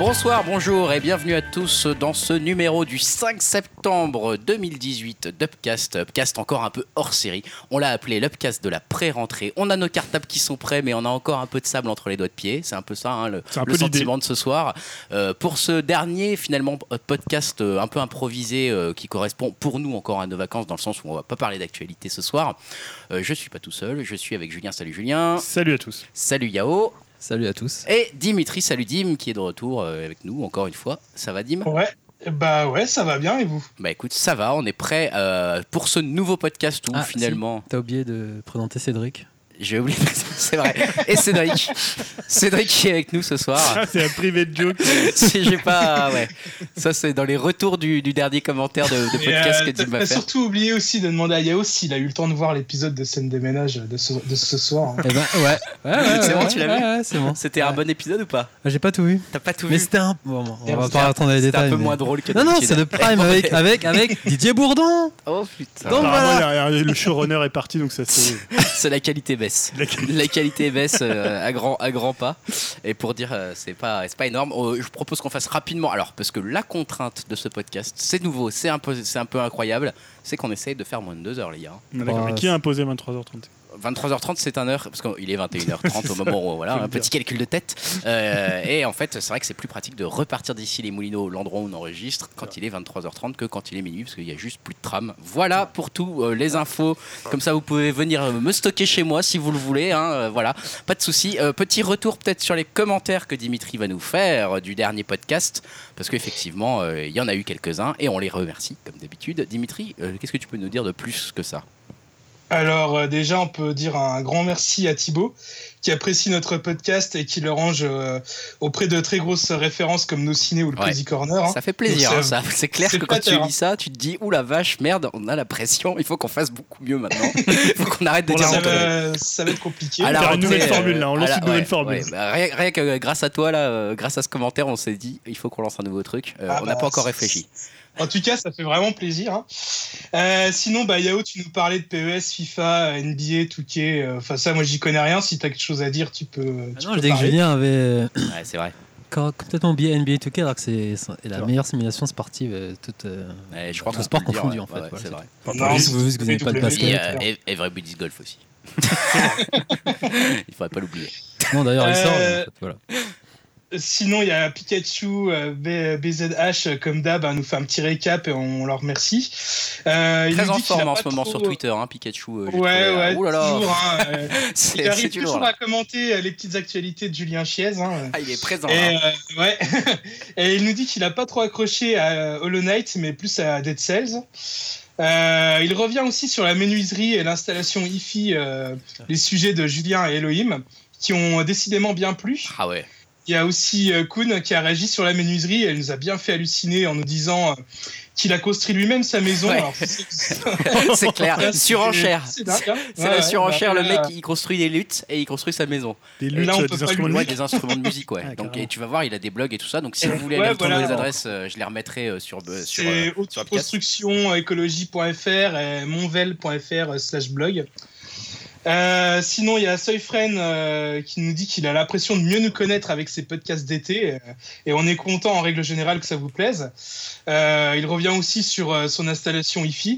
Bonsoir, bonjour et bienvenue à tous dans ce numéro du 5 septembre 2018 d'Upcast. Upcast encore un peu hors série. On l'a appelé l'Upcast de la pré-rentrée. On a nos cartables qui sont prêts, mais on a encore un peu de sable entre les doigts de pied. C'est un peu ça, hein, le sentiment de ce soir. Pour ce dernier, finalement, podcast un peu improvisé qui correspond pour nous encore à nos vacances, dans le sens où on va pas parler d'actualité ce soir. Je suis pas tout seul, je suis avec Julien. Salut Julien. Salut à tous. Salut Yao. Salut à tous. Et Dimitri, salut Dim, qui est de retour avec nous encore une fois. Ça va Dim ? Ouais, ça va bien et vous ? Bah écoute, ça va, on est prêt pour ce nouveau podcast où finalement... Si, t'as oublié de présenter Cédric. J'ai oublié, c'est vrai. Et Cédric qui est avec nous ce soir. C'est un privé de joke. Si j'ai pas, ouais. Ça c'est dans les retours du dernier commentaire de podcast que Dim m'a fait. T'as surtout oublié aussi de demander à Yao s'il a eu le temps de voir l'épisode de scène des ménages de ce soir. Eh ben ouais. C'est bon, tu l'as vu ? Ouais, c'est bon. C'était un bon épisode ou pas ? J'ai pas tout vu. T'as pas tout mais vu ? c'était un. Bon, on va pas attendre les détails. C'était un peu moins drôle que Non, c'est le Prime avec Didier Bourdon. Oh putain. Donc voilà. Le showrunner est parti, donc ça c'est. C'est la qualité baisse. La qualité baisse à grands pas. Et pour dire, c'est pas énorme. Je propose qu'on fasse rapidement. Alors, parce que la contrainte de ce podcast, c'est nouveau, c'est un peu incroyable, c'est qu'on essaye de faire moins de 2 heures, les gars. D'accord, mais qui a imposé 23h30 ? 23h30, c'est un heure, parce qu'il est 21h30 au moment où, voilà, un petit calcul de tête. Et en fait, c'est vrai que c'est plus pratique de repartir d'ici les Moulineaux, l'endroit où on enregistre, quand il est 23h30 que quand il est minuit, parce qu'il y a juste plus de tram. Voilà pour tout, les infos. Comme ça, vous pouvez venir me stocker chez moi si vous le voulez. Voilà, pas de souci. Petit retour peut-être sur les commentaires que Dimitri va nous faire du dernier podcast, parce qu'effectivement, il y en a eu quelques-uns et on les remercie, comme d'habitude. Dimitri, qu'est-ce que tu peux nous dire de plus que ça ? Alors déjà, on peut dire un grand merci à Thibaut qui apprécie notre podcast et qui le range auprès de très grosses références comme Nos Ciné ou le Cozy Corner. Ça fait plaisir, donc, ça. C'est clair que quand tu lis ça, tu te dis « Ouh la vache, merde, on a la pression, il faut qu'on fasse beaucoup mieux maintenant. Il faut qu'on arrête de dire ça va être compliqué. On va faire une nouvelle formule là, on lance une nouvelle formule. Rien que grâce à toi, là, grâce à ce commentaire, on s'est dit « Il faut qu'on lance un nouveau truc. » On n'a pas encore réfléchi. En tout cas, ça fait vraiment plaisir. Sinon, Yao, tu nous parlais de PES, FIFA, NBA, 2K. Enfin, ça, moi, j'y connais rien. Si tu as quelque chose à dire, tu peux. Non, je dis que Julien avait. Ouais, c'est vrai. Complètement oublié NBA 2K, alors que c'est la meilleure simulation sportive, toute. Je crois tout sport confondu, en fait. Ouais, c'est vrai. Vous n'avez pas le basket. Et Everybody's Golf aussi. Il faudrait pas l'oublier. Non, d'ailleurs, il sort. En fait, voilà. Sinon, il y a Pikachu, BZH, comme d'hab, nous fait un petit récap et on leur remercie. Très en forme en ce moment sur Twitter, Pikachu. Ouais, oh là là. Toujours. Il arrive toujours toujours à commenter les petites actualités de Julien Chiez. Il est présent. Ouais. Et il nous dit qu'il n'a pas trop accroché à Hollow Knight, mais plus à Dead Cells. Il revient aussi sur la menuiserie et l'installation hi-fi, les sujets de Julien et Elohim, qui ont décidément bien plu. Ah ouais. Il y a aussi Kuhn qui a réagi sur la menuiserie et elle nous a bien fait halluciner en nous disant qu'il a construit lui-même sa maison. Ouais. Alors, c'est clair, surenchère. C'est la surenchère, le mec il construit des luttes et il construit sa maison. Des luttes, des instruments de musique, ouais. Donc, et tu vas voir, il a des blogs et tout ça. Donc si vous voulez aller retrouver les adresses, je les remettrai sur constructionécologie.fr et monvel.fr/blog. Sinon, il y a Soyfren qui nous dit qu'il a l'impression de mieux nous connaître avec ses podcasts d'été et on est content en règle générale que ça vous plaise. Il revient aussi sur son installation hi-fi.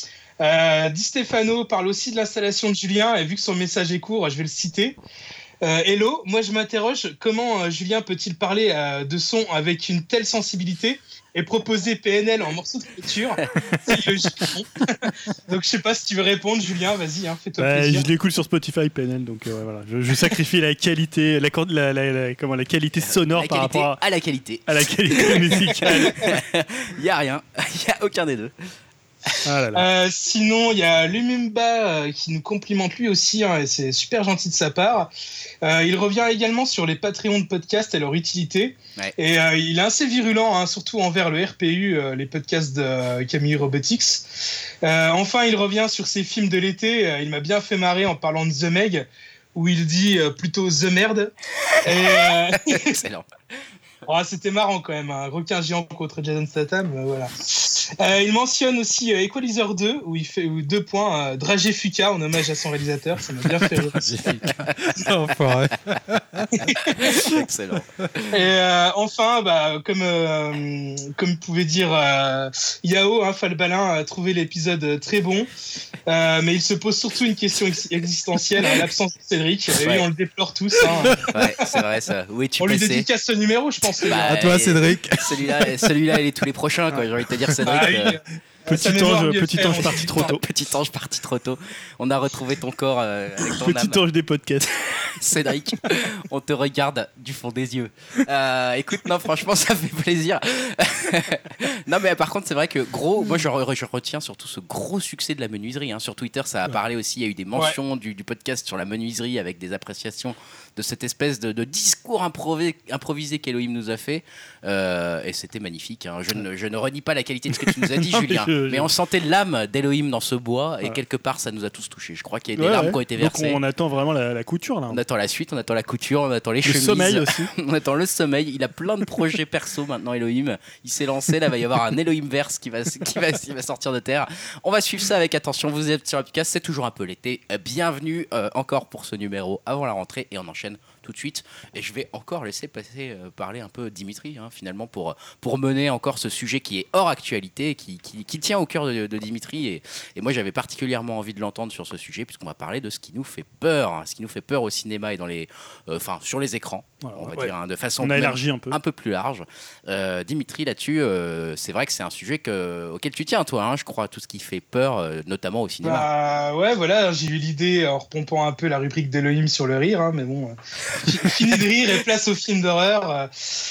Di Stefano parle aussi de l'installation de Julien et vu que son message est court, je vais le citer. Hello, moi je m'interroge comment Julien peut-il parler de son avec une telle sensibilité et proposer PNL en morceaux de clôture. C'est logique. Donc je sais pas si tu veux répondre, Julien, vas-y, fais-toi plaisir. Je l'écoute sur Spotify PNL, donc voilà. Je sacrifie la qualité, la qualité sonore par rapport à la qualité. À la qualité musicale. Il y a rien, il y a aucun des deux. Ah là là. Sinon, il y a Lumumba qui nous complimente lui aussi, et c'est super gentil de sa part. Il revient également sur les Patreons de podcast et leur utilité. Ouais. Et il est assez virulent, surtout envers le RPU, les podcasts de Camille Robotics. Enfin, il revient sur ses films de l'été. Il m'a bien fait marrer en parlant de The Meg, où il dit plutôt The Merde. Excellent. C'était marrant quand même, un requin géant contre Jason Statham, voilà. Il mentionne aussi Equalizer 2, où il fait 2 points, Dragé Fuka, en hommage à son réalisateur. Ça m'a bien fait rire. Excellent. Et enfin, comme vous pouvez dire, Yao, Falbalin a trouvé l'épisode très bon, mais il se pose surtout une question existentielle, l'absence de Cédric. Et oui, on le déplore tous. Ouais, c'est vrai ça. Où es-tu on passé ? lui dédicace ce numéro, je pense. À toi, Cédric. Celui-là, il est tous les prochains, quoi. J'ai envie de te dire, Cédric. Petit ange parti trop tôt. Petit ange parti trop tôt. On a retrouvé ton corps avec ton âme. Petit ange des podcasts. Cédric, on te regarde du fond des yeux. Écoute, non, franchement, ça fait plaisir. Non, mais par contre, c'est vrai que moi, je retiens surtout ce gros succès de la menuiserie. Sur Twitter, ça a parlé aussi. Il y a eu des mentions du podcast sur la menuiserie avec des appréciations de cette espèce de discours improvisé qu'Elohim nous a fait. Et c'était magnifique. Je ne renie pas la qualité de ce que tu nous as dit, Julien. Mais on sentait l'âme d'Elohim dans ce bois. Et quelque part, ça nous a tous touchés. Je crois qu'il y a des larmes qui ont été versées. Donc on attend vraiment la couture, là. On attend la suite, on attend la couture, on attend les chemises. Le sommeil aussi. On attend le sommeil. Il a plein de projets perso maintenant, Elohim. Il s'est lancé. Là, il va y avoir un Elohim verse qui va sortir de terre. On va suivre ça avec attention. Vous êtes sur Apicast, c'est toujours un peu l'été. Bienvenue encore pour ce numéro avant la rentrée. Et on enchaîne tout de suite. Et je vais encore laisser parler un peu Dimitri, finalement, pour mener encore ce sujet qui est hors actualité, qui tient au cœur de Dimitri. Et moi, j'avais particulièrement envie de l'entendre sur ce sujet, puisqu'on va parler de ce qui nous fait peur. Ce qui nous fait peur au cinéma et sur les écrans, on va dire, de façon un peu plus large. Dimitri, là-dessus, c'est vrai que c'est un sujet auquel tu tiens, toi, je crois, tout ce qui fait peur, notamment au cinéma. Ouais, voilà, j'ai eu l'idée en repompant un peu la rubrique d'Elohim sur le rire, mais bon... Fini de rire et place au film d'horreur,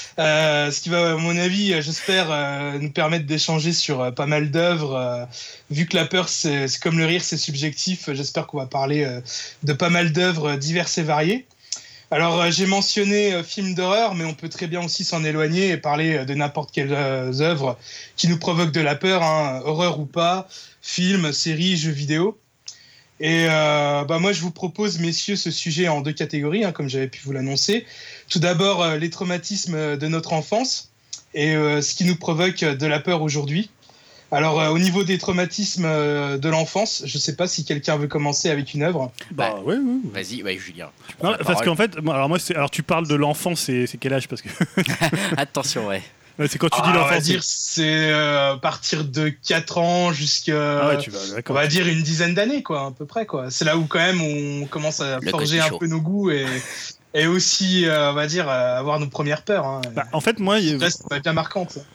ce qui va, à mon avis, j'espère, nous permettre d'échanger sur pas mal d'œuvres. Vu que la peur, c'est comme le rire, c'est subjectif, j'espère qu'on va parler de pas mal d'œuvres diverses et variées. Alors, j'ai mentionné films d'horreur, mais on peut très bien aussi s'en éloigner et parler de n'importe quelles œuvres qui nous provoquent de la peur, horreur ou pas, films, séries, jeux vidéo. Et moi, je vous propose, messieurs, ce sujet en 2 catégories, comme j'avais pu vous l'annoncer. Tout d'abord, les traumatismes de notre enfance et ce qui nous provoque de la peur aujourd'hui. Alors, au niveau des traumatismes de l'enfance, je ne sais pas si quelqu'un veut commencer avec une œuvre. Oui. Vas-y, Julien. Non, parce qu'en fait, alors tu parles de l'enfance, c'est quel âge parce que... Attention, ouais. C'est quand tu dis l'enfance. On va dire c'est à partir de 4 ans jusqu'à on va dire une dizaine d'années, quoi, à peu près, quoi. C'est là où quand même on commence à forger un peu nos goûts et aussi, on va dire, avoir nos premières peurs. En fait, moi, c'est pas bien marquant, ça.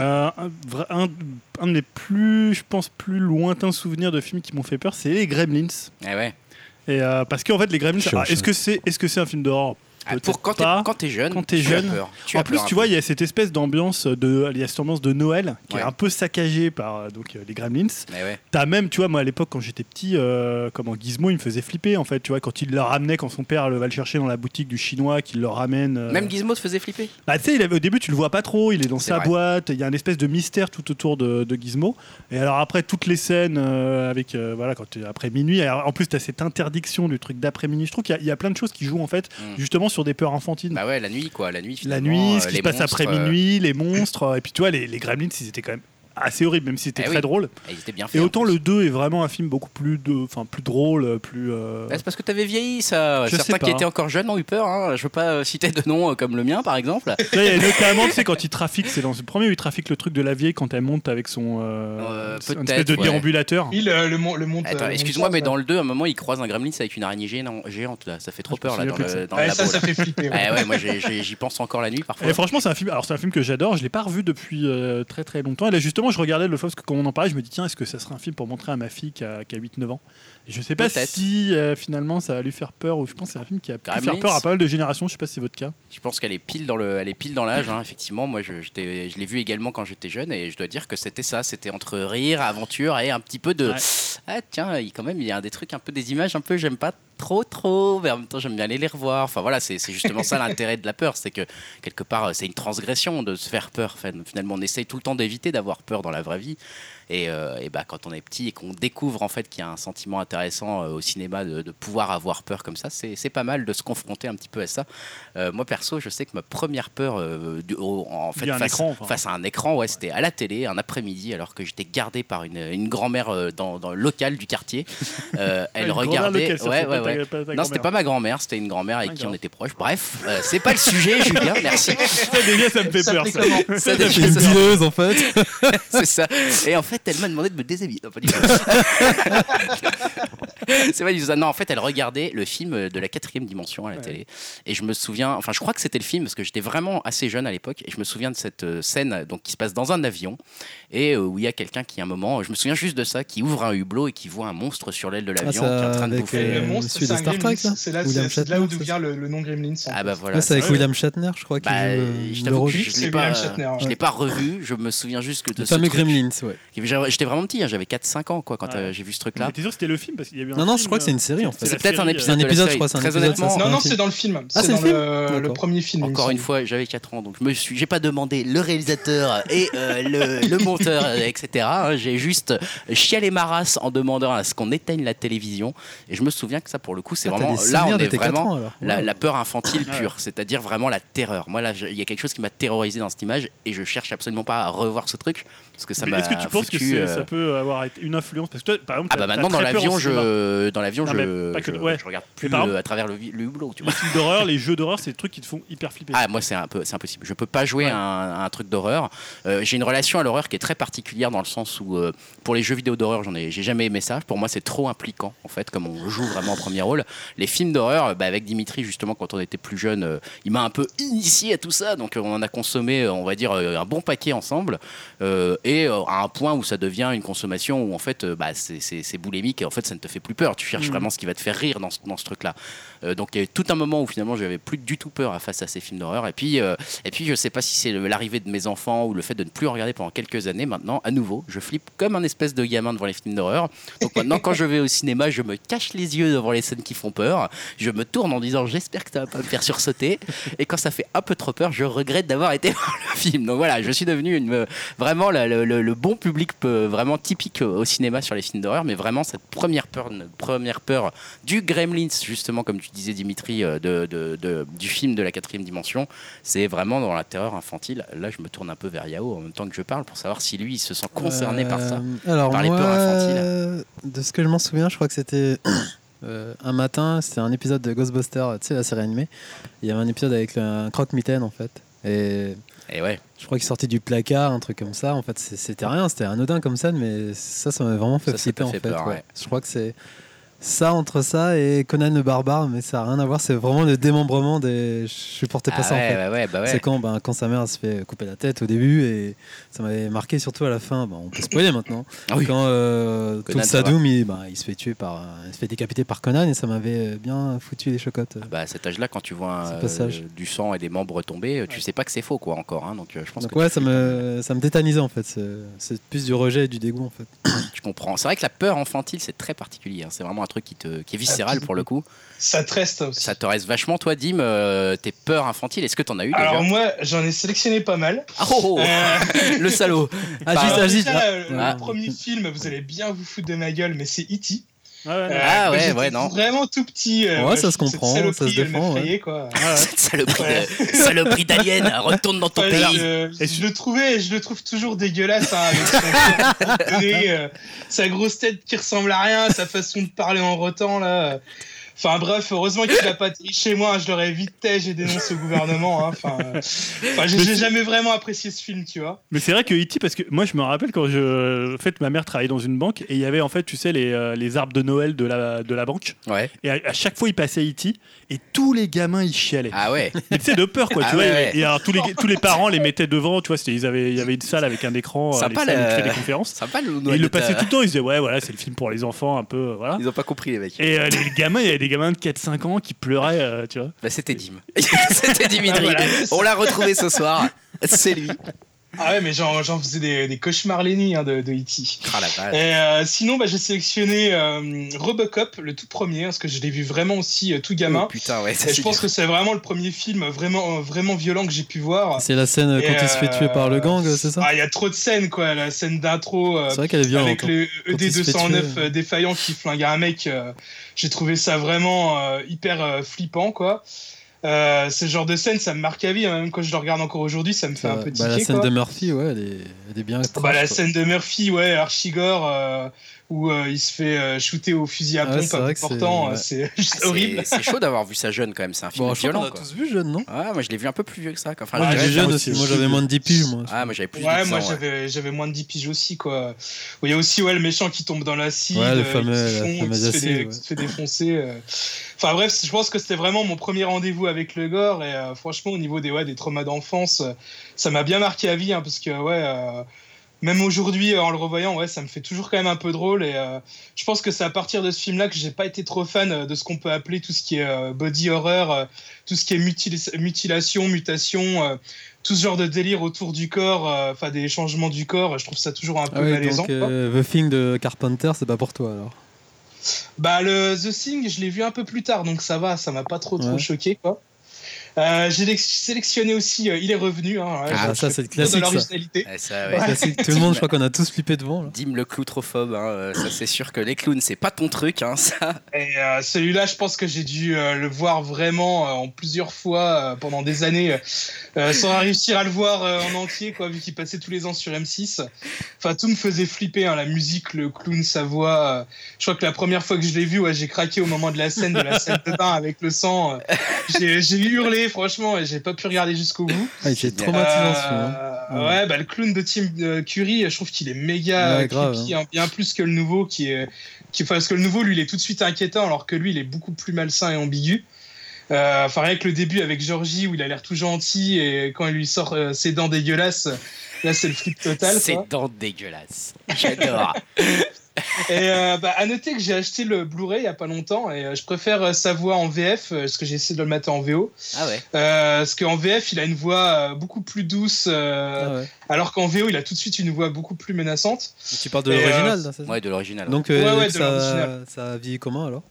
Un de mes plus lointains souvenirs de films qui m'ont fait peur, c'est les Gremlins. Ah ouais. Et parce qu'en fait, les Gremlins, est-ce que c'est un film d'horreur? Quand t'es jeune, tu as peur. En plus, tu vois, il y a cette espèce d'ambiance de Noël qui est un peu saccagée par les Gremlins. T'as même, tu vois, moi à l'époque quand j'étais petit, Gizmo, il me faisait flipper en fait, tu vois, quand il le ramenait, quand son père va le chercher dans la boutique du chinois, qu'il le ramène. Même Gizmo te faisait flipper. Tu sais, au début tu le vois pas trop, il est dans sa boîte, il y a une espèce de mystère tout autour de Gizmo. Et alors après toutes les scènes avec après minuit, alors, en plus t'as cette interdiction du truc d'après minuit. Je trouve qu'il y a plein de choses qui jouent en fait justement sur des peurs enfantines. Bah ouais, la nuit, ce qui se passe après minuit, les monstres. Et puis tu vois, les Gremlins, ils étaient quand même assez horrible, même si c'était très drôle. Et, bien fait, et autant le 2 est vraiment un film beaucoup plus drôle, plus. C'est parce que t'avais vieilli, ça. Certains qui étaient encore jeunes ont eu peur. Je veux pas citer de noms comme le mien, par exemple. Il y a notamment, tu sais, quand il trafique, c'est dans le premier où il trafique le truc de la vieille quand elle monte avec son une espèce de déambulateur. Le monte. Attends, excuse-moi, mais dans le 2, à un moment, il croise un gremlin avec une araignée géante. Là. Ça fait trop peur là dans le labo. Ça fait flipper. Ouais, moi j'y pense encore la nuit parfois. Et franchement, c'est un film que j'adore. Je l'ai pas revu depuis très très longtemps. Et là, justement, je regardais le fois parce que quand on en parlait, je me dis tiens, est-ce que ça serait un film pour montrer à ma fille qui a 8-9 ans. Et je sais pas si finalement ça va lui faire peur, ou je pense que c'est un film qui a pu faire peur à pas mal de générations. Je sais pas si c'est votre cas. Je pense qu'elle est pile dans l'âge. Effectivement, moi je l'ai vu également quand j'étais jeune et je dois dire que c'était ça. C'était entre rire, aventure et un petit peu de ah tiens, quand même il y a des trucs un peu, des images un peu, j'aime pas trop, mais en même temps j'aime bien aller les revoir. Enfin voilà, c'est justement ça l'intérêt de la peur, c'est que quelque part c'est une transgression de se faire peur. Enfin, finalement on essaye tout le temps d'éviter d'avoir peur dans la vraie vie. Et quand on est petit et qu'on découvre en fait qu'il y a un sentiment intéressant au cinéma de pouvoir avoir peur comme ça, c'est pas mal de se confronter un petit peu à ça. Moi perso, je sais que ma première peur face à un écran, ouais, c'était à la télé un après-midi alors que j'étais gardé par une grand-mère dans le local du quartier. Elle regardait. Non, c'était pas ma grand-mère, c'était une grand-mère avec qui on était proches. Bref, c'est pas le sujet, Julien. Merci. Ça déjà, ça me fait peur. Ça fait une dileuse en fait. C'est ça. Et en fait, elle m'a demandé de me déshabiller. Non, pas du tout. C'est pas du tout ça. Non, en fait, elle regardait le film de la 4e dimension à la télé. Et je me souviens, enfin, je crois que c'était le film parce que j'étais vraiment assez jeune à l'époque. Et je me souviens de cette scène donc, qui se passe dans un avion et où il y a quelqu'un qui, à un moment, je me souviens juste de ça, qui ouvre un hublot et qui voit un monstre sur l'aile de l'avion qui est en train de bouffer. Le monstre, c'est un Star Trek, là. C'est là où vient le nom Gremlins. Ah bah voilà. C'est avec William Shatner, je crois. Je t'avoue que je l'ai pas revu. Je me souviens juste que de ce fameux Gremlins, ouais. J'étais vraiment petit, j'avais 4-5 ans quand j'ai vu ce truc-là. T'es sûr que c'était le film parce qu'il y a eu Non, je crois que c'est une série en fait. C'est peut-être un épisode. Je crois. Très honnêtement. Non, c'est dans le film. C'est dans le premier film. Encore une fois, j'avais 4 ans, donc j'ai pas demandé le réalisateur et le monteur, etc. J'ai juste chialé ma race en demandant à ce qu'on éteigne la télévision. Et je me souviens que ça, pour le coup, c'est vraiment là, on est vraiment la pure infantile pure, c'est-à-dire vraiment la terreur. Moi, là, il y a quelque chose qui m'a terrorisé dans cette image et je cherche absolument pas à revoir ce truc parce que ça m'a. Est-ce que tu penses que ça peut avoir une influence parce que toi, par exemple, maintenant dans l'avion, je regarde plus à travers le hublot. Les films d'horreur, les jeux d'horreur, c'est des trucs qui te font hyper flipper. Ah, moi, c'est impossible. Je peux pas jouer à un truc d'horreur. J'ai une relation à l'horreur qui est très particulière dans le sens où, pour les jeux vidéo d'horreur, j'ai jamais aimé ça. Pour moi, c'est trop impliquant, en fait, comme on joue vraiment en premier rôle. Les films d'horreur, avec Dimitri, justement, quand on était plus jeune, il m'a un peu initié à tout ça. Donc, on en a consommé, on va dire, un bon paquet ensemble. Et à un point où ça devient une consommation où, en fait, c'est boulimique et en fait, ça ne te fait plus peur. Tu cherches vraiment ce qui va te faire rire dans ce truc-là. Donc, il y a eu tout un moment où, finalement, j'avais plus du tout peur face à ces films d'horreur. Et puis, je sais pas si c'est l'arrivée de mes enfants ou le fait de ne plus en regarder pendant quelques années. Maintenant, à nouveau, je flippe comme un espèce de gamin devant les films d'horreur. Donc maintenant, quand je vais au cinéma, je me cache les yeux devant les scènes qui font peur. Je me tourne en disant j'espère que ça va pas me faire sursauter. Et quand ça fait un peu trop peur, je regrette d'avoir été voir le film. Donc voilà, je suis devenu vraiment le bon public vraiment typique au cinéma sur les films d'horreur. Mais vraiment cette première peur du Gremlins, justement comme tu disais Dimitri, du film de la 4e dimension, c'est vraiment dans la terreur infantile. Là, je me tourne un peu vers Yao en même temps que je parle pour savoir si lui il se sent concerné par ça, par les peurs infantiles. De ce que je m'en souviens, je crois que c'était un matin, c'était un épisode de Ghostbusters, tu sais, la série animée. Il y avait un épisode avec un croque-mitaine en fait. Et ouais. Je crois qu'il sortait du placard, un truc comme ça. En fait, c'était rien, c'était anodin comme scène, mais ça m'a vraiment fait flipper en fait. Peur, ouais. Je crois que c'est ça entre ça et Conan le barbare, mais ça n'a rien à voir. C'est vraiment le démembrement des. Je supportais pas ça en fait. Ouais. C'est quand sa mère se fait couper la tête au début et ça m'avait marqué surtout à la fin. On peut spoiler maintenant. Ah oui. Quand Sadoum il se fait tuer il se fait décapiter par Conan et ça m'avait bien foutu les chocottes. À cet âge-là, quand tu vois du sang et des membres tombés, tu sais pas que c'est faux quoi encore. Donc je pense que ça me tétanisait en fait. C'est plus du rejet et du dégoût en fait. Tu comprends. C'est vrai que la peur infantile c'est très particulier. C'est vraiment un truc qui est viscéral pour le coup. Ça te reste aussi. Ça te reste vachement. Toi, Dim, tes peurs infantiles, est-ce que t'en as eu déjà ? Alors moi, j'en ai sélectionné pas mal. Le salaud. Le premier film, vous allez bien vous foutre de ma gueule, mais c'est E.T. Non. Vraiment tout petit. Ça se comprend, ça se défend. Cette saloperie d'alien, retourne dans ton pays. Je le trouve toujours dégueulasse avec sa grosse tête qui ressemble à rien, sa façon de parler en rotant là. Enfin bref, heureusement qu'il n'a pas été chez moi, je l'aurais vite j'ai dénoncé au gouvernement. J'ai jamais vraiment apprécié ce film, tu vois. Mais c'est vrai que E.T., parce que moi je me rappelle quand ma mère travaillait dans une banque et il y avait en fait, tu sais, les arbres de Noël de la banque. Ouais. Et à chaque fois il passait E.T. et tous les gamins ils chialaient. Ah ouais. Mais tu sais, de peur quoi, tu vois. Ouais. Et alors tous les parents les mettaient devant, tu vois, il y avait une salle avec un écran, sympa où tu fais des conférences. Sympa le Noël. Et ils le passaient tout le temps, ils disaient ouais voilà, c'est le film pour les enfants un peu, voilà. Ils ont pas compris les mecs. Et les gamins, il y avait des gamins de 4-5 ans qui pleuraient, tu vois. C'était Dim. C'était Dimitri. On l'a retrouvé ce soir. C'est lui. Ah ouais, mais j'en faisais des cauchemars les nuits de E.T. Ah la vache. Et sinon, j'ai sélectionné Robocop, le tout premier, parce que je l'ai vu vraiment aussi tout gamin. Oh, putain, ouais. Et je pense que c'est vraiment le premier film vraiment violent que j'ai pu voir. C'est la scène quand il se fait tuer par le gang, c'est ça? Ah, il y a trop de scènes, quoi. La scène d'intro c'est vrai qu'elle est violente, avec le ED209 défaillant qui flingue un mec. J'ai trouvé ça vraiment hyper flippant, quoi. Ce genre de scène, ça me marque à vie. Même quand je le regarde encore aujourd'hui, ça me fait un peu tiquer. La scène de Murphy, ouais, elle est bien trash, la scène de Murphy, ouais, archi-gore, où il se fait shooter au fusil à pompe important. C'est juste horrible. C'est chaud d'avoir vu ça jeune, quand même. C'est un film violent. On a tous vu jeune, non? Ah, moi, je l'ai vu un peu plus vieux que ça. Enfin, moi, j'ai jeune aussi. Moi, j'avais moins de 10 piges. Ah, moi, j'avais plus de 10 moi, j'avais moins de 10 piges aussi, quoi. Il y a aussi le méchant qui tombe dans l'acide, le fameux qui se fait défoncer. Enfin bref, je pense que c'était vraiment mon premier rendez-vous avec le gore et franchement au niveau des traumas d'enfance, ça m'a bien marqué à vie parce que même aujourd'hui en le revoyant, ça me fait toujours quand même un peu drôle et je pense que c'est à partir de ce film-là que j'ai pas été trop fan de ce qu'on peut appeler tout ce qui est body horror, tout ce qui est mutilation, mutation. Tout ce genre de délire autour du corps, des changements du corps, je trouve ça toujours un peu malaisant. Donc, The Thing de Carpenter, c'est pas pour toi alors? Le The Thing, je l'ai vu un peu plus tard, donc ça va, ça m'a pas trop choqué, quoi. J'ai sélectionné aussi Il est revenu. Ça c'est le classique. L'originalité. Classique. Tout le monde, je crois qu'on a tous flippé devant. Là. Dim le cloutrophobe, ça c'est sûr que les clowns c'est pas ton truc, ça. Et celui-là, je pense que j'ai dû le voir vraiment en plusieurs fois pendant des années, sans réussir à le voir en entier, quoi, vu qu'il passait tous les ans sur M6. Enfin, tout me faisait flipper, la musique, le clown, sa voix. Je crois que la première fois que je l'ai vu, j'ai craqué au moment de la scène de bain avec le sang. J'ai hurlé. Franchement, j'ai pas pu regarder jusqu'au bout. Il était traumatisant ce film. Le clown de Tim Curry, je trouve qu'il est méga creepy, bien plus que le nouveau parce que le nouveau, lui, il est tout de suite inquiétant, alors que lui, il est beaucoup plus malsain et ambigu. Rien que le début avec Georgie, où il a l'air tout gentil, et quand il lui sort ses dents dégueulasses, là, c'est le flip total. Ses dents dégueulasses. J'adore. Et à noter que j'ai acheté le Blu-ray il y a pas longtemps et je préfère sa voix en VF parce que j'ai essayé de le mater en VO. Ah ouais. Parce qu'en VF il a une voix beaucoup plus douce alors qu'en VO il a tout de suite une voix beaucoup plus menaçante. Et tu parles de l'original, c'est ça? Ouais, de l'original. Donc de l'original. Ça vieillit comment alors?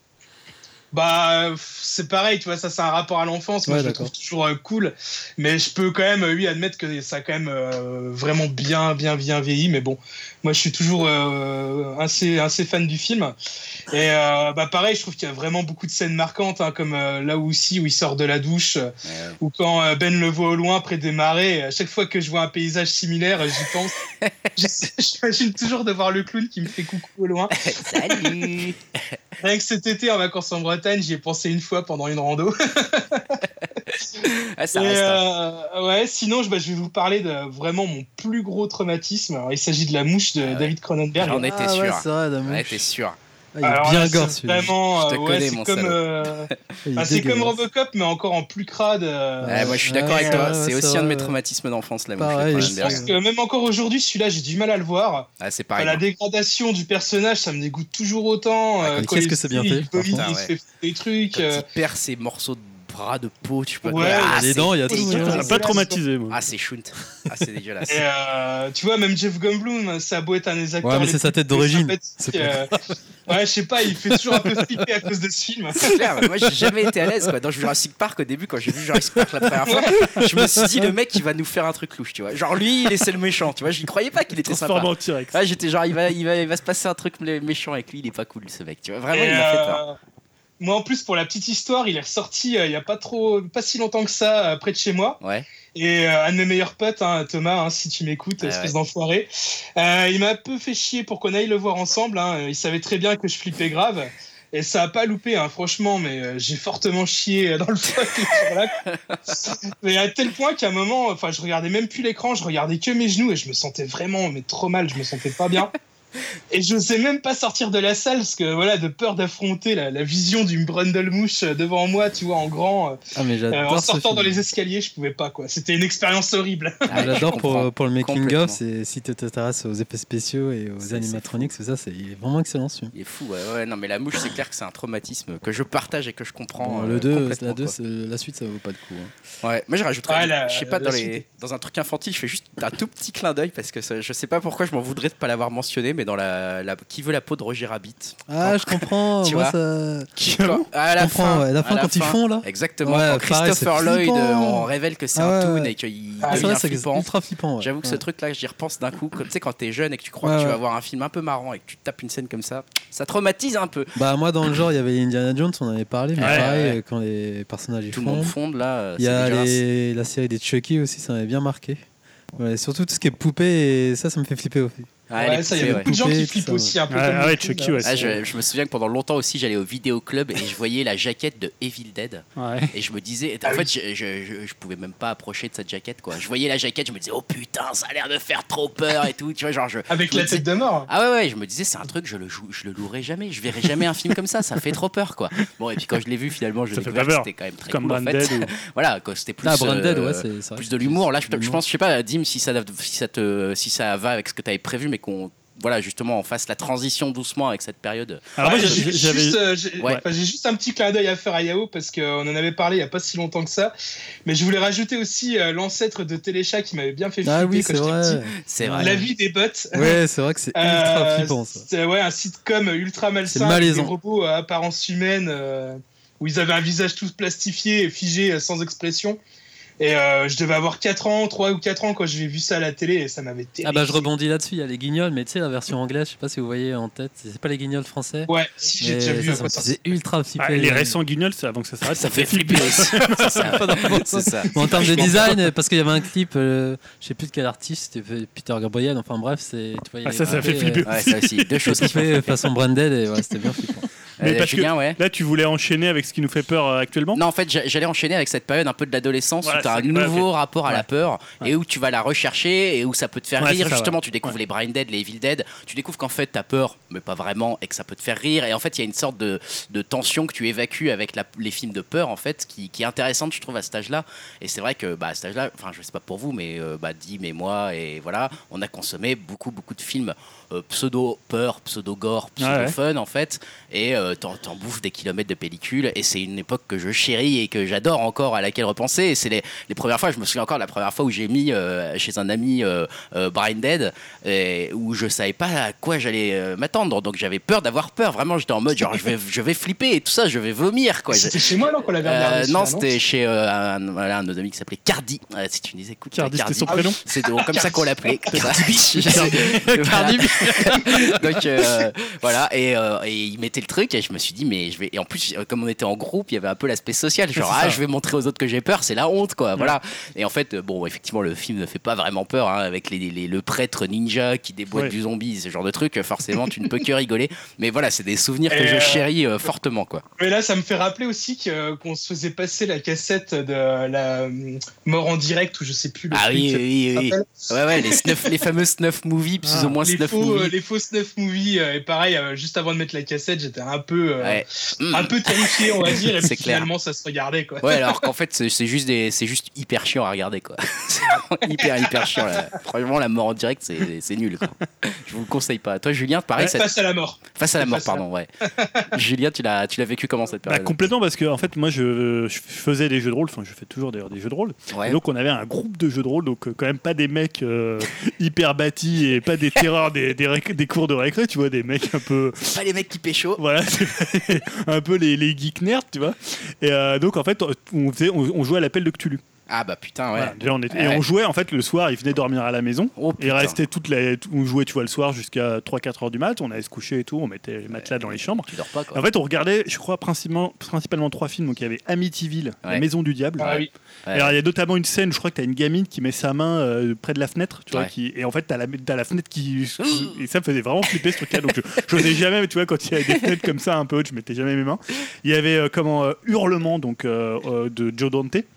C'est pareil, tu vois, ça c'est un rapport à l'enfance, moi je le trouve toujours cool, mais je peux quand même admettre que ça a quand même vraiment bien vieilli, mais bon, moi je suis toujours assez fan du film, et pareil, je trouve qu'il y a vraiment beaucoup de scènes marquantes, comme là aussi où il sort de la douche, ou quand Ben le voit au loin près des marais, à chaque fois que je vois un paysage similaire, j'y pense, j'imagine toujours de voir le clown qui me fait coucou au loin. Salut. Rien que cet été en vacances en Bretagne, j'y ai pensé une fois pendant une rando. Sinon, je vais vous parler de vraiment mon plus gros traumatisme. Alors, il s'agit de La Mouche de David Cronenberg. J'en étais sûr. Ouais, c'est vrai, La Mouche. T'es sûr. Il est bien gore celui-là. Vraiment, je te connais, mon c'est comme Robocop, mais encore en plus crade. Moi, je suis d'accord avec toi. C'est aussi un de mes traumatismes d'enfance, La Mouche. Je pense que même encore aujourd'hui, celui-là, j'ai du mal à le voir. C'est pareil. La dégradation du personnage, ça me dégoûte toujours autant. Qu'est-ce que c'est bien fait? Il se fait des trucs. Quand il perd ses morceaux de bras de peau, tu peux il y a des dents, il y a tout. Ça m'a pas traumatisé, moi. C'est chount. C'est dégueulasse. Et tu vois, même Jeff Goldblum, ça a beau être un des acteurs. Ouais, mais c'est sa tête d'origine. Je sais pas, il fait toujours un peu flipper à cause de ce film. C'est clair, moi j'ai jamais été à l'aise quoi. Dans Jurassic Park, au début, quand j'ai vu Jurassic Park la première fois, je me suis dit, le mec il va nous faire un truc louche, tu vois. Genre lui, c'est le méchant, tu vois. Je ne croyais pas qu'il était sympa. J'étais genre, il va se passer un truc méchant avec lui, il est pas cool ce mec, tu vois. Vraiment, il m'a fait peur. Moi, en plus, pour la petite histoire, il est ressorti il y a pas si longtemps que ça, près de chez moi. Ouais. Et un de mes meilleurs potes, Thomas, si tu m'écoutes, espèce d'enfoiré, il m'a un peu fait chier pour qu'on aille le voir ensemble. Il savait très bien que je flippais grave. Et ça a pas loupé, franchement, mais j'ai fortement chié dans le fauteuil. Mais à tel point qu'à un moment, je regardais même plus l'écran, je regardais que mes genoux et je me sentais vraiment trop mal, je me sentais pas bien. Et je n'osais même pas sortir de la salle parce que voilà, de peur d'affronter la vision d'une Brundle-Mouche devant moi, tu vois, en grand. En sortant dans les escaliers, je pouvais pas, quoi. C'était une expérience horrible. J'adore pour le making of, c'est si tu t'intéresses aux effets spéciaux et aux animatronics, c'est ça, il est vraiment excellent ce film. Il est fou, ouais. Non, mais la mouche, c'est clair que c'est un traumatisme que je partage et que je comprends. Le 2, la suite, ça vaut pas le coup. Hein. Ouais, moi je rajouterais, je sais pas, dans un truc infantile, je fais juste un tout petit clin d'œil parce que je sais pas pourquoi je m'en voudrais de pas l'avoir mentionné, mais dans Qui veut la peau de Roger Rabbit. Je comprends. Tu vois ça. À la fin, quand ils font là. Exactement. Quand Christopher Lloyd, on révèle que c'est un toon et qu'il devient flippant. Ultra flippant. J'avoue que ce truc-là, j'y repense d'un coup. Tu sais, quand t'es jeune et que tu crois que tu vas voir un film un peu marrant et que tu te tapes une scène comme ça traumatise un peu. Moi, dans le genre, il y avait Indiana Jones, on en avait parlé, mais pareil, quand les personnages tout le monde fonde là. Il y a la série des Chucky aussi, ça m'avait bien marqué. Ouais, surtout tout ce qui est poupée, et ça me fait flipper aussi. Ça, il y a beaucoup de gens qui flippent aussi un peu. Chucky, je me souviens que pendant longtemps aussi, j'allais au vidéoclub et je voyais la jaquette de Evil Dead. Et je me disais, en fait, je pouvais même pas approcher de cette jaquette, quoi. Je voyais la jaquette, je me disais, oh putain, ça a l'air de faire trop peur et tout. Tu vois, genre, avec la tête de mort. Je me disais, c'est un truc, je le louerai jamais. Je verrai jamais un film comme ça fait trop peur, quoi. Bon, et puis quand je l'ai vu, finalement, je découvert que c'était quand même très comme cool, en fait. Voilà, c'était plus plus de l'humour. Là, je pense, je sais pas, Dim, si ça va avec ce que tu avais prévu, mais qu'on justement on fasse la transition doucement avec cette période. Alors moi j'ai juste un petit clin d'œil à faire à Yao parce qu'on en avait parlé il n'y a pas si longtemps que ça, mais je voulais rajouter aussi l'ancêtre de Téléchat qui m'avait bien fait flipper quand j'étais petit. C'est vrai. La vie des bots. Ouais, c'est vrai que c'est ultra flippant ça. C'est un sitcom ultra malsain avec des robots à apparence humaine où ils avaient un visage tout plastifié et figé sans expression. Et je devais avoir 3 ou 4 ans quand j'ai vu ça à la télé et ça m'avait terrifié. Je rebondis là-dessus, il y a les Guignols, mais tu sais la version anglaise, je sais pas si vous voyez en tête, c'est pas les Guignols français. Ouais, si j'ai déjà vu. C'est ultra flipper. Les récents Guignols, avant que ça s'arrête, ça fait flipper aussi. C'est ça. En termes de design, parce qu'il y avait un clip, je sais plus de quel artiste, c'était Peter Gabriel, enfin bref, c'est. Ça fait flipper. Ouais, ça aussi. Deux choses qui fait façon Branded et c'était bien flippant. Mais parce Julien, que là, tu voulais enchaîner avec ce qui nous fait peur actuellement ? Non, en fait, j'allais enchaîner avec cette période un peu de l'adolescence où tu as un nouveau rapport à la peur et où tu vas la rechercher et où ça peut te faire rire. Justement, tu découvres les Brain Dead, les Evil Dead. Tu découvres qu'en fait, tu as peur, mais pas vraiment, et que ça peut te faire rire. Et en fait, il y a une sorte de tension que tu évacues avec les films de peur, en fait, qui est intéressante, je trouve, à cet âge-là. Et c'est vrai que à cet âge-là, enfin, je sais pas pour vous, mais Dim et moi, et voilà, on a consommé beaucoup de films pseudo-peur, pseudo-gore, pseudo-fun, en fait. Et t'en bouffes des kilomètres de pellicule et c'est une époque que je chéris et que j'adore encore, à laquelle repenser. Et c'est les premières fois, je me souviens encore de la première fois où j'ai mis chez un ami Brain Dead où je savais pas à quoi j'allais m'attendre, donc j'avais peur d'avoir peur, vraiment j'étais en mode genre je vais flipper et tout ça, je vais vomir, quoi. C'était chez moi, non, qu'on l'avait regardé non, c'était chez un de nos amis qui s'appelait Cardi. Si tu nous écoutes, Cardi, c'était son prénom. C'est comme ça qu'on l'appelait. Cardi. Donc voilà, et il mettait le truc et je me suis dit mais et en plus comme on était en groupe, il y avait un peu l'aspect social, genre je vais montrer aux autres que j'ai peur, c'est la honte, quoi. Voilà. Et en fait effectivement le film ne fait pas vraiment peur, hein, avec le prêtre ninja qui déboîte du zombie, ce genre de truc, forcément tu ne peux que rigoler, mais voilà, c'est des souvenirs que je chéris fortement, quoi. Mais là ça me fait rappeler aussi qu'on se faisait passer la cassette de la mort en direct ou je sais plus le truc, oui. Ouais, les fameux snuff movies, plus ou moins snuff movies. Les faux snuff movies, et pareil, juste avant de mettre la cassette, j'étais un peu terrifié, on va dire, et puis finalement ça se regardait, quoi. Ouais, alors qu'en fait c'est juste hyper chiant à regarder, quoi. C'est hyper chiant là. Franchement, la mort en direct, c'est nul, quoi. Je vous le conseille pas. Toi, Julien, pareil. Face à la mort. Face à la mort, pardon, ouais. Julien, tu l'as vécu comment cette période ? Complètement, parce que en fait moi je faisais des jeux de rôle, enfin je fais toujours d'ailleurs des jeux de rôle. Et donc on avait un groupe de jeux de rôle, donc quand même pas des mecs hyper bâtis et pas des terreurs des cours de récré, tu vois, des mecs un peu. Pas les mecs qui pécho. Voilà, c'est un peu les geeks nerds, tu vois. Et donc en fait on jouait à l'appel de Cthulhu. Ah bah putain, ouais. Voilà, et on jouait en fait le soir, il venait dormir à la maison. Et restait on jouait, tu vois, le soir jusqu'à 3-4 heures du mat, on allait se coucher et tout, on mettait les matelas dans les chambres. Tu dors pas, quoi. En fait, on regardait, je crois, principalement 3 films. Donc il y avait Amityville, La Maison du Diable. Ah oui. Et alors il y a notamment une scène, je crois que t'as une gamine qui met sa main près de la fenêtre, tu vois, et en fait t'as la fenêtre qui et ça me faisait vraiment flipper ce truc-là. Donc je n'osais jamais, tu vois, quand il y avait des fenêtres comme ça un peu hautes, je mettais jamais mes mains. Il y avait Hurlement, donc de Joe Dante.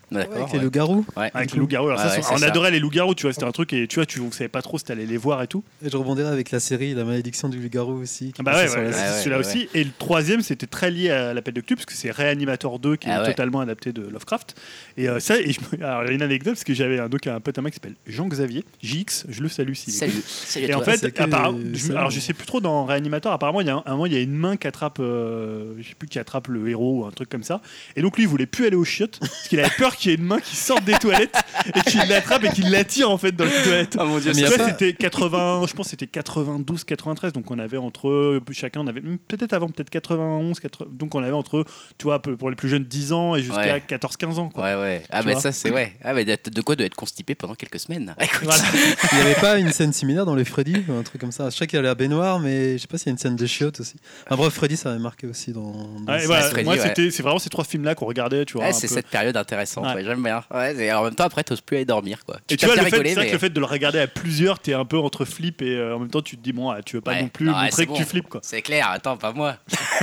Avec les loups-garous. Avec les loups-garous. On adorait les loups-garous, tu vois. C'était un truc et tu vois, tu savais pas trop si t'allais les voir et tout. Et je rebondirais avec la série La Malédiction du loup-garou aussi. Celui-là aussi. Et le troisième, c'était très lié à l'appel de Cthulhu parce que c'est Reanimator 2 qui est totalement adapté de Lovecraft. Et alors il y a une anecdote parce que j'avais un pote à moi qui s'appelle Jean-Xavier JX. Je le salue. Salut. Et en fait, alors je sais plus trop dans Reanimator. Apparemment, il y a une main qui attrape, je sais plus qui attrape le héros ou un truc comme ça. Et donc lui, il voulait plus aller aux chiottes parce qu'il avait peur qu'il y ait une main qui sorte des toilettes et qu'il l'attrape et qu'il l'attire en fait dans les toilettes. Oh mon Dieu, c'était 80, je pense que c'était 92, 93, donc on avait chacun on avait peut-être avant, peut-être 91, 80, donc on avait entre, tu vois, pour les plus jeunes 10 ans et jusqu'à 14-15 ans. Quoi. Ouais. Ah mais ça c'est de quoi de être constipé pendant quelques semaines. Voilà. Il n'y avait pas une scène similaire dans les Freddy, un truc comme ça. Je sais qu'il y avait la baignoire, mais je sais pas s'il y a une scène de chiottes aussi. Enfin bref, Freddy ça avait marqué aussi dans Freddy, moi c'est vraiment ces trois films là qu'on regardait, tu vois. C'est cette période intéressante, j'aime bien. Et en même temps après t'oses plus aller dormir quoi. Et tu vois, c'est vrai que le fait de le regarder à plusieurs, t'es un peu entre flip et en même temps tu te dis bon, tu veux pas non plus montrer que tu flippes quoi. C'est clair, attends, pas moi.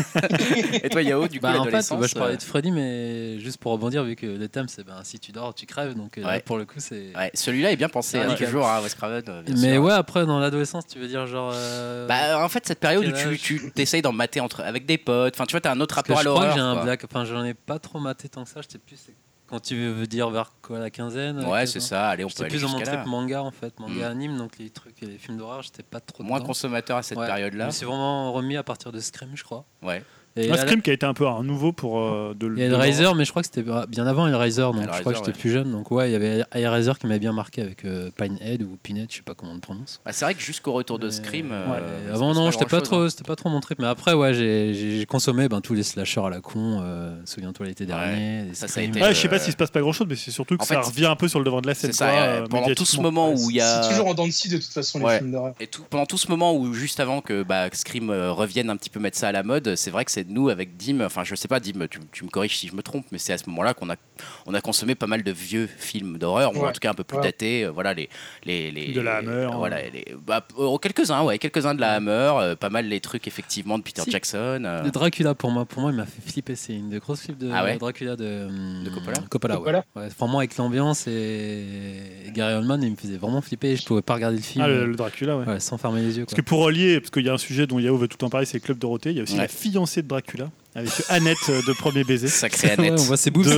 Et toi Yao, du coup l'adolescence. En fait, je parlais de Freddy, mais juste pour rebondir vu que le thème c'est si tu dors tu crèves, donc là, pour le coup c'est. Celui-là est bien pensé, toujours Wes Craven. Mais après dans l'adolescence tu veux dire genre. En fait cette période où tu t'essayes d'en mater avec des potes, enfin tu vois t'as un autre rapport à l'horreur. Je crois que j'ai un black, enfin j'en ai pas trop maté tant que ça, j'étais plus. Quand tu veux dire vers quoi, la quinzaine. Ouais, c'est ça. Allez, on peut aller plus dans mon jusqu'à trip manga en fait, manga anime, donc les trucs et les films d'horreur, j'étais pas trop moins consommateur à cette période-là. Je me suis vraiment remis à partir de Scream, je crois. Ouais. Scream qui a été un peu un nouveau pour il y a Hellraiser, mais je crois que c'était bien avant Hellraiser, donc je crois que j'étais plus jeune. Donc il y avait Hellraiser qui m'avait bien marqué avec Pinehead ou Pinhead, je sais pas comment on le prononce. C'est vrai que jusqu'au retour de Scream. Avant non, c'était pas trop mon trip, mais après j'ai consommé tous les slashers à la con. Souviens-toi l'été dernier. Je sais pas s'il se passe pas grand chose, mais c'est surtout que ça revient un peu sur le devant de la scène. C'est ça. Pendant tout ce moment où il y a. C'est toujours en dents de scie de toute façon les films d'horreur. Et pendant tout ce moment où juste avant que Scream revienne un petit peu mettre ça à la mode, c'est vrai que c'est nous avec Dim. Enfin, je sais pas, Dim, tu me corriges si je me trompe, mais c'est à ce moment-là qu'on a consommé pas mal de vieux films d'horreur, ou en tout cas un peu plus datés. Voilà, les de la Hammer. Voilà, quelques-uns de la Hammer, pas mal les trucs effectivement de Peter Jackson. Le Dracula pour moi, il m'a fait flipper. C'est une des grosses flips de Dracula de Coppola. Ouais, vraiment avec l'ambiance et Gary Oldman, il me faisait vraiment flipper. Je pouvais pas regarder le film. Le Dracula, sans fermer les yeux. Parce que pour relier, parce qu'il y a un sujet dont Yao veut tout en parler, c'est Club Dorothée. Il y a aussi la fiancée de Dracula. Avec Annette de Premier Baiser. Sacrée Annette. On voit ses boobs.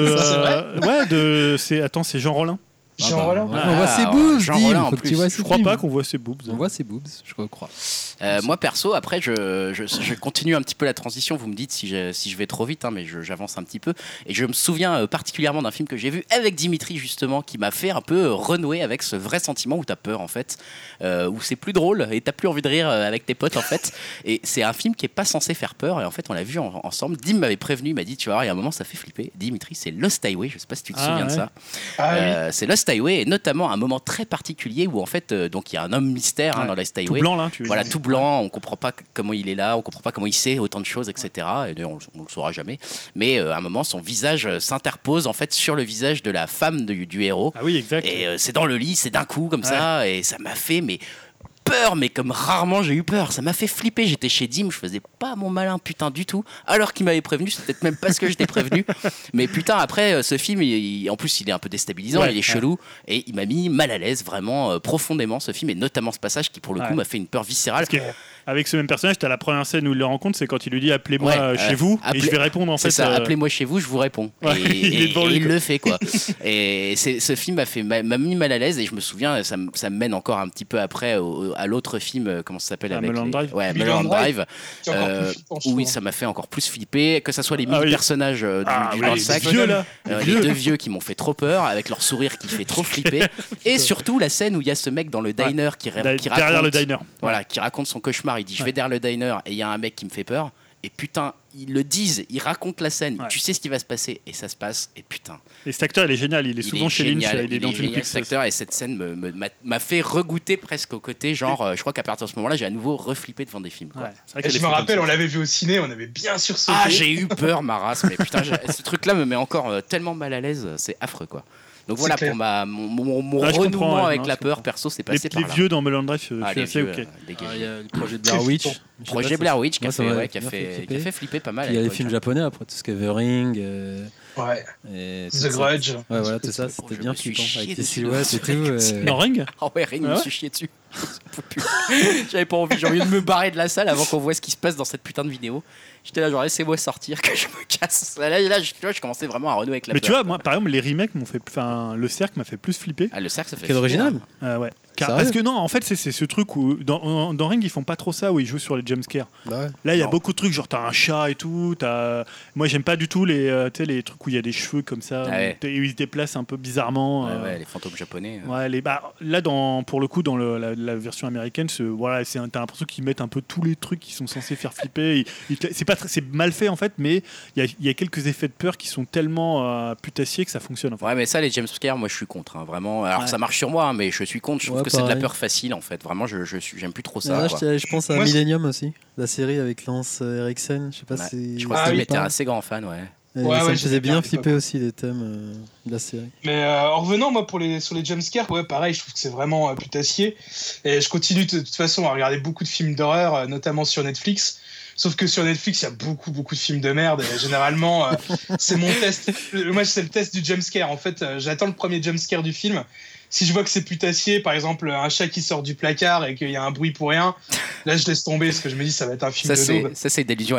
C'est Jean Rollin. Jean Rollin. On voit ses boobs. Jean Rollin en plus. Je crois pas qu'on voit ses boobs. On voit ses boobs, je crois. Moi perso, après je continue un petit peu la transition. Vous me dites si je vais trop vite, mais j'avance un petit peu. Et je me souviens particulièrement d'un film que j'ai vu avec Dimitri justement, qui m'a fait un peu renouer avec ce vrai sentiment où t'as peur en fait, où c'est plus drôle et t'as plus envie de rire avec tes potes en fait. Et c'est un film qui est pas censé faire peur. Et en fait, on l'a vu ensemble. Dim m'avait prévenu, il m'a dit tu vas voir, il y a un moment ça fait flipper. Dimitri, c'est Lost Highway. Je sais pas si tu te souviens de ça. C'est Lost Highway, et notamment un moment très particulier où en fait donc il y a un homme mystère dans Lost Highway. Tout blanc là. Tout blanc, on comprend pas comment il est là, on comprend pas comment il sait autant de choses, etc. Et d'ailleurs on le saura jamais. Mais à un moment son visage s'interpose en fait sur le visage de la femme du héros. Ah oui, exact. Et c'est dans le lit, c'est d'un coup comme ça, et ça m'a fait peur, mais comme rarement j'ai eu peur. Ça m'a fait flipper. J'étais chez Dim, je faisais pas mon malin putain du tout, alors qu'il m'avait prévenu. C'est peut-être même parce que j'étais prévenu. Mais putain, après ce film, en plus il est un peu déstabilisant, il est chelou, et il m'a mis mal à l'aise vraiment profondément ce film, et notamment ce passage qui pour le coup m'a fait une peur viscérale. Avec ce même personnage, t'as la première scène où il le rencontre, c'est quand il lui dit appelez-moi chez vous, et je vais répondre en fait. C'est ça, appelez-moi chez vous, je vous réponds. Et il le fait quoi. Et ce film m'a mis mal à l'aise, et je me souviens, ça me mène encore un petit peu après à l'autre film, comment ça s'appelle, avec Mulholland Drive. Mulholland Drive. Oui, ça m'a fait encore plus flipper, que ça soit les mini-personnages du sac, les deux vieux qui m'ont fait trop peur, avec leur sourire qui fait trop flipper, et surtout la scène où il y a ce mec dans le diner qui derrière le diner. Voilà, qui raconte son cauchemar. Il dit je vais derrière le diner et il y a un mec qui me fait peur, et putain ils le disent, ils racontent la scène, tu sais ce qui va se passer, et ça se passe, et putain. Et cet acteur il est génial, il est souvent chez Lynch, il est dans Twin Peaks. Cet acteur, et cette scène m'a fait regoûter presque au côté genre je crois qu'à partir de ce moment-là j'ai à nouveau reflippé devant des films quoi. Et je me rappelle, on l'avait vu au ciné, on avait bien sursauté. J'ai eu peur ma race, mais putain ce truc là me met encore tellement mal à l'aise, c'est affreux quoi. Donc voilà, pour mon renouement avec la peur, perso, c'est passé par là. Les vieux dans Mulholland Drive, je suis assez ok. Il y a le projet de Blair Witch. Projet Blair Witch qui a fait flipper pas mal. Il y a les films japonais après, tout ce qui est The Ring. The Grudge. Ouais, voilà, tout ça, c'était bien flippant. Avec les silhouettes et tout. Non, Ring. Ah ouais, Ring, je me suis chié dessus. J'avais pas envie, j'ai envie de me barrer de la salle avant qu'on voit ce qui se passe dans cette putain de vidéo. J'étais là, genre laissez-moi sortir, que je me casse. Là, je commençais vraiment à renouer avec la peur. Mais tu vois, moi, par exemple, les remakes m'ont fait. Enfin, le Cercle m'a fait plus flipper. Ah, le Cercle, ça fait. Quel original. Ouais. Parce que non, en fait, c'est ce truc où dans Ring, ils font pas trop ça, où ils jouent sur les jumpscares. Bah ouais. Là, il y a beaucoup de trucs, genre t'as un chat et tout. Moi, j'aime pas du tout les trucs où il y a des cheveux comme ça, où ils se déplacent un peu bizarrement. Ouais, les fantômes japonais. Ouais, là, pour le coup, dans la version américaine, t'as l'impression qu'ils mettent un peu tous les trucs qui sont censés faire flipper. C'est mal fait en fait, mais il y a quelques effets de peur qui sont tellement putassiers que ça fonctionne. En fait. Ouais, mais ça, les jumpscares, moi, je suis contre, vraiment. Alors, ça marche sur moi, mais je suis contre. Je trouve que c'est de la peur facile, en fait. Vraiment, j'aime plus trop ça. Je pense à Millennium aussi, la série avec Lance Henriksen. Je sais pas si. Je crois que t'es un assez grand fan, ça me faisait bien flipper aussi les thèmes de la série. Mais en revenant, moi, sur les jumpscares, pareil, je trouve que c'est vraiment putassier. Et je continue de toute façon à regarder beaucoup de films d'horreur, notamment sur Netflix. Sauf que sur Netflix, il y a beaucoup de films de merde. Et généralement, c'est mon test. Moi, c'est le test du jumpscare. En fait, j'attends le premier jumpscare du film. Si je vois que c'est putassier, par exemple, un chat qui sort du placard et qu'il y a un bruit pour rien, là, je laisse tomber parce que je me dis ça va être un film de daube. Ça, c'est d'allusion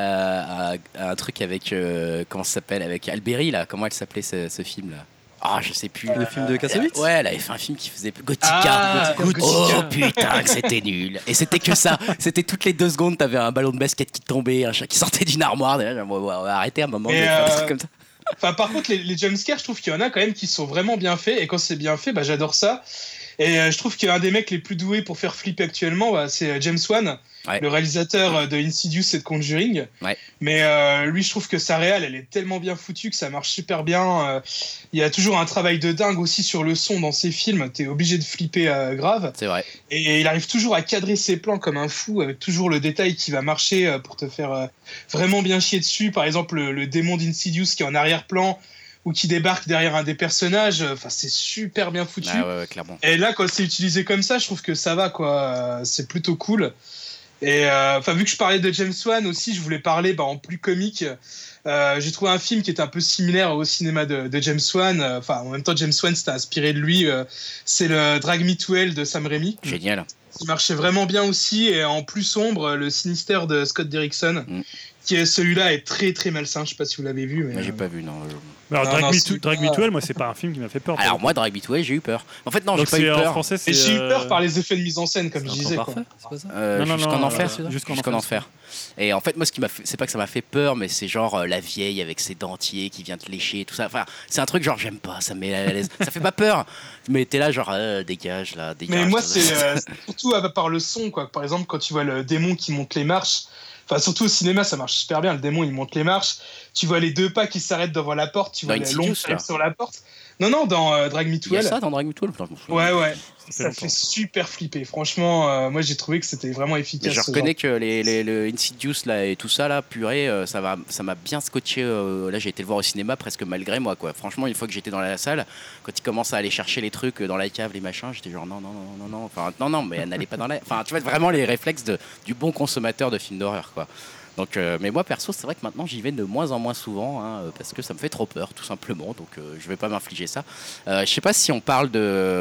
à un truc avec... comment ça s'appelle ? Avec Alberi, là. Comment elle s'appelait, ce film-là ? Ah, je sais plus. Le film de Kassovitz ? Ouais, elle avait fait un film qui faisait Gothica. Oh putain, que c'était nul. Et c'était que ça. C'était toutes les 2 secondes, t'avais un ballon de basket qui tombait, un chat qui sortait d'une armoire. On va arrêter un moment de faire des trucs comme ça. Enfin, par contre, les jumpscares, je trouve qu'il y en a quand même qui sont vraiment bien faits. Et quand c'est bien fait, j'adore ça. Et je trouve qu'un des mecs les plus doués pour faire flipper actuellement, c'est James Wan, le réalisateur de Insidious et de Conjuring. Ouais. Mais lui, je trouve que sa réal, elle est tellement bien foutue que ça marche super bien. Il y a toujours un travail de dingue aussi sur le son dans ses films. T'es obligé de flipper grave. C'est vrai. Et il arrive toujours à cadrer ses plans comme un fou, avec toujours le détail qui va marcher pour te faire vraiment bien chier dessus. Par exemple, le démon d'Insidious qui est en arrière-plan, ou qui débarque derrière un des personnages, c'est super bien foutu. Ouais, clairement. Et là, quand c'est utilisé comme ça, je trouve que ça va, quoi. C'est plutôt cool. Et vu que je parlais de James Wan aussi, je voulais parler en plus comique. J'ai trouvé un film qui est un peu similaire au cinéma de James Wan. En même temps, James Wan s'était inspiré de lui. C'est le Drag Me to Hell de Sam Raimi. Génial. Qui marchait vraiment bien aussi. Et en plus sombre, le Sinister de Scott Derrickson. Celui-là est très très malsain. Je sais pas si vous l'avez vu. Mais j'ai pas vu, non. Alors, Drag Me to Hell, moi, c'est pas un film qui m'a fait peur. Alors, moi, Drag Me to Hell, j'ai eu peur. En fait, non, j'ai pas eu peur. En français, j'ai eu peur par les effets de mise en scène, comme je disais. C'est pas ça Jusqu'en enfer. Jusqu'en enfer. Et en fait, moi, ce qui m'a fait, c'est pas que ça m'a fait peur, mais c'est genre la vieille avec ses dentiers qui vient te lécher, tout ça. Enfin, c'est un truc genre, j'aime pas, ça me met à l'aise. Ça fait pas peur, mais t'es là, genre, dégage, là, dégage. Mais moi, c'est surtout par le son, quoi. Par exemple, quand tu vois le démon qui monte les marches. Enfin, surtout au cinéma, ça marche super bien. Le démon, il monte les marches. Tu vois les 2 pas qui s'arrêtent devant la porte. Tu vois les longs qui arrivent sur la porte. Non, dans Drag Me to Hell. Il y a ça dans Drag Me to Hell. Ouais. Ça fait super flipper. Franchement, moi, j'ai trouvé que c'était vraiment efficace. Mais je reconnais que le Insidious là, et tout ça, là, purée, ça m'a bien scotché. Là, j'ai été le voir au cinéma presque malgré moi, quoi. Franchement, une fois que j'étais dans la salle, quand il commence à aller chercher les trucs dans la cave, les machins, j'étais genre non. Enfin, non, mais n'allez pas dans la. Enfin, tu vois, vraiment les réflexes du bon consommateur de films d'horreur, quoi. Donc, mais moi perso, c'est vrai que maintenant j'y vais de moins en moins souvent parce que ça me fait trop peur, tout simplement. Donc, je vais pas m'infliger ça. Je sais pas si on parle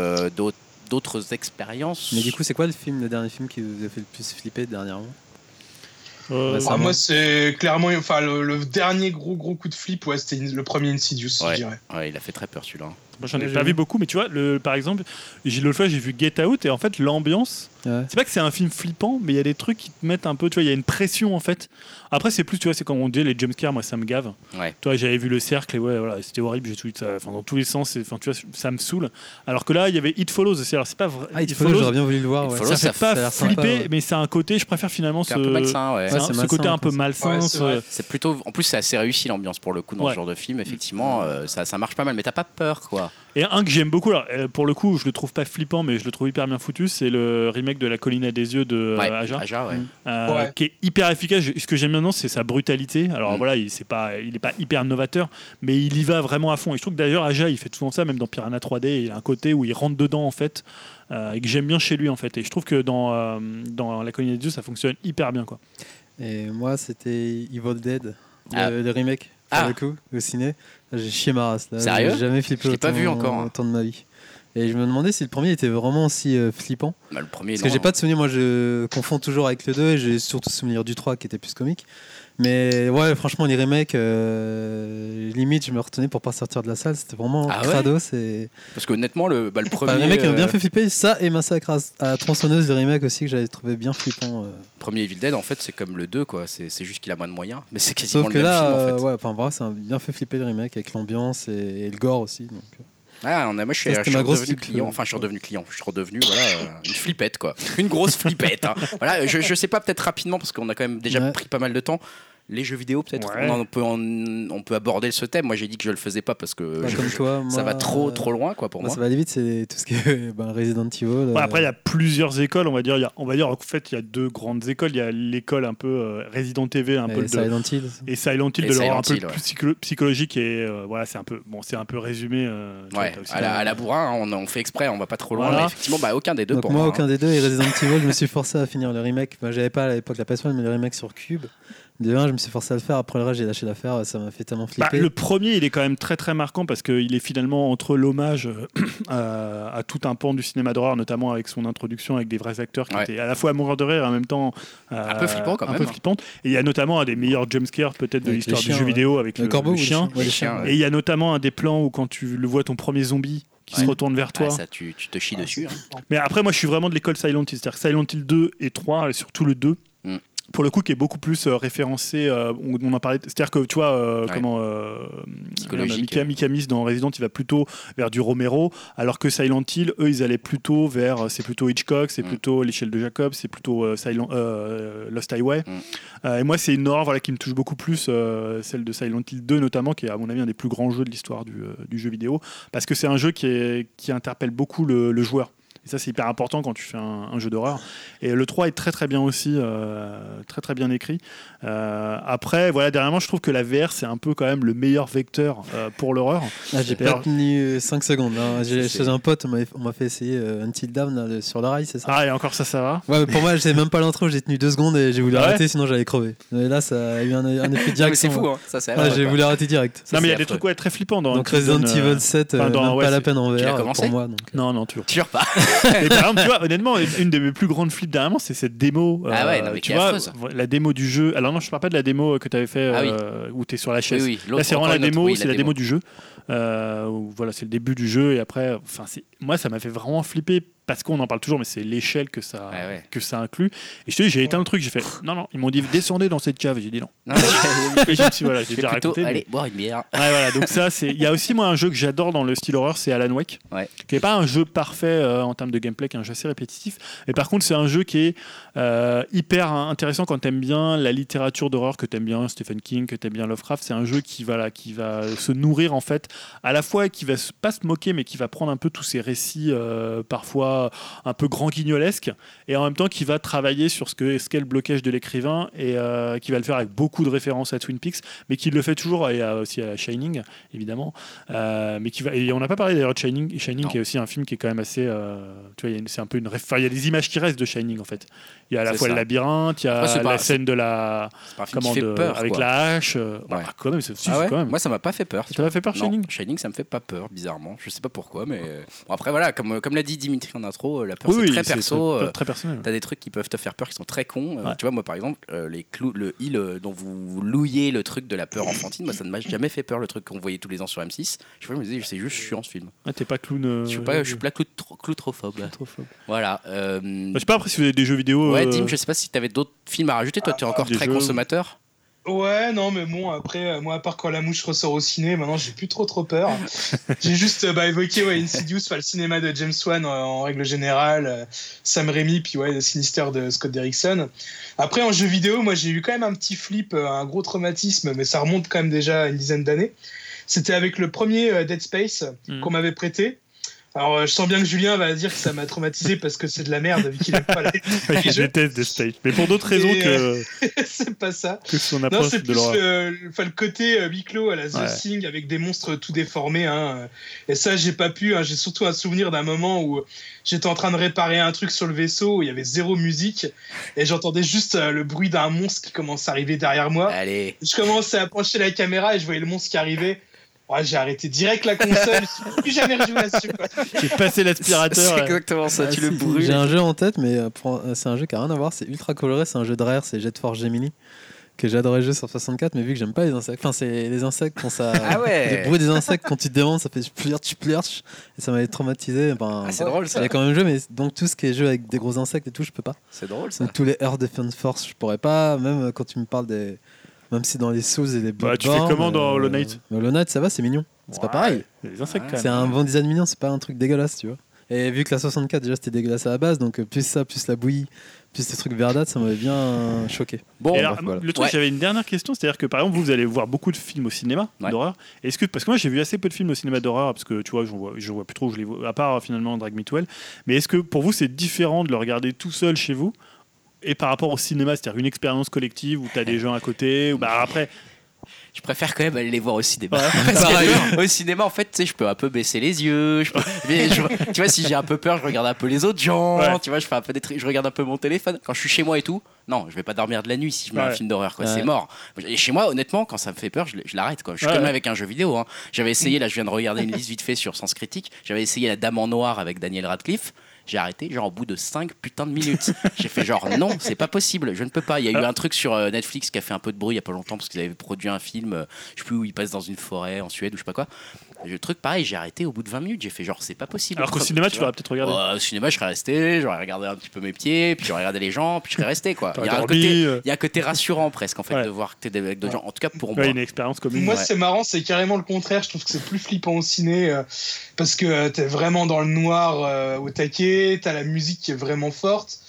d'autres expériences. Mais du coup, c'est quoi le dernier film qui vous a fait le plus flipper dernièrement ? Moi, c'est clairement, le dernier gros coup de flip, c'était le premier Insidious, je dirais. Ouais, il a fait très peur celui-là. Moi, j'en ai pas vu beaucoup, mais tu vois, par exemple, l'autre fois, j'ai vu Get Out, et en fait, l'ambiance, c'est pas que c'est un film flippant, mais il y a des trucs qui te mettent un peu, tu vois, il y a une pression, en fait. Après, c'est plus, tu vois, c'est quand on dit les jumpscares, moi, ça me gave. Ouais. Toi, j'avais vu Le Cercle, et voilà, c'était horrible, j'ai tout ça, dans tous les sens, tu vois, ça me saule. Alors que là, il y avait It Follows aussi, alors c'est pas vrai. It Follows, j'aurais bien voulu le voir. Ça fait pas flipper, mais c'est un côté, je préfère finalement un peu malsain, ce côté un peu malsain. C'est plutôt, en plus, c'est assez réussi l'ambiance pour le coup dans ce genre de film, effectivement, ça marche pas mal, mais t'as pas peur, quoi. pas. Et un que j'aime beaucoup, alors, pour le coup, je le trouve pas flippant, mais je le trouve hyper bien foutu, c'est le remake de La Colline à des yeux de Aja. Qui est hyper efficace. Ce que j'aime maintenant, c'est sa brutalité. Alors voilà, il est pas hyper novateur, mais il y va vraiment à fond. Et je trouve que d'ailleurs, Aja, il fait souvent ça, même dans Piranha 3D, il a un côté où il rentre dedans, en fait, et que j'aime bien chez lui, en fait. Et je trouve que dans La Colline à des yeux, ça fonctionne hyper bien, quoi. Et moi, c'était Evil Dead, le remake. Pour le coup, au ciné, j'ai chié ma race. Sérieux ? J'ai jamais flippé pas vu encore, autant de ma vie. Et je me demandais si le premier était vraiment aussi flippant. Le premier, parce que j'ai pas de souvenir, moi je confonds toujours avec le 2 et j'ai surtout souvenir du 3 qui était plus comique. Mais ouais, franchement, les remakes, limite, je me retenais pour pas sortir de la salle. C'était vraiment crados. Parce qu'honnêtement, le premier. Le remake m'a bien fait flipper. Ça et Massacre à tronçonneuse, le remake aussi que j'avais trouvé bien flippant. Premier Evil Dead, en fait, c'est comme le 2, quoi. C'est juste qu'il a moins de moyens. Mais c'est quasiment le même film, en fait. Ouais, enfin, bref, ça m'a bien fait flipper le remake avec l'ambiance et le gore aussi. Donc. Moi je suis redevenu client. Enfin, je suis redevenu client. Je suis redevenu une flippette, quoi. Une grosse flippette. Hein. Voilà, je sais pas, peut-être rapidement, parce qu'on a quand même déjà pris pas mal de temps. Les jeux vidéo, peut-être, on peut aborder ce thème. Moi, j'ai dit que je le faisais pas parce que ça va trop loin, quoi, pour moi. Ça va aller vite, c'est tout ce qui est Resident Evil. Après, il y a plusieurs écoles, on va dire. En fait, il y a deux grandes écoles. Il y a l'école un peu Resident Evil, un peu Silent Hill. Et Silent Hill, de l'horreur un peu plus psychologique. Et voilà, c'est un peu résumé. À la bourrin, on fait exprès, on va pas trop loin. Voilà. Mais effectivement, aucun des deux. Donc pour moi, aucun des deux. Et Resident Evil, je me suis forcé à finir le remake. J'avais pas à l'époque la PS1, mais le remake sur Cube. De 1, je me suis forcé à le faire. Après le reste, j'ai lâché l'affaire. Ça m'a fait tellement flipper. Le premier, il est quand même très très marquant parce qu'il est finalement entre l'hommage à tout un pan du cinéma d'horreur, notamment avec son introduction avec des vrais acteurs qui étaient à la fois à mourir de rire et en même temps un peu flippant quand même. Un peu flippante. Et il y a notamment un des meilleurs jumpscares peut-être de l'histoire du jeu vidéo avec le corbeau, le chien. Et il y a notamment un des plans où quand tu le vois ton premier zombie qui se retourne vers toi. Ça, tu te chies dessus. Hein. Mais après, moi, je suis vraiment de l'école Silent Hill. C'est-à-dire que Silent Hill 2 et 3, et surtout le 2, pour le coup, qui est beaucoup plus référencé. On en parlait. C'est-à-dire que tu vois, Mikamis dans Resident, il va plutôt vers du Romero, alors que Silent Hill, eux, ils allaient plutôt vers. C'est plutôt Hitchcock, c'est plutôt l'échelle de Jacob, c'est plutôt Lost Highway. Et moi, c'est une horreur qui me touche beaucoup plus, celle de Silent Hill 2 notamment, qui est à mon avis un des plus grands jeux de l'histoire du jeu vidéo, parce que c'est un jeu qui interpelle beaucoup le joueur. Et ça, c'est hyper important quand tu fais un jeu d'horreur. Et le 3 est très très bien aussi, très très bien écrit. Après, voilà, dernièrement, je trouve que la VR, c'est un peu quand même le meilleur vecteur pour l'horreur. J'ai pas tenu 5 secondes. Hein. Chez un pote, on m'a fait essayer Until Dawn sur le rail, c'est ça ? Et encore ça va ? Ouais, mais pour moi, je sais même pas l'intro, j'ai tenu 2 secondes et j'ai voulu arrêter, sinon j'allais crever. Et là, ça a eu un effet direct. C'est fou, hein. Ça, j'ai voulu arrêter direct. Non, mais il y a des trucs très flippants dans donc Resident Evil 7, pas la peine en VR pour moi. Non, toujours pas. Et par exemple, tu vois, honnêtement, une de mes plus grandes flips dernièrement, c'est cette démo. Tu vois, la démo du jeu. Alors non, je parle pas de la démo que tu avais fait où tu es sur la chaise. Là, c'est vraiment la démo, c'est la démo du jeu. Voilà, c'est le début du jeu et après, moi, ça m'a fait vraiment flipper parce qu'on en parle toujours, mais c'est l'échelle que ça inclut. Et je te dis, j'ai éteint le truc, j'ai fait non, ils m'ont dit descendez dans cette cave, et j'ai dit non. Et je me suis j'ai déjà raconté. Allez, boire une bière. Voilà, donc ça, il y a aussi moi un jeu que j'adore dans le style horreur, c'est Alan Wake, qui n'est pas un jeu parfait en termes de gameplay, qui est un jeu assez répétitif. Mais par contre, c'est un jeu qui est hyper intéressant quand t'aimes bien la littérature d'horreur, que t'aimes bien Stephen King, que t'aimes bien Lovecraft. C'est un jeu qui va se nourrir en fait, à la fois qui va pas se moquer, mais qui va prendre un peu tous ces récits parfois un peu grand guignolesque, et en même temps qui va travailler sur ce qu'est le blocage de l'écrivain, et qui va le faire avec beaucoup de références à Twin Peaks, mais qui le fait toujours, et aussi à Shining évidemment, mais et on n'a pas parlé d'ailleurs de Shining qui est aussi un film qui est quand même assez tu vois, c'est un peu il y a des images qui restent de Shining en fait. Il y a à la fois le labyrinthe, il y a la scène de la avec la hache. Quand même, quand même. Moi, ça m'a pas fait peur. Ça m'a fait peur, Shining. Shining, ça me fait pas peur, bizarrement. Je sais pas pourquoi, mais bon, après voilà, comme l'a dit Dimitri en intro, la peur c'est très perso. Très personnel. T'as des trucs qui peuvent te faire peur, qui sont très cons. Tu vois, moi par exemple, le Hill dont vous louiez le truc de la peur enfantine, moi ça ne m'a jamais fait peur, le truc qu'on voyait tous les ans sur M6. Je me disais, c'est juste chiant ce film. T'es pas clown. Je suis pas cloutrophobe. Voilà. Je sais pas après si vous avez des jeux vidéo. Ouais, Dim, je sais pas si t'avais d'autres films à rajouter. Toi, tu es encore très consommateur. Ouais, non, mais bon, après, moi, à part quand La Mouche ressort au ciné, maintenant, j'ai plus trop peur. J'ai juste évoqué Insidious, le cinéma de James Wan en règle générale, Sam Raimi, puis le Sinister de Scott Derrickson. Après, en jeu vidéo, moi, j'ai eu quand même un petit flip, un gros traumatisme, mais ça remonte quand même déjà à une dizaine d'années. C'était avec le premier Dead Space qu'on m'avait prêté. Alors, je sens bien que Julien va dire que ça m'a traumatisé parce que c'est de la merde, vu qu'il n'aime pas les jeux. Je déteste Dead Space, mais pour d'autres raisons que. C'est pas ça. Que son approche non, c'est de plus le côté huis clos à la The Thing avec des monstres tout déformés. Hein. Et ça, j'ai pas pu. Hein. J'ai surtout un souvenir d'un moment où j'étais en train de réparer un truc sur le vaisseau où il y avait zéro musique et j'entendais juste le bruit d'un monstre qui commence à arriver derrière moi. Allez. Je commençais à pencher la caméra et je voyais le monstre qui arrivait. Ouais, j'ai arrêté direct la console, je n'ai plus jamais rejoué là-dessus. J'ai passé l'aspirateur. C'est exactement ça, tu le brûles. J'ai un jeu en tête, mais c'est un jeu qui n'a rien à voir, c'est ultra coloré, c'est un jeu de Rare, c'est Jet Force Gemini, que j'adorais jouer sur 64, mais vu que j'aime pas les insectes, enfin c'est les insectes quand ça... le bruit des insectes quand tu te demandes, ça fait plurch, et ça m'avait traumatisé. C'est drôle ça. J'ai quand même joué, mais donc tout ce qui est jeu avec des gros insectes et tout, je peux pas. C'est drôle ça. Donc tous les Earth Defense Force, je pourrais pas, même quand tu me parles des... Même si dans les Souls et les Bloodborne... tu fais comment dans Hollow Knight ? Hollow Knight, ça va, c'est mignon. C'est pas pareil. Les insectes, quand même. C'est un bon design mignon, c'est pas un truc dégueulasse, tu vois. Et vu que la 64, déjà, c'était dégueulasse à la base, donc plus ça, plus la bouillie, plus ces trucs verdâtres, ça m'avait bien choqué. Bon, et alors, voilà. Le truc, j'avais une dernière question, c'est-à-dire que par exemple, vous allez voir beaucoup de films au cinéma d'horreur. Est-ce que, parce que moi, j'ai vu assez peu de films au cinéma d'horreur, parce que tu vois, je vois plus trop, je les vois, à part finalement Drag Me to Hell. Mais est-ce que pour vous, c'est différent de le regarder tout seul chez vous et par rapport au cinéma, c'est-à-dire une expérience collective où tu as des gens à côté, ou après. Je préfère quand même aller les voir au cinéma. Parce que, au cinéma, en fait, tu sais, je peux un peu baisser les yeux. Tu vois, si j'ai un peu peur, je regarde un peu les autres gens. Tu vois, je fais un peu je regarde un peu mon téléphone. Quand je suis chez moi et tout, non, je vais pas dormir de la nuit si je mets un film d'horreur. C'est mort. Et chez moi, honnêtement, quand ça me fait peur, je l'arrête. Je suis comme avec un jeu vidéo. Hein. J'avais essayé, là, je viens de regarder une liste vite fait sur Sens Critique. J'avais essayé La Dame en Noir avec Daniel Radcliffe. J'ai arrêté genre au bout de 5 putains de minutes. J'ai fait genre non, c'est pas possible, je ne peux pas. Il y a eu un truc sur Netflix qui a fait un peu de bruit il y a pas longtemps parce qu'ils avaient produit un film, je sais plus où il passe dans une forêt en Suède ou je sais pas quoi. Le truc pareil, j'ai arrêté au bout de 20 minutes, j'ai fait genre c'est pas possible. Alors qu'au cinéma tu l'aurais peut-être regardé. Au cinéma je serais resté, j'aurais regardé un petit peu mes pieds, puis j'aurais regardé les gens, puis je serais resté quoi. Il y a un côté rassurant presque en fait de voir que t'es avec d'autres gens. En tout cas pour moi. Une expérience commune. Moi c'est marrant, c'est carrément le contraire. Je trouve que c'est plus flippant au ciné parce que t'es vraiment dans le noir au taquet, t'as la musique qui est vraiment forte.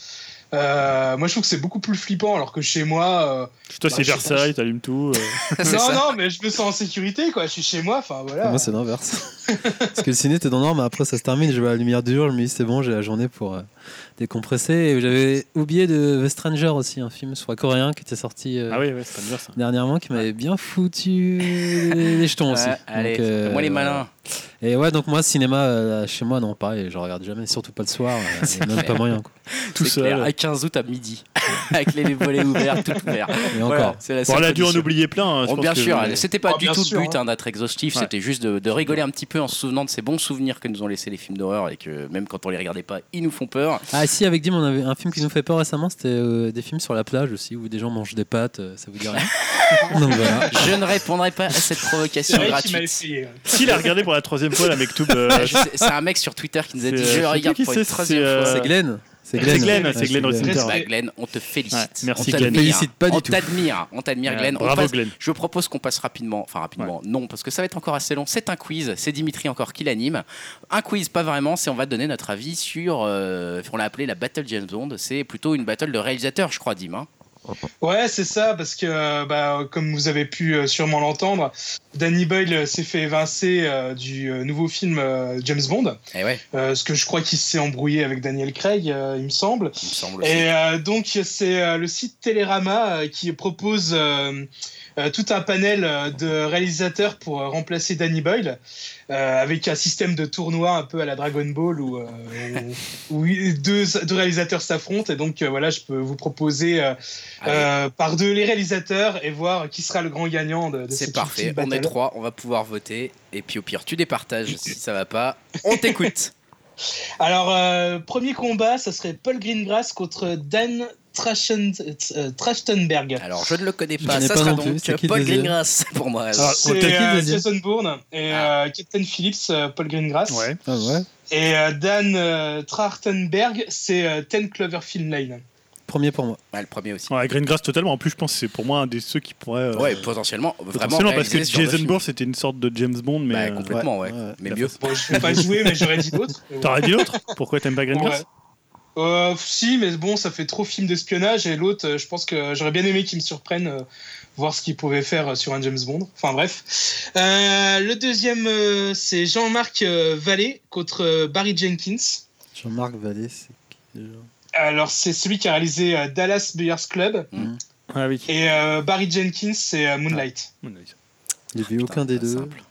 Moi je trouve que c'est beaucoup plus flippant alors que chez moi toi c'est Versailles, t'allumes tout non mais je me sens en sécurité quoi, je suis chez moi, enfin voilà. Moi c'est l'inverse. Parce que le ciné t'es dans le noir mais après ça se termine, je vois la lumière du jour, je me dis c'est bon, j'ai la journée pour décompresser. Et j'avais oublié de The Stranger aussi, un film soit coréen qui était sorti dernièrement, qui m'avait bien foutu les jetons aussi. Allez, donc, moi les malins. Et ouais, donc moi cinéma chez moi non pareil, je regarde jamais, surtout pas le soir, même pas moyen quoi. Tout seul à 15 août à midi avec les volets ouverts, tout ouvert. Et encore. On a dû en oublier plein. Bien sûr, c'était pas du tout le but d'être exhaustif, c'était juste de rigoler un petit peu en se souvenant de ces bons souvenirs que nous ont laissé les films d'horreur et que même quand on les regardait pas, ils nous font peur. Ah si, avec Dim on avait un film qui nous fait peur récemment, c'était des films sur la plage aussi où des gens mangent des pâtes, ça vous dit rien? Donc voilà. Je ne répondrai pas à cette provocation gratuite. S'il a regardé pour la 3e fois la Mektoub. C'est un mec sur Twitter qui nous a dit je regarde pour une 3e fois. C'est Glenn. C'est Glenn Rossington. Glenn, on te félicite. Ouais, merci on Glenn. Félicite pas du tout. On t'admire Glenn. Bravo Glenn. Je propose qu'on passe rapidement, non, parce que ça va être encore assez long. C'est un quiz, c'est Dimitri encore qui l'anime. Un quiz, pas vraiment, c'est on va donner notre avis sur, on l'a appelé la Battle James Bond. C'est plutôt une battle de réalisateurs, je crois, Dim. Hein. Ouais, c'est ça, parce que comme vous avez pu sûrement l'entendre, Danny Boyle s'est fait évincer du nouveau film James Bond. Et ouais. Parce que je crois qu'il s'est embrouillé avec Daniel Craig, il me semble. Aussi. Et donc c'est le site Télérama qui propose tout un panel de réalisateurs pour remplacer Danny Boyle, avec un système de tournoi un peu à la Dragon Ball où deux réalisateurs s'affrontent. Et donc voilà, je peux vous proposer par deux les réalisateurs et voir qui sera le grand gagnant de cette parfait, on est 3, on va pouvoir voter. Et puis au pire, tu départages si ça va pas. On t'écoute. Alors, premier combat, ça serait Paul Greengrass contre Dan Trachtenberg. Alors, je ne le connais pas. Ça sera donc Paul Greengrass pour moi. C'est Jason Bourne et Captain Phillips, Paul Greengrass. Ouais. Ah ouais. Et Dan Trachtenberg, c'est 10 Cloverfield Lane. Premier pour moi. Ouais, le premier aussi. Ouais, Greengrass totalement. En plus, je pense que c'est pour moi un des ceux qui pourrait. Ouais, potentiellement. Vraiment parce que Jason Bourne c'était une sorte de James Bond, mais. Complètement, ouais. Mais mieux. Bon, je ne vais pas jouer, mais j'aurais dit d'autres. T'aurais dit l'autre ? Pourquoi t'aimes pas Greengrass ? Si, mais bon, ça fait trop film d'espionnage. Et l'autre, je pense que j'aurais bien aimé qu'il me surprenne, voir ce qu'il pouvait faire sur un James Bond. Enfin bref. Le deuxième, c'est Jean-Marc Vallée contre Barry Jenkins. Jean-Marc Vallée, c'est qui déjà ? Alors, c'est celui qui a réalisé Dallas Buyers Club. Ah oui. Et Barry Jenkins, c'est Moonlight. Moonlight. Il n'y avait aucun des deux. Simple.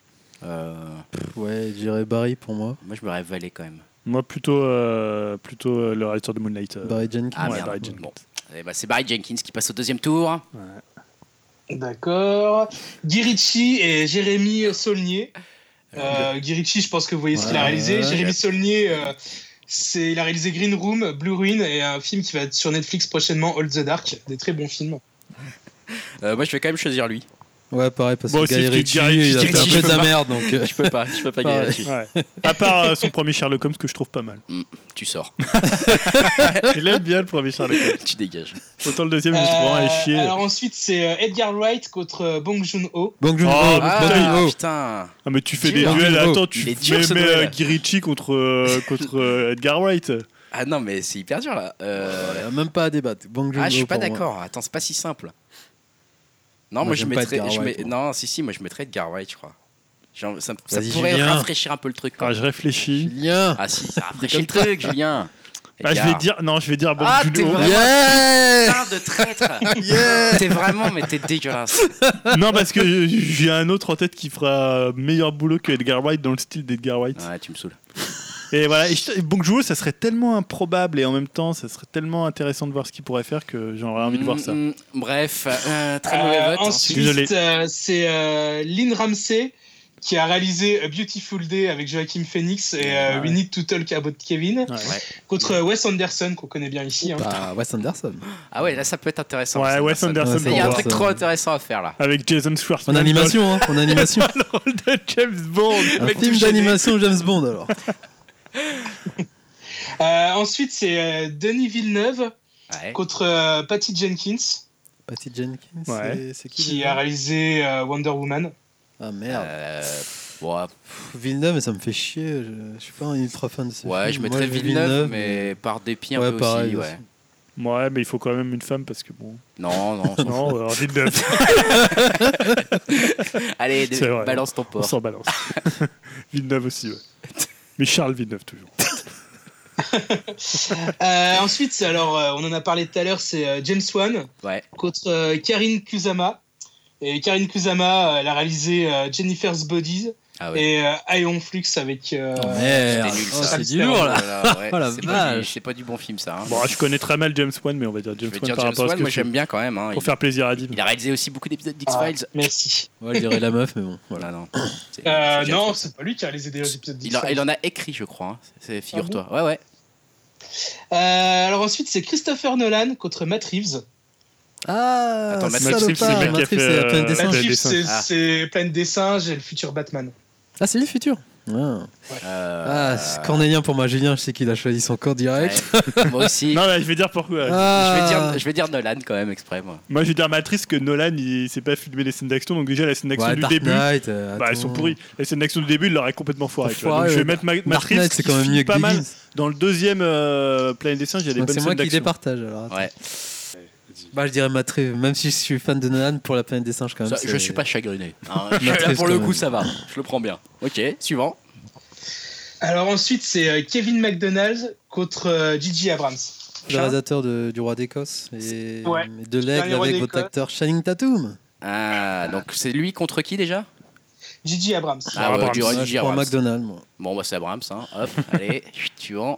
Ouais, je dirais Barry pour moi. Moi, je me rêve Vallée quand même. Moi, plutôt le réalisateur de Moonlight. Barry Jenkins. Ah, merde. Barry Jenkins. Bon. C'est Barry Jenkins qui passe au deuxième tour. Ouais. D'accord. Guy Ritchie et Jérémy Saulnier. Guy Ritchie, je pense que vous voyez ce qu'il a réalisé. Jérémy Saulnier, il a réalisé Green Room, Blue Ruin et un film qui va être sur Netflix prochainement, All the Dark. Des très bons films. Moi, je vais quand même choisir lui. Ouais, pareil, parce Bon, que Guy Ritchie, il a fait un peu de la merde. Donc, je peux pas gagner là-dessus. Ouais. À part son premier Sherlock Holmes que je trouve pas mal. Tu sors. Il aime bien le premier Sherlock Holmes. Tu dégages. Autant le deuxième, je trouve vraiment à chier. Alors ensuite, c'est Edgar Wright contre Bong Joon-ho. Bong Joon-ho. Putain. Ah, mais tu fais des duels. Attends, tu mets Guy Ritchie contre Edgar Wright. Ah non, mais c'est hyper dur là. Il n'y a même pas à débattre. Bong Joon-ho. Ah, je suis pas pour moi. d'accord. Attends, c'est pas si simple. Non, moi je mettrais. Non, si, moi je mettrais Edgar Wright, je crois. Genre, ça pourrait rafraîchir un peu le truc. Ah, je réfléchis. Julien. Ah si, ça rafraîchit le truc, Julien. Bah, je vais dire Bong Ah, t'es Joon-ho. vraiment putain de traître. T'es vraiment, mais t'es dégueulasse. Non, parce que j'ai un autre en tête qui fera meilleur boulot que Edgar Wright dans le style d'Edgar Wright. Ouais, tu me saoules. Et voilà, et Bong Joon-ho, ça serait tellement improbable et en même temps, ça serait tellement intéressant de voir ce qu'il pourrait faire que j'aurais envie de voir ça. Bref, très mauvais vote. Ensuite, Désolé. c'est Lynn Ramsey qui a réalisé A Beautiful Day avec Joaquin Phoenix et We Need to Talk About Kevin contre Wes Anderson qu'on connaît bien ici. Bah, Wes Anderson. Ah ouais, là ça peut être intéressant. Ouais, Wes Anderson. Il y a un truc trop intéressant à faire là. Avec Jason Schwartzman. En animation, hein. En animation. Le rôle de James Bond. Un film d'animation James Bond alors. Ensuite, c'est Denis Villeneuve contre Patty Jenkins. Patty Jenkins, ouais. c'est qui a réalisé Wonder Woman. Ah merde. Ouais. Villeneuve, mais ça me fait chier. Je suis pas un ultra fan de ce film. Ouais, je mettrais Villeneuve, mais par dépit un peu pareil, aussi. Ouais, mais il faut quand même une femme parce que bon. Non. Alors Villeneuve. Allez, balance ton porc. On s'en balance. Villeneuve aussi, ouais. Mais Charles Villeneuve toujours. Ensuite, alors on en a parlé tout à l'heure, c'est James Wan contre Karine Kusama. Et Karine Kusama, elle a réalisé Jennifer's Bodies et Ion Flux avec. Merde, c'est du lourd là. C'est pas du bon film ça. Hein. Bon, je connais très mal James Wan, mais on va dire James Wan par rapport à ce que moi j'aime bien quand même. Hein. Pour faire plaisir à Dim. Il a réalisé aussi beaucoup d'épisodes d'X-Files. Merci. Ouais, je dirais la meuf, mais bon. Voilà, non. Non, c'est pas lui qui a réalisé des épisodes d'X-Files. Il en a écrit, je crois. Hein. Figure-toi. Ouais. Alors ensuite, c'est Christopher Nolan contre Matt Reeves. Ah, attends, Matt Reeves, c'est le mec qui a fait Plein de Dessins. C'est Plein de Dessins, j'ai le futur Batman. Ah, c'est le futur. C'est cornélien pour moi. Julien, je sais qu'il a choisi son corps direct. Ouais. Moi aussi. Non, mais je vais dire pourquoi. Je vais dire Nolan quand même exprès. Moi je vais dire Matrice que Nolan il sait pas filmer les scènes d'action, donc déjà la scène d'action du Dark début, Knight, elles sont pourries. Les scènes d'action du début, il l'aurait complètement foiré. Donc je vais mettre Matrice, c'est quand même mieux pas que mal. Dans le deuxième Plein de Dessins, il y a des bonnes scènes d'action. C'est moi qui départage alors. Ouais. Bah, je dirais Matt Reeves, même si je suis fan de Nolan pour la planète des singes quand même. Je suis pas chagriné. Là pour le coup, ça va. Je le prends bien. Ok, suivant. Alors ensuite, c'est Kevin McDonald contre J.J. Abrams. Le réalisateur du Roi d'Écosse et de l'Aigle avec votre acteur Channing Tatum. Ah, donc c'est lui contre qui déjà? J.J. Abrams. Ah ouais, J.J. Abrams. McDonald, moi. Bon, bah c'est Abrams. Hein. Hop, allez, suivant.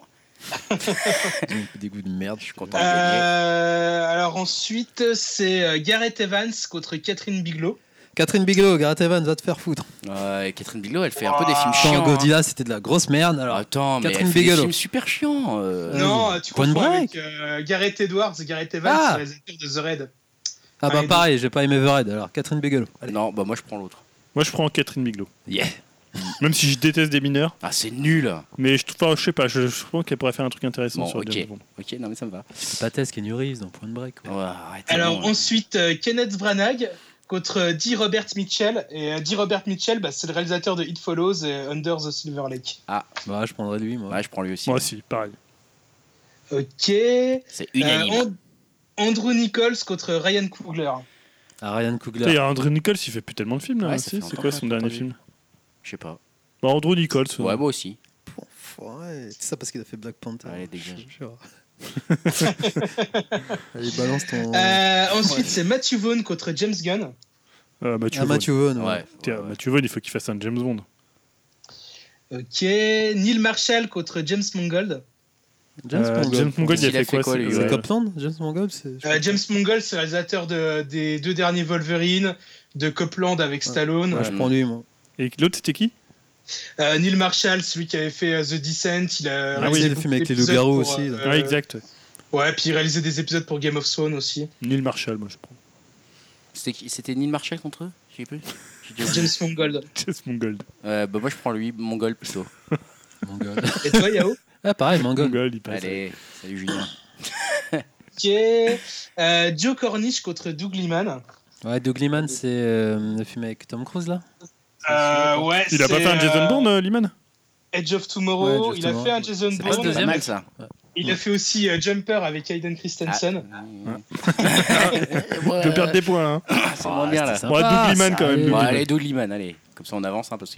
Des goûts de merde, je suis content de gagner. Alors ensuite, c'est Gareth Evans contre Catherine Bigelow. Catherine Bigelow, Gareth Evans, va te faire foutre. Catherine Bigelow, elle fait un peu des films chiants. Godzilla, c'était de la grosse merde. Alors, attends, mais Catherine elle fait Bigelow. des films super chiants. Non, tu confonds avec Gareth Edwards. Gareth Evans, c'est le réalisateur de The Raid. Ah bah pareil, j'ai pas aimé The Raid. Alors, Catherine Bigelow. Allez. Non, bah moi je prends l'autre. Moi je prends Catherine Bigelow. Yeah. Même si je déteste des mineurs. Ah, c'est nul. Mais je sais pas, je pense qu'elle pourrait faire un truc intéressant sur James Bond. Ok, non mais ça me va. C'est pas Tess Kenny Reeves dans Point Break. Alors ensuite, Kenneth Branagh contre D. Robert Mitchell. Et D. Robert Mitchell, c'est le réalisateur de It Follows et Under the Silver Lake. Ah, bah je prendrais lui, moi. Ouais, je prends lui aussi. Moi aussi, pareil. Ok. C'est unanime. Andrew Nichols contre Ryan Coogler. Ryan Coogler. Et Andrew Nichols, il fait plus tellement de films là. Ouais, C'est quoi son dernier film? Je sais pas. Andrew Nichols. Ouais, moi aussi. Ouais, c'est ça parce qu'il a fait Black Panther. Allez, dégage. Allez, balance ton. Ensuite, c'est Matthew Vaughn contre James Gunn. Matthew Vaughn. Ouais. Matthew Vaughn, il faut qu'il fasse un James Bond. Ok. Neil Marshall contre James Mangold. James Mangold, il a fait quoi lui? C'est Copland, James Mangold. James Mangold, c'est le réalisateur des 2 derniers Wolverine, de Copland avec Stallone. Ouais, je prends lui, moi. Et l'autre, c'était qui? Neil Marshall, celui qui avait fait The Descent. Il a réalisé le film avec les loups-garous aussi. Ouais, exact. Ouais, puis il réalisait des épisodes pour Game of Thrones aussi. Neil Marshall, moi je prends. C'était Neil Marshall contre eux? Je sais plus. James Mangold. James Mangold. Moi je prends lui, Mangold plutôt. Mangold. Et toi, Yao? Pareil, Mangold. Il passe. Allez, salut Julien. Ok. Joe Cornish contre Doug Liman. Ouais, Doug Liman, c'est le film avec Tom Cruise là. Ouais. Il a pas fait un Jason Bourne, Liman? Edge of Tomorrow. Il a fait un Jason Bourne. C'est pas mal ça. Il a fait aussi Jumper avec Hayden Christensen. Je peux perdre des points. Hein. C'est moins bien là. Doug Liman quand même. Allez, Doug Liman, allez. Comme ça on avance parce que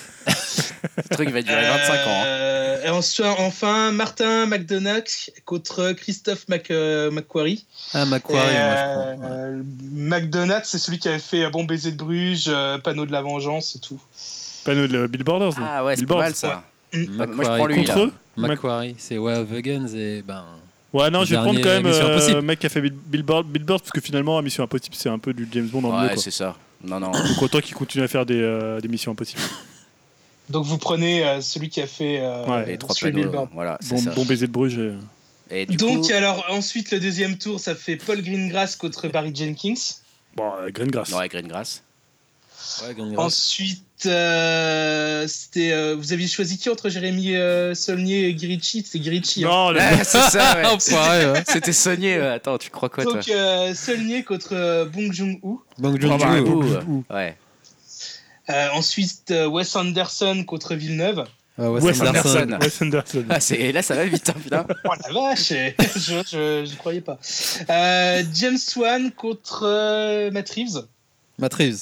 le truc va durer 25 ans. Et enfin, Martin McDonagh contre Christophe McQuarrie. McQuarrie, moi je prends. McDonagh, c'est celui qui avait fait Bon baiser de Bruges, Panneau de la vengeance et tout. Panneau de Bill Borders. Ah ouais, c'est pas mal ça. Moi je prends lui contre eux. McQuarrie, c'est Way of the Guns et Ouais, non, je vais prendre quand même le mec qui a fait Bill Borders parce que finalement, Mission Impossible, c'est un peu du James Bond en mieux. Ouais, c'est ça. Non. Donc autant qu'il continue à faire des Missions Impossibles. Donc vous prenez celui qui a fait les 3 panneaux. Voilà, bon baiser de Bruges. Et donc alors ensuite le deuxième tour, ça fait Paul Greengrass contre Barry Jenkins. Bon, Greengrass. Ouais, Greengrass. Ensuite, c'était. Vous aviez choisi qui entre Jérémy Saulnier et Guy Ritchie? C'était Guy Ritchie. Non, c'est ça, ouais. C'était Saulnier. Attends, tu crois quoi, toi? Donc, Saulnier contre Bong Joon-ho. Bong Joon-ho. Ouais. Ensuite, Wes Anderson contre Villeneuve. Wes Anderson. Là, ça va vite, putain. Oh la vache, je croyais pas. James Wan contre Matt Reeves. Matt Reeves.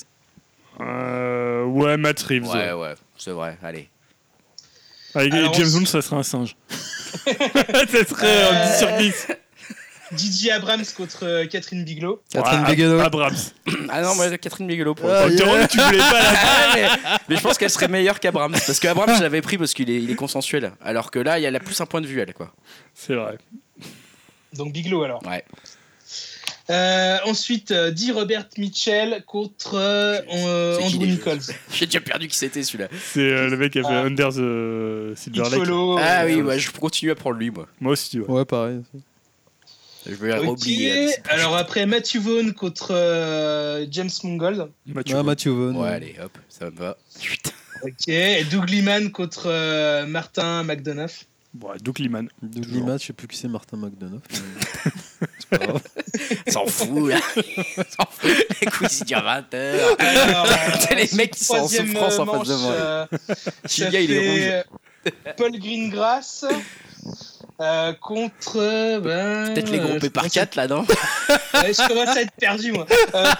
Ouais, Matt Reeves. Ouais, c'est vrai, allez. Avec James Bond, ça serait un singe. Ça serait un 10 sur 10. Didier Abrams contre Catherine Bigelow. Abrams. Ah non, moi, Catherine Bigelow. Tu voulais pas la mais je pense qu'elle serait meilleure qu'Abrams. Parce qu'Abrams, je l'avais pris parce qu'il est consensuel. Alors que là, il y a plus un point de vue, elle, quoi. C'est vrai. Donc Bigelow, alors. Ouais. Ensuite, dit Robert Mitchell contre Andrew Nichols. J'ai déjà perdu qui c'était celui-là. C'est le mec qui a fait Under the Silver Lake. Ah oui, je continue à prendre lui, moi. Moi aussi, ouais. Ouais, pareil. Je vais oublier. Alors après, Matthew Vaughn contre James Mangold. Matthew Vaughn. Ouais, allez, hop, ça me va. Ok, et Doug Liman contre Martin McDonagh. Bon, Doug Liman. Je sais plus qui c'est Martin McDonagh. C'est pas grave. S'en fout, là. S'en fout. Les coups, il dure 20h. C'est les mecs qui sont en souffrance en face de moi. Le gars, il est rouge. Paul Greengrass. Contre. Peut-être les groupés par 4 là, non? Je commence à être perdu, moi.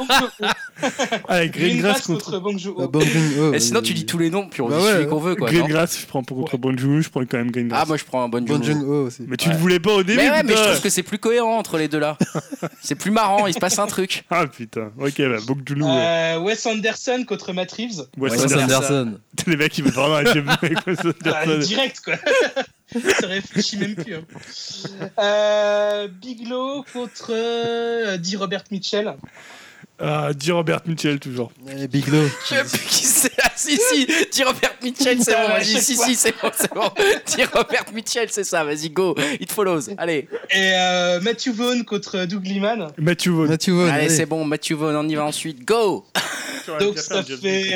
Greengrass contre Bong Joon-ho. Et sinon, tu dis tous les noms, puis on dit celui qu'on veut, quoi. Greengrass, je prends contre Bong Joon-ho, je prends quand même Greengrass. Ah, moi je prends un Bong Joon-ho aussi. Mais tu le voulais pas au début? Mais mais je trouve que c'est plus cohérent entre les deux là. C'est plus marrant, il se passe un truc. Ah putain, ok, Bong Joon-ho. Wes Anderson contre Matt Reeves. Wes Anderson. Les mecs, ils veulent vraiment être avec Wes Anderson. Direct, quoi. Ça réfléchit même plus. Bigelow contre dit Robert Mitchell. Dit Robert Mitchell toujours. Bigelow. Je sais plus qui c'est. Ah, si, dit Robert Mitchell, c'est bon. Vas-y, si, c'est bon. Dit Robert Mitchell, c'est ça. Vas-y, go. It follows. Allez. Et Matthew Vaughn contre Doug Liman. Matthew Vaughn. Allez, c'est bon. Matthew Vaughn, on y va ensuite. Go. Donc ça fait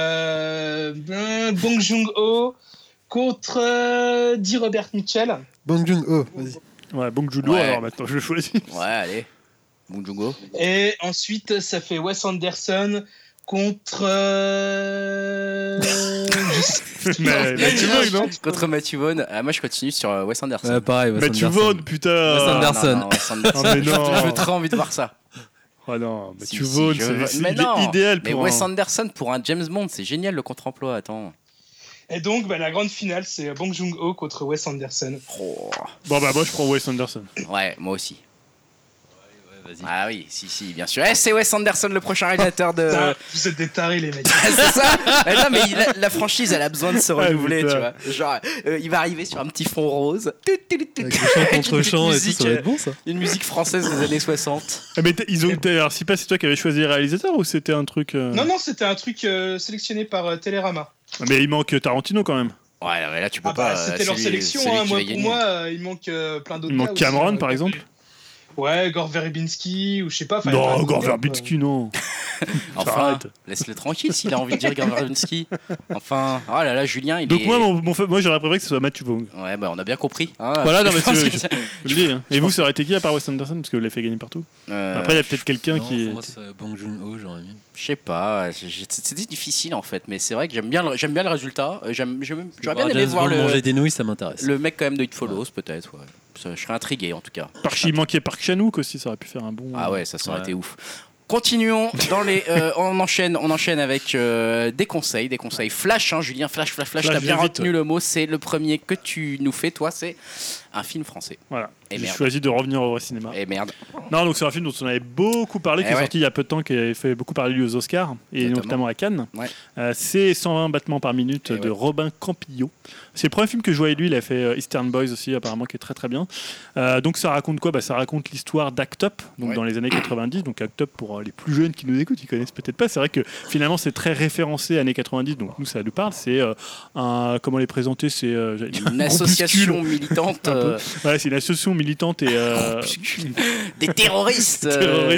Bong Joon-ho contre dit Robert Mitchell. Bong Joon-ho, vas-y. Ouais, Bong Joon-ho, alors maintenant je choisis. Ouais, allez. Bong Joon-ho. Et ensuite, ça fait Wes Anderson Contre. Matthew Vaughn, non? Contre Matthew Vaughn. Moi, je continue sur Wes Anderson. Ouais, pareil, Matthew Vaughn, putain. Wes Anderson. Non, Wes Anderson. J'ai très envie de voir ça. Oh non, Matthew Vaughn, c'est idéal pour. Mais Wes Anderson pour un James Bond, c'est génial le contre-emploi. Attends. Et donc, la grande finale, c'est Bong Joon-ho contre Wes Anderson. Oh. Bon, moi, je prends Wes Anderson. Ouais, moi aussi. Vas-y. Ah oui, si, bien sûr. C'est Wes Anderson, le prochain réalisateur de. Vous êtes des tarés, les mecs. C'est ça. Non, mais la franchise, elle a besoin de se renouveler, tu vois. Genre, il va arriver sur un petit fond rose. Avec chant contre chant et tout, ça va être bon, ça. Une musique française des années 60. Mais ils ont. Alors, c'est toi qui avais choisi les réalisateurs ou c'était un truc. Non, c'était un truc sélectionné par Télérama. Mais il manque Tarantino quand même. Ouais, mais là, tu peux pas. C'était leur sélection, pour moi, il manque plein d'autres. Il manque Cameron, par exemple. Ouais, Gore Verbinski, ou je sais pas. Non, Gore Verbinski, non. Enfin, laisse-le tranquille s'il a envie de dire Gore Verbinski. Enfin, oh là là, Julien, il donc est... moi j'aurais préféré que ce soit Matthew Vaughn. Ouais, on a bien compris. Voilà, non, mais je le dis. Hein. Et vous, ça aurait été qui à part Wes Anderson, parce que vous l'avez fait gagner partout. Après, il y a peut-être quelqu'un qui. Moi, c'est Bong Joon-ho, j'aurais mis. Je sais pas, c'était difficile en fait, mais c'est vrai que j'aime bien le résultat. J'aurais bien aimé voir manger des nouilles, ça m'intéresse. Le mec quand même de It Follows, peut-être. Ouais. Je serais intrigué en tout cas. Il manquait Park Chan-wook aussi, ça aurait pu faire un bon. Ah ouais, ça aurait été ouf. Continuons dans les. On enchaîne avec des conseils flash. Hein, Julien, flash. T'as bien retenu le mot. C'est le premier que tu nous fais, toi. C'est un film français. Voilà. J'ai choisi de revenir au cinéma. Et merde. Non, donc c'est un film dont on avait beaucoup parlé, qui est sorti il y a peu de temps, qui avait fait beaucoup parler aux Oscars et notamment à Cannes. Ouais. C'est 120 battements par minute de Robin Campillo. C'est le premier film que je voyais lui. Il a fait Eastern Boys aussi, apparemment, qui est très très bien. Donc ça raconte quoi? Ça raconte l'histoire d'Act Up, donc dans les années 90. Donc Act Up, pour les plus jeunes qui nous écoutent, ils connaissent peut-être pas. C'est vrai que finalement c'est très référencé années 90. Donc nous ça nous parle. C'est comment les présenter? C'est une association militante. Ouais, c'est une association militante et des terroristes.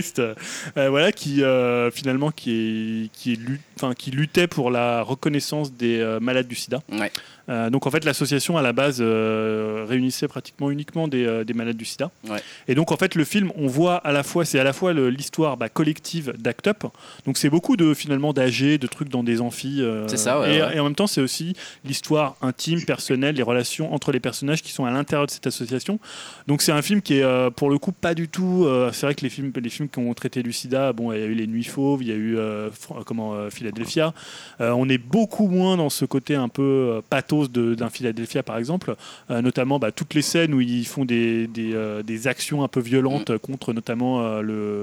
Voilà, qui finalement qui luttait pour la reconnaissance des malades du sida. Ouais. Donc en fait l'association à la base réunissait pratiquement uniquement des malades du sida. Ouais. Et donc en fait le film, on voit à la fois l'histoire collective d'Act Up. Donc c'est beaucoup finalement d'âgés, de trucs dans des amphis. C'est ça. Ouais, et en même temps c'est aussi l'histoire intime, personnelle, les relations entre les personnages qui sont à l'intérieur de cette association. Donc c'est un film qui est pour le coup pas du tout. C'est vrai que les films qui ont traité du sida, bon, il y a eu Les Nuits Fauves, il y a eu Philadelphia. On est beaucoup moins dans ce côté un peu pathos d'un Philadelphia par exemple, notamment toutes les scènes où ils font des actions un peu violentes contre notamment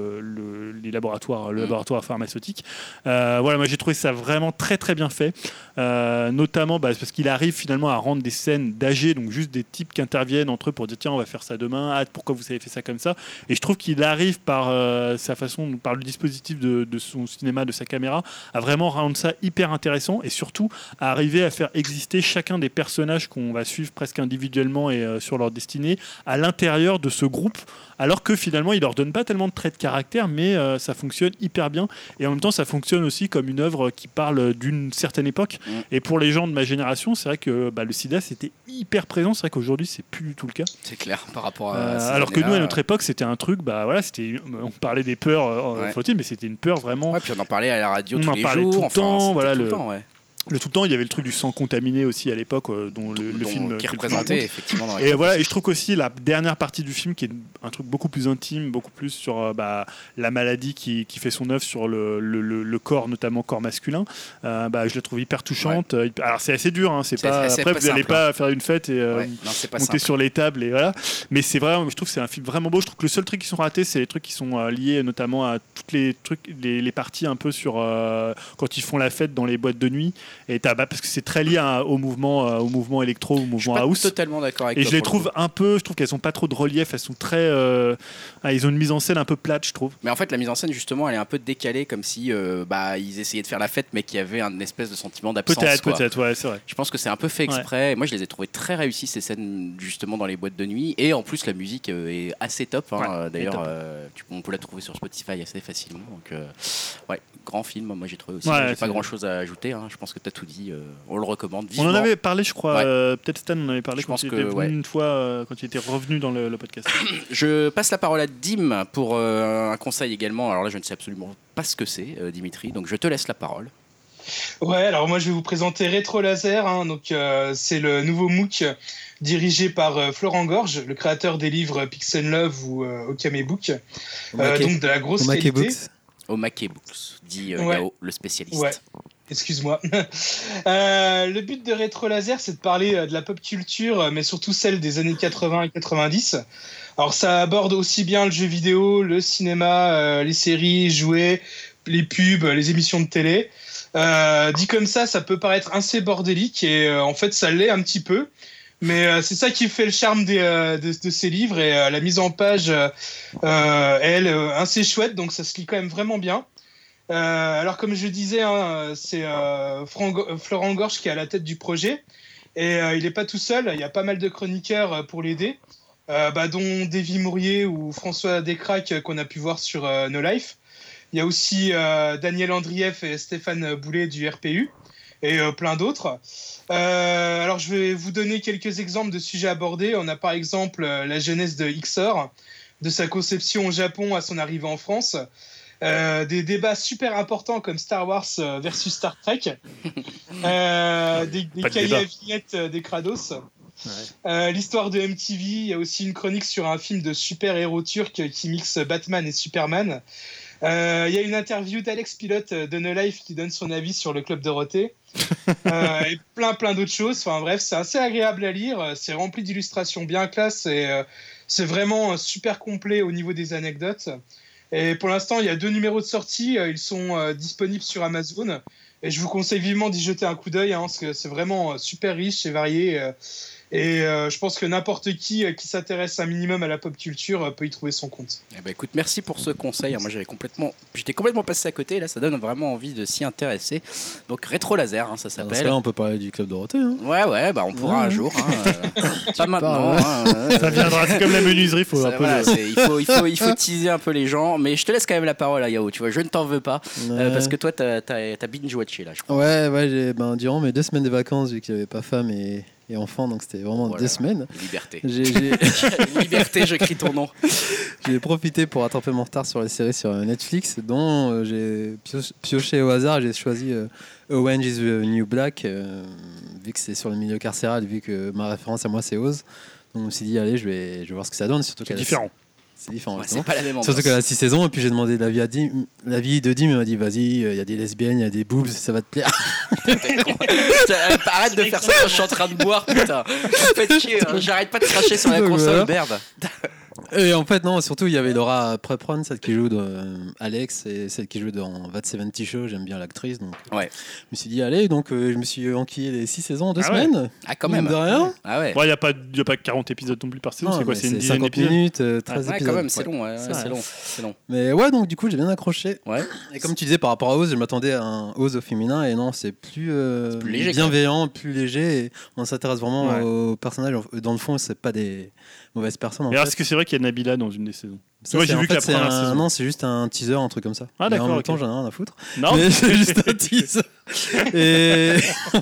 les laboratoires, le laboratoire pharmaceutique. Voilà, moi j'ai trouvé ça vraiment très très bien fait, notamment parce qu'il arrive finalement à rendre des scènes d'âgés, donc juste des types qui interviennent entre eux pour dire tiens on va faire ça demain, pourquoi vous avez fait ça comme ça, et je trouve qu'il arrive par sa façon, par le dispositif de son cinéma, de sa caméra, à vraiment rendre ça hyper intéressant et surtout à arriver à faire exister chacun des personnages qu'on va suivre presque individuellement et sur leur destinée à l'intérieur de ce groupe, alors que finalement il leur donne pas tellement de traits de caractère, mais ça fonctionne hyper bien et en même temps ça fonctionne aussi comme une œuvre qui parle d'une certaine époque. Et pour les gens de ma génération, c'est vrai que le sida c'était hyper présent, c'est vrai qu'aujourd'hui c'est plus du tout le cas. C'est clair par rapport à alors que nous à notre époque c'était un truc, on parlait des peurs mais c'était une peur vraiment. Ouais, puis on en parlait à la radio tous les jours, tout le temps, tout le temps, ouais. Le tout le temps, il y avait le truc du sang contaminé aussi à l'époque, dont le film qui représentait effectivement. Dans et voilà, et je trouve qu'aussi la dernière partie du film, qui est un truc beaucoup plus intime, beaucoup plus sur la maladie qui fait son œuvre sur le corps, notamment corps masculin. Je la trouve hyper touchante. Ouais. Alors c'est assez dur, hein, après vous n'allez pas faire une fête et monter sur les tables et voilà. Mais c'est vrai, je trouve que c'est un film vraiment beau. Je trouve que le seul truc qui sont ratés, c'est les trucs qui sont liés notamment à toutes les parties un peu sur quand ils font la fête dans les boîtes de nuit. Et parce que c'est très lié au mouvement électro, au mouvement house. Je suis totalement d'accord avec toi. Et je les trouve je trouve qu'elles ont pas trop de relief, elles sont très ils ont une mise en scène un peu plate, je trouve. Mais en fait la mise en scène justement elle est un peu décalée, comme si ils essayaient de faire la fête mais qu'il y avait un espèce de sentiment d'absence. Peut-être, ouais, c'est vrai. Je pense que c'est un peu fait exprès. Ouais. Moi je les ai trouvées très réussies ces scènes justement dans les boîtes de nuit, et en plus la musique est assez top, hein. Ouais, d'ailleurs on peut la trouver sur Spotify assez facilement, donc grand film, moi j'ai trouvé aussi. J'ai pas grand chose à ajouter, hein. Je pense que t'as tout dit. On le recommande vivement. On en avait parlé, je crois. Peut-être Stan en avait parlé quand il était venu une fois, quand il était revenu dans le podcast. Je passe la parole à Dim pour un conseil également. Alors là, je ne sais absolument pas ce que c'est, Dimitri. Donc je te laisse la parole. Ouais, alors moi je vais vous présenter Retro Laser. Donc c'est le nouveau MOOC dirigé par Florent Gorge, le créateur des livres Pixel Love ou Okame Book. Donc de la grosse qualité. Omake Books, dit Yao, le spécialiste. Ouais. Excuse-moi. Le but de Retro Laser, c'est de parler de la pop culture, mais surtout celle des années 80 et 90. Alors ça aborde aussi bien le jeu vidéo, le cinéma, les séries, jouets, les pubs, les émissions de télé. Dit comme ça peut paraître assez bordélique et en fait ça l'est un petit peu. Mais c'est ça qui fait le charme de ces livres et la mise en page, elle, assez chouette, donc ça se lit quand même vraiment bien. Alors comme je disais, c'est Florent Gorge qui est à la tête du projet et il n'est pas tout seul, il y a pas mal de chroniqueurs pour l'aider, dont Davy Mourier ou François Descraques qu'on a pu voir sur No Life. Il y a aussi Daniel Andrieff et Stéphane Boulet du RPU et plein d'autres. Alors je vais vous donner quelques exemples de sujets abordés. On a par exemple la jeunesse de XOR, de sa conception au Japon à son arrivée en France. Des débats super importants comme Star Wars versus Star Trek. Des cahiers à vignettes des Kratos. Ouais. L'histoire de MTV. Il y a aussi une chronique sur un film de super-héros turc qui mixe Batman et Superman. Il y a une interview d'Alex Pilote de No Life qui donne son avis sur le Club Dorothée. Et plein d'autres choses. Enfin bref, c'est assez agréable à lire. C'est rempli d'illustrations bien classe et c'est vraiment super complet au niveau des anecdotes. Et pour l'instant, il y a 2 numéros de sortie. Ils sont disponibles sur Amazon. Et je vous conseille vivement d'y jeter un coup d'œil parce que c'est vraiment super riche et varié. Et je pense que n'importe qui s'intéresse un minimum à la pop culture peut y trouver son compte. Eh ben, écoute, merci pour ce conseil. Moi, j'étais complètement passé à côté. Là, ça donne vraiment envie de s'y intéresser. Donc, Rétro Laser, ça s'appelle. Là, on peut parler du Club Dorothée. Hein. Ouais, on pourra un jour. Pas maintenant. Ça viendra. C'est comme la menuiserie. Il faut teaser un peu les gens. Mais je te laisse quand même la parole à Yao. Tu vois, je ne t'en veux pas parce que toi, t'as binge-watché là, je crois. Ouais. Durant mes 2 semaines de vacances, vu qu'il n'y avait pas femme et enfant, donc c'était vraiment 2 semaines. Liberté. Liberté, je crie ton nom. J'ai profité pour rattraper mon retard sur les séries sur Netflix, dont j'ai pioché au hasard. J'ai choisi Orange is the New Black, vu que c'est sur le milieu carcéral, vu que ma référence à moi c'est Oz. Donc je me suis dit, allez, je vais voir ce que ça donne. Surtout c'est différent. C'est différent. C'est pas la même ambiance. Surtout qu'elle a 6 saisons, et puis j'ai demandé l'avis de Dim, il m'a dit vas-y, il y a des lesbiennes, il y a des boobs, ça va te plaire. Arrête de faire ça quand je suis en train de boire, putain. Faites chier, j'arrête pas de cracher sur la console, merde. Et en fait, non, surtout il y avait Laura Prepron, celle qui joue dans Alex, et celle qui joue dans That 70 Show, j'aime bien l'actrice. Donc je me suis dit, allez, donc je me suis enquillé les 6 saisons en 2 semaines. Ouais. Ah, quand même. De rien. Ah ouais. Il n'y a pas 40 épisodes non plus par saison, c'est quoi? C'est une dizaine 50 minutes, 13 épisodes. Quand même, c'est long, c'est long. Mais donc du coup, j'ai bien accroché. Ouais. Et comme tu disais par rapport à Oz, je m'attendais à un Oz au féminin, et non, c'est plus léger, bienveillant, plus léger, et on s'intéresse vraiment aux personnages. Dans le fond, c'est pas des mauvaises personnes. Mais est-ce que c'est vrai qu'il y a Nabila dans une des saisons? Ça, moi j'ai vu que la première saison. Non, c'est juste un teaser, un truc comme ça. Ah d'accord. En même temps, j'en ai rien à foutre. Non, mais c'est juste un teaser. Et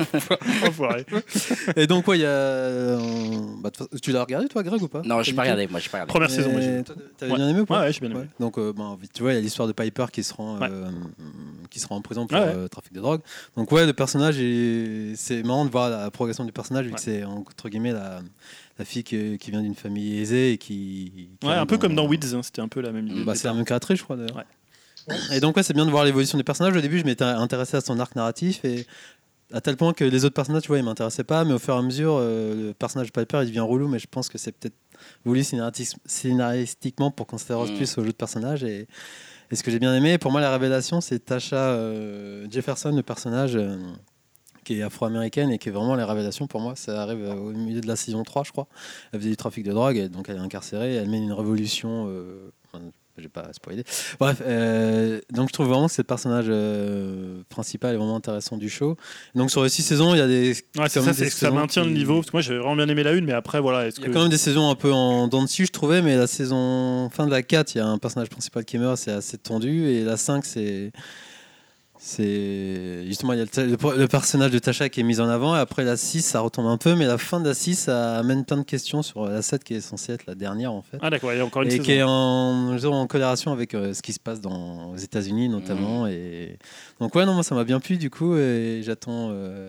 et donc il y a. Tu l'as regardé toi, Greg, ou pas? Non, j'ai pas regardé. Moi, j'ai pas regardé. Première saison, moi j'ai vu. T'avais bien aimé ou pas? Ouais, j'ai bien aimé. Donc tu vois, il y a l'histoire de Piper qui se rend en prison pour trafic de drogue. Donc le personnage, c'est marrant de voir la progression du personnage, vu que c'est entre guillemets la fille qui vient d'une famille aisée et qui un peu comme dans Weeds, c'était un peu la même idée. C'est la même créatrice, je crois, d'ailleurs. Ouais. Et donc c'est bien de voir l'évolution des personnages. Au début, je m'étais intéressé à son arc narratif, et à tel point que les autres personnages, tu vois, ils m'intéressaient pas, mais au fur et à mesure, le personnage de Piper, il devient relou, mais je pense que c'est peut-être voulu scénaristiquement pour qu'on s'intéresse plus aux autres personnages. Et ce que j'ai bien aimé, pour moi, la révélation, c'est Tasha Jefferson, le personnage qui est afro-américaine, et qui est vraiment les révélations pour moi. Ça arrive au milieu de la saison 3, je crois. Elle faisait du trafic de drogue, et donc elle est incarcérée, elle mène une révolution. J'ai pas spoilé. Bref, donc je trouve vraiment que c'est le personnage principal est vraiment intéressant du show. Donc sur les 6 saisons, il y a des. Ça maintient le niveau. Parce que moi, j'ai vraiment bien aimé la 1, mais après, voilà. Il y a quand même des saisons un peu en dents de scie, je trouvais, mais la saison fin de la 4, il y a un personnage principal qui meurt, c'est assez tendu, et la 5, C'est justement il y a le personnage de Tasha qui est mis en avant et après la 6 ça retombe un peu mais la fin de la 6 ça amène plein de questions sur la 7 qui est censée être la dernière en fait. Ah d'accord, il y a encore une saison. Et qui est en corrélation avec ce qui se passe aux États-Unis notamment et donc ouais non moi ça m'a bien plu du coup et j'attends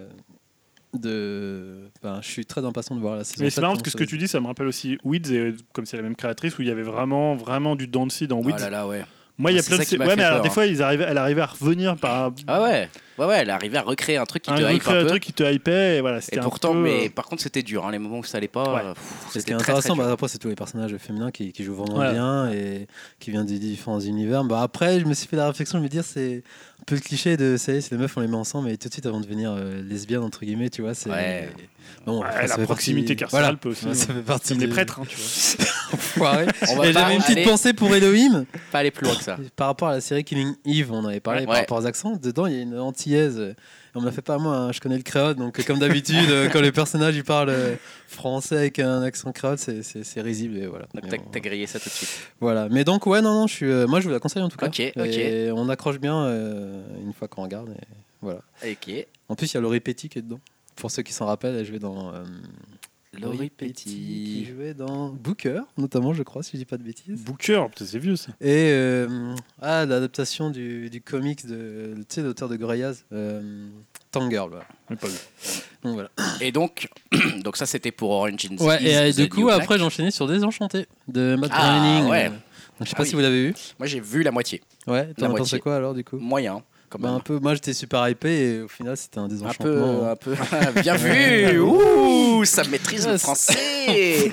je suis très impatient de voir la saison. Mais c'est marrant parce que ce que tu dis ça me rappelle aussi Weeds et comme c'est la même créatrice où il y avait vraiment du dents de scie dans Weeds. Oh là là ouais. Moi, il y a plein de. Ouais, mais alors, des fois, elle arrivait à revenir par. Ah ouais. Ouais, elle arrivait à recréer un truc qui te hype un peu. Un truc qui te hypait, et voilà. Et pourtant, mais par contre, c'était dur. Les moments où ça allait pas. C'était intéressant. Après, c'est tous les personnages féminins qui jouent vraiment bien et qui viennent des différents univers. Après, je me suis fait la réflexion, je me dire, c'est un peu le cliché de ça y est, c'est les meufs, on les met ensemble, et tout de suite, elles vont devenir lesbiennes, entre guillemets, tu vois. Ouais. Bon, la proximité carcérale peut aussi. Ça fait partie des prêtres, tu vois. J'avais une petite pensée pour Elohim. Pas aller plus loin que ça. Par rapport à la série Killing Eve, on avait parlé par rapport aux accents. Dedans, il y a une antillaise. On me l'a fait pas moi, je connais le créole, donc comme d'habitude, quand les personnages ils parlent français avec un accent créole, c'est risible et voilà. Donc t'as grillé ça tout de suite. Voilà, mais donc ouais non, moi je vous la conseille en tout cas. Ok. Et on accroche bien une fois qu'on regarde et voilà. Ok. En plus il y a Laurie Petty qui est dedans. Pour ceux qui s'en rappellent, elle jouait dans Laurie Petty qui jouait dans Booker, notamment, je crois, si je dis pas de bêtises. Booker, c'est vieux ça. Et l'adaptation du comics de l'auteur de Gorillaz, Tangirl. Voilà. Pas vu. Donc voilà. Et donc ça c'était pour Orange is Ouais, et the du coup New Black. après j'ai enchaîné sur Désenchanté de Matt Groening. Ouais. Donc, je sais pas si vous l'avez vu. Moi j'ai vu la moitié. Ouais, t'en as pensé quoi alors du coup? Moyen. Un peu, moi j'étais super hypé et au final c'était un désenchantement. Un peu. Bien vu. Ouh, ça maîtrise le français.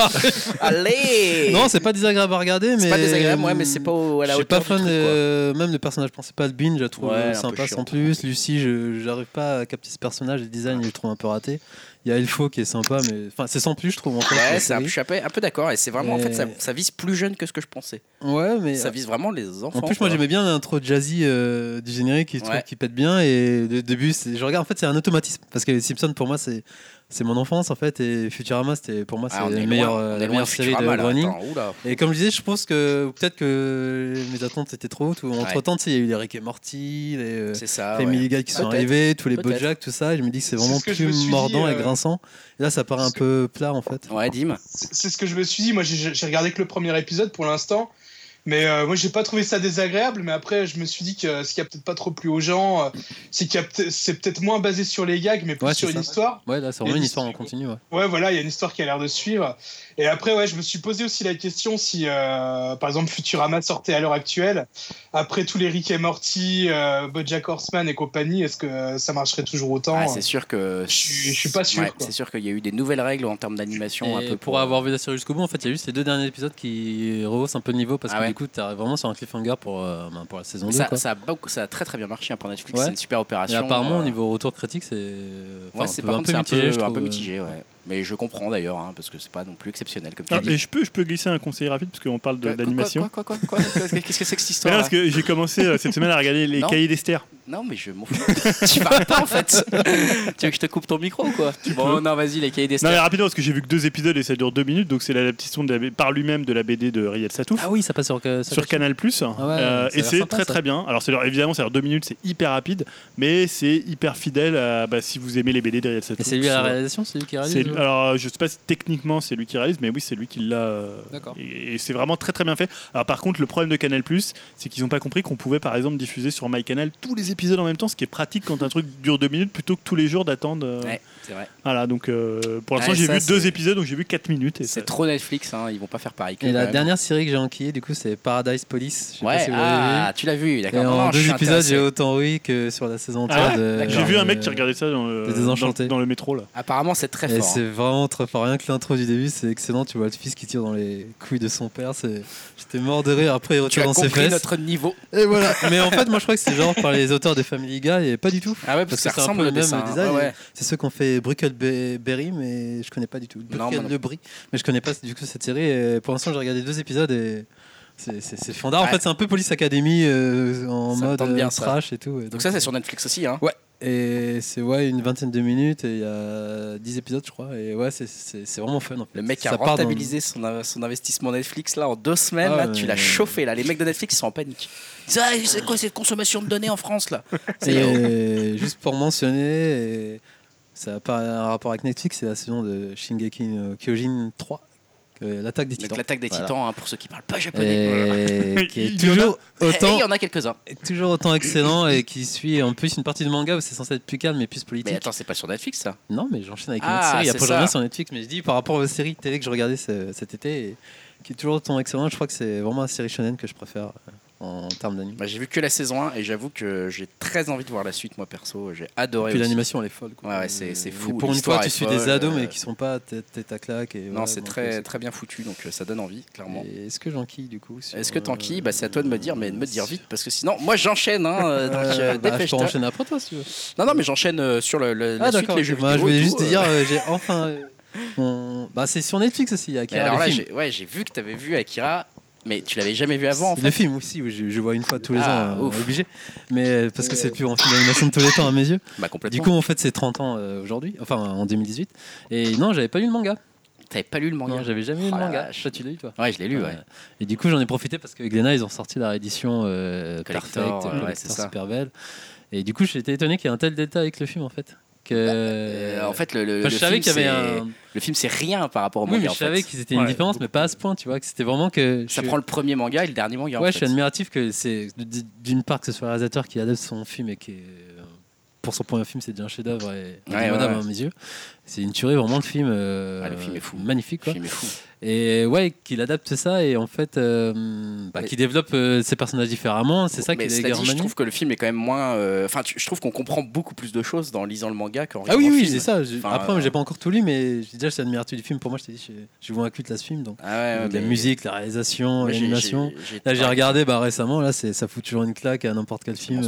Allez. Non, c'est pas désagréable à regarder, mais c'est pas désagréable, ouais, mais c'est pas à la hauteur. Je suis pas fan truc, même le personnage principal Bean, je la trouve sympa sans plus. Lucie, j'arrive pas à capter ce personnage, le design je le trouve un peu raté. Il y a Elfo qui est sympa, mais enfin c'est sans plus je trouve. En fait, ouais, je suis un peu d'accord et c'est vraiment en fait ça vise plus jeune que ce que je pensais. Ouais, mais ça vise vraiment les enfants. En plus, moi j'aimais bien l'intro jazzy du générique qui pète bien et le début, je regarde en fait c'est un automatisme parce que les Simpsons pour moi c'est mon enfance en fait et Futurama c'était pour moi c'est la meilleure série de Groening. Et comme je disais, je pense que peut-être que mes attentes étaient trop hautes. Entre temps, il y a eu les Rick et Morty, les Family Guy qui sont arrivés, tous les BoJack, tout ça. Et je me dis que c'est vraiment plus mordant et grinçant. Et là, ça paraît un peu plat en fait. Ouais, Dim. C'est ce que je me suis dit. Moi, j'ai regardé que le premier épisode pour l'instant. Mais moi, j'ai pas trouvé ça désagréable. Mais après, je me suis dit que ce qui a peut-être pas trop plu aux gens, c'est peut-être moins basé sur les gags, mais plus sur une histoire. Ouais, là, c'est vraiment une histoire en continu. Ouais, voilà, il y a une histoire qui a l'air de suivre. Et après, ouais, je me suis posé aussi la question si, par exemple, Futurama sortait à l'heure actuelle, après tous les Rick et Morty, BoJack Horseman et compagnie, est-ce que ça marcherait toujours autant? C'est sûr que je suis pas sûr. Ouais, c'est sûr qu'il y a eu des nouvelles règles en termes d'animation. Et un peu pour avoir vu la série jusqu'au bout, en fait, il y a eu ces 2 derniers épisodes qui rehaussent un peu le niveau parce que du coup, t'es vraiment sur un cliffhanger pour la saison 2. Ça a très très bien marché pour Netflix. Ouais. C'est une super opération. Et apparemment, au niveau retour critique, c'est un peu mitigé. Ouais. Mais je comprends d'ailleurs, parce que c'est pas non plus exceptionnel comme tu dis. Et je peux glisser un conseil rapide parce qu'on parle d'animation. Quoi Qu'est-ce que c'est que cette histoire? Parce que j'ai commencé cette semaine à regarder les Cahiers d'Esther. Non, mais je m'en fous. Tu parles pas en fait. Tu veux que je te coupe ton micro ou quoi? Bon, non, vas-y, les Cahiers d'Esther. Non, mais rapidement parce que j'ai vu que 2 épisodes et ça dure 2 minutes, donc c'est l'adaptation par lui-même de la BD de Riyad Satouf. Ah oui, ça passe sur Canal+. Et c'est très bien. Alors évidemment, ça dure 2 minutes, c'est hyper rapide, mais c'est hyper fidèle à si vous aimez les BD de Riyad Satouf. Et c'est lui à la réalisation, c'est lui qui réalise. Alors je sais pas si techniquement c'est lui qui réalise, mais oui, c'est lui qui l'a. D'accord. Et c'est vraiment très très bien fait. Alors par contre, le problème de Canal+, c'est qu'ils n'ont pas compris qu'on pouvait par exemple diffuser sur MyCanal tous les épisodes en même temps, ce qui est pratique quand un truc dure 2 minutes plutôt que tous les jours d'attendre. Ouais, c'est vrai. Voilà, donc pour l'instant j'ai vu 2 épisodes, donc j'ai vu 4 minutes. Et c'est trop Netflix, ils vont pas faire pareil. Et la dernière série que j'ai enquillée, du coup, c'est Paradise Police. Je sais pas si vous l'avez vu. Tu l'as vu, d'accord. Et en 2 épisodes, j'ai autant ri que sur la saison entière. J'ai vu un mec qui regardait ça dans le métro là. Apparemment, c'est très fort. Et c'est vraiment très fort. Rien que l'intro du début, c'est excellent. Tu vois le fils qui tire dans les couilles de son père. J'étais mort de rire. Après, il retire dans ses fesses. Tu as compris notre niveau. Et voilà. Mais en fait, moi, je crois que c'est genre par les auteurs de Family Guy et pas du tout. Ah ouais, parce que c'est un peu le même design. C'est ceux qui ont fait Brickleberry, mais je connais pas du tout. Brickleberry, mais je connais pas du coup cette série. Et pour l'instant, j'ai regardé 2 épisodes et c'est fandard. En fait, c'est un peu Police Academy en mode trash et tout. Donc ça, c'est sur Netflix aussi, hein? Ouais. Et c'est une vingtaine de minutes et il y a 10 épisodes, je crois. Et c'est vraiment fun. En fait. Le mec a rentabilisé son investissement Netflix là en 2 semaines. Tu l'as chauffé là. Les mecs de Netflix ils sont en panique. C'est quoi cette consommation de données en France là? Et juste pour mentionner, ça n'a pas un rapport avec Netflix, c'est la saison de Shingeki no Kyojin 3. L'attaque des Titans. Donc, l'attaque des Titans, pour ceux qui parlent pas japonais. Qui est toujours autant. Il y en a quelques-uns. Toujours autant excellent et qui suit en plus une partie du manga où c'est censé être plus calme mais plus politique. Mais attends, c'est pas sur Netflix ça? Non, mais j'enchaîne avec une autre série. Après, je reviens sur Netflix, mais je dis par rapport aux séries télé que je regardais cet été, et qui est toujours autant excellent, je crois que c'est vraiment la série shonen que je préfère. En termes d'anime. J'ai vu que la saison 1 et j'avoue que j'ai très envie de voir la suite, moi perso. J'ai adoré. Et puis l'animation elle est folle. Ouais, c'est fou. Et pour une fois, tu suis des ados mais qui sont pas tête à claque. Non, c'est très bien foutu, donc ça donne envie, clairement. Et est-ce que j'enquille du coup Est-ce que t'enquilles? C'est à toi de me dire, mais de me dire vite parce que sinon, moi j'enchaîne. Je peux enchaîner après toi si tu veux. Non, mais j'enchaîne sur la suite, les jeux vidéo. Je voulais juste te dire, j'ai enfin. C'est sur Netflix aussi, Akira. Alors là, j'ai vu que t'avais vu Akira. Mais tu l'avais jamais vu avant en fait. Le film aussi, je vois une fois tous les ans, obligé. Mais parce que c'est le plus grand film d'animation de tous les temps à mes yeux. Complètement. Du coup, en fait, c'est 30 ans aujourd'hui, enfin en 2018. Et non, j'avais pas lu le manga. T'avais pas lu le manga? Non, j'avais jamais lu le manga. Toi, tu l'as lu toi? Ouais, je l'ai lu, ouais. Et du coup, j'en ai profité parce que Glénat, ils ont sorti la réédition collector, c'est super belle. Et du coup, j'étais étonné qu'il y ait un tel delta avec le film en fait. En fait, le film c'est rien par rapport au manga. Oui, mais je savais que c'était une différence, mais pas à ce point, tu vois, que c'était vraiment que ça prend le premier manga et le dernier manga. Ouais, je suis admiratif que c'est d'une part que ce soit le réalisateur qui adapte son film et qui est, pour son premier film, c'est déjà un chef-d'œuvre et indémodable à mes yeux. C'est une tuerie vraiment le film. Le film est fou, magnifique quoi. Le film est fou. Et qu'il adapte ça et en fait qu'il développe ses personnages différemment, c'est ça qui est dit, je trouve que le film est quand même moins je trouve qu'on comprend beaucoup plus de choses en lisant le manga qu'en regardant le film. C'est ça. Après j'ai pas encore tout lu mais déjà je suis admiratif du film. Pour moi je t'ai dit j'ai convaincu de ce film donc la musique, la réalisation, l'animation. Là j'ai regardé récemment, là ça fout toujours une claque à n'importe quel film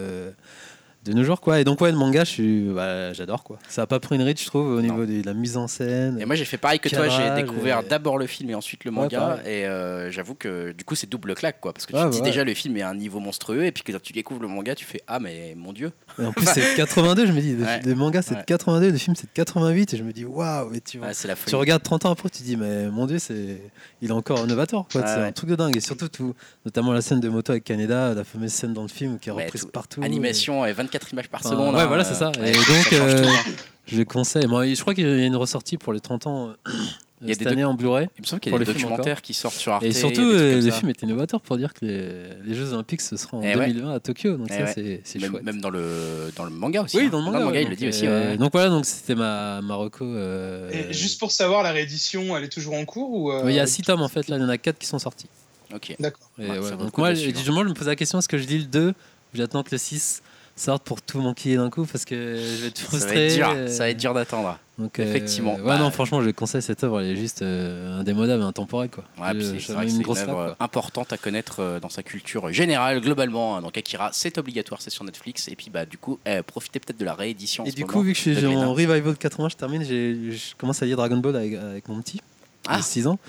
de nos jours quoi. Et donc le manga j'adore quoi. Ça a pas pris une ride je trouve au niveau de la mise en scène. Et moi j'ai fait pareil que toi, j'ai découvert d'abord le film et ensuite le manga et j'avoue que du coup c'est double claque quoi parce que tu te dis déjà le film est à un niveau monstrueux et puis que quand tu découvres le manga tu fais mais mon dieu. Et en plus c'est 82, je me dis le manga c'est de 82, le film c'est de 88 et je me dis waouh, et tu regardes 30 ans après tu te dis mais mon dieu il est encore novateur quoi, c'est un truc de dingue et surtout notamment la scène de moto avec Kaneda, la fameuse scène dans le film qui est reprise partout. Animation et 24 images par seconde. Ouais, voilà, c'est ça. Et donc, je le conseille. Moi, je crois qu'il y a une ressortie pour les 30 ans cette année en Blu-ray. Il me semble qu'il y a des documentaires qui sortent sur Arte. Et surtout, le film est innovateur pour dire que les Jeux Olympiques, ce seront en 2020 à Tokyo. Donc ça, c'est chouette. Même dans le manga aussi. Oui, dans le manga, il le dit aussi. Donc voilà, donc c'était ma reco. Et juste pour savoir, la réédition, elle est toujours en cours ou il y a 6 tomes en fait. Là, il y en a 4 qui sont sortis. Ok. D'accord. Donc moi, je me posais la question, est-ce que je lis le 2 ou j'attends que le 6 sorte pour tout manquer d'un coup parce que je vais être frustré. Ça va être dur d'attendre. Donc, effectivement. Non, franchement, je conseille cette œuvre. Elle est juste indémodable, intemporelle quoi. C'est une grosse œuvre importante à connaître dans sa culture générale, globalement. Donc Akira, c'est obligatoire, c'est sur Netflix. Et puis du coup, profitez peut-être de la réédition. Et du coup, vu que je suis en revival de 80, je termine. Je commence à lire Dragon Ball avec mon petit, 6 ans.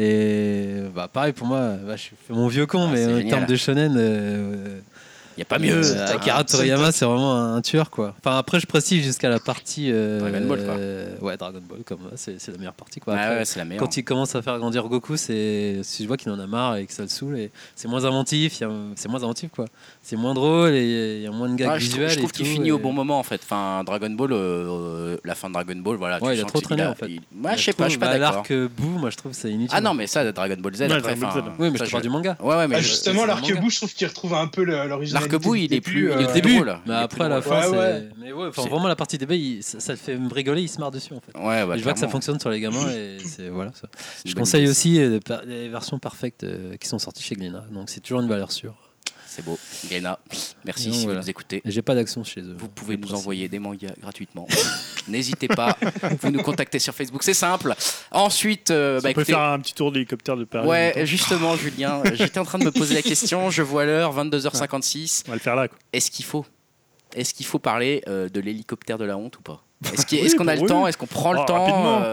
Et pareil pour moi, je fais mon vieux con, mais en termes de shonen. Il n'y a pas mieux. Akira Toriyama, c'est vraiment un tueur quoi. Enfin, après, je précise jusqu'à la partie. Dragon Ball quoi. Ouais, Dragon Ball, comme c'est la meilleure partie quoi. Après, c'est la meilleure. Quand il commence à faire grandir Goku, si je vois qu'il en a marre et que ça le saoule, et c'est moins inventif, c'est moins inventif quoi. C'est moins drôle et il y a moins de gags visuels. Je trouve qu'il finit au bon moment en fait. Enfin, Dragon Ball, la fin de Dragon Ball, voilà. Ouais, il a trop traîné en fait. Moi, je sais pas, je suis pas d'accord. L'arc Boo, moi je trouve c'est inutile. Ah non, mais ça, Dragon Ball Z. Oui, mais je te parle du manga. Ouais, mais justement, l'arc Boo, je trouve qu'il retrouve un peu l'originalité. L'arc Boo, il est plus. Au début, mais après à la fin, mais vraiment la partie début, ça le fait me rigoler, il se marre dessus en fait. Je vois que ça fonctionne sur les gamins et c'est voilà ça. Je conseille aussi les versions parfaites qui sont sorties chez Glénat, donc c'est toujours une valeur sûre. C'est beau. Glénat, merci si vous nous écoutez. J'ai pas d'action chez eux. Vous pouvez nous envoyer des mangas gratuitement. N'hésitez pas, vous nous contactez sur Facebook, c'est simple. Ensuite, on peut faire un petit tour d'hélicoptère de Paris. Ouais, justement, Julien, j'étais en train de me poser la question. Je vois l'heure, 22h56. On va le faire là, quoi. Est-ce qu'il faut parler de l'hélicoptère de la honte ou pas ? Est-ce qu'on a le temps ? Est-ce qu'on prend le temps ?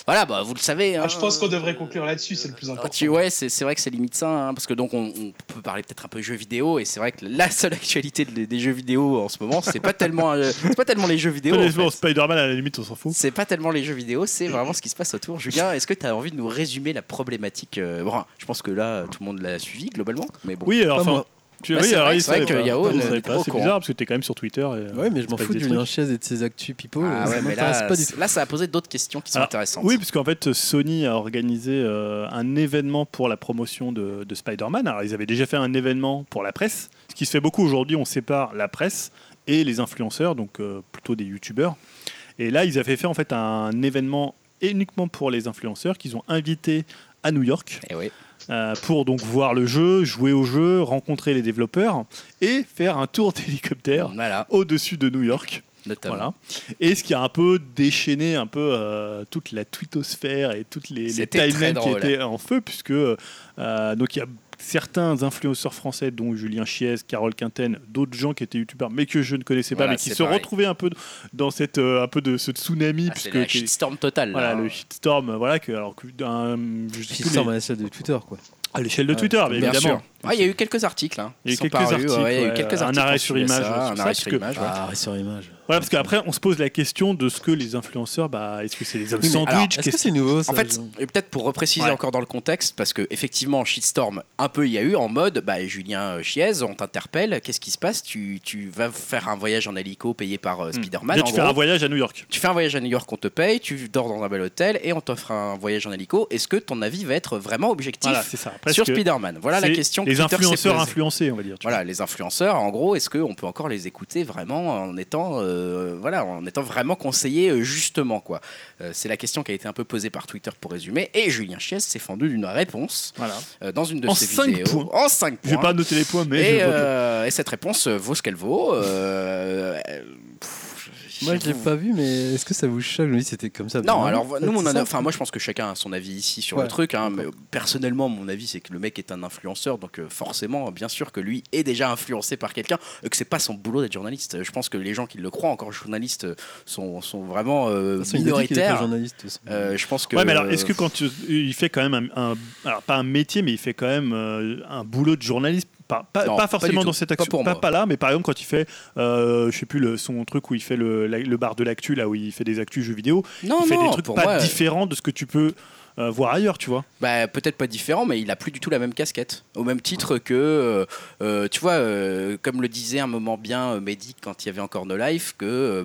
Voilà, bah, vous le savez. Je pense qu'on devrait conclure là-dessus, c'est le plus important. Ouais, c'est vrai que c'est limite ça, parce que donc on peut parler peut-être un peu jeux vidéo, et c'est vrai que la seule actualité des jeux vidéo en ce moment, c'est pas tellement les jeux vidéo. Honnêtement, Spider-Man à la limite, on s'en fout. C'est pas tellement les jeux vidéo, c'est vraiment ce qui se passe autour. Julien, est-ce que tu as envie de nous résumer la problématique Bon, je pense que là, tout le monde l'a suivi globalement, mais bon. Oui, alors enfin. C'est vrai que Yao n'est pas au c'est courant. bizarre parce que t'es quand même sur Twitter. Ouais, mais je m'en fous de Julien Chiez et de ses actus people. Ça m'intéresse pas du tout. Là, ça a posé d'autres questions qui sont intéressantes. Oui, parce qu'en fait, Sony a organisé un événement pour la promotion de Spider-Man. Alors, ils avaient déjà fait un événement pour la presse. Ce qui se fait beaucoup aujourd'hui, on sépare la presse et les influenceurs, donc plutôt des youtubeurs. Et là, ils avaient fait en fait un événement uniquement pour les influenceurs qu'ils ont invité à New York. Et oui. Pour donc voir le jeu, jouer au jeu, rencontrer les développeurs et faire un tour d'hélicoptère au-dessus de New York. Voilà. Et ce qui a un peu déchaîné un peu toute la twittosphère et toutes les timelines qui étaient en feu, puisque donc il y a certains influenceurs français, dont Julien Chiez, Carole Quinten, d'autres gens qui étaient youtubeurs, mais que je ne connaissais pas, mais qui se retrouvaient un peu dans cette un peu de ce tsunami. C'est la shitstorm totale. Voilà, le shitstorm, voilà que shitstorm à l'échelle de Twitter, quoi. À l'échelle de Twitter, mais évidemment. Il y a eu quelques articles. Il y a eu quelques articles. Un arrêt sur image. Un arrêt sur image. Arrêt sur image. Voilà, parce qu'après, on se pose la question de ce que les influenceurs, est-ce que c'est les hommes sandwich? Est-ce que c'est nouveau ça, en fait, et peut-être pour repréciser encore dans le contexte, parce qu'effectivement, shitstorm, un peu il y a eu en mode Julien Chiez, on t'interpelle, qu'est-ce qui se passe? Tu vas faire un voyage en hélico payé par Spider-Man. Tu fais un voyage à New York. Tu fais un voyage à New York, on te paye, tu dors dans un bel hôtel et on t'offre un voyage en hélico. Est-ce que ton avis va être vraiment objectif sur Spider-Man? Voilà la question que les influenceurs influencés, on va dire. Voilà, les influenceurs, en gros, est-ce qu'on peut encore les écouter vraiment en étant vraiment conseillés justement, quoi. C'est la question qui a été un peu posée par Twitter pour résumer. Et Julien Chiez s'est fendu d'une réponse dans une de ses vidéos. En 5 points. Je vais pas noter les points, mais et cette réponse vaut ce qu'elle vaut. Moi, je l'ai pas vu, mais est-ce que ça vous choque? Oui, c'était comme ça. Non, alors nous, moi, je pense que chacun a son avis ici sur le truc. Mais personnellement, mon avis, c'est que le mec est un influenceur, donc forcément, bien sûr que lui est déjà influencé par quelqu'un, que c'est pas son boulot d'être journaliste. Je pense que les gens qui le croient encore journaliste sont vraiment minoritaires. Je pense que. Ouais, mais alors, est-ce que quand il fait quand même alors pas un métier, mais il fait quand même un boulot de journaliste? Pas forcément dans cette action, pas là, mais par exemple quand il fait, je sais plus son truc où il fait le bar de l'actu, là où il fait des actus jeux vidéo, il fait des trucs pas différents de ce que tu peux voir ailleurs, tu vois. Peut-être pas différent, mais il a plus du tout la même casquette. Au même titre que, tu vois, comme le disait un moment bien Mehdi quand il y avait encore No Life, que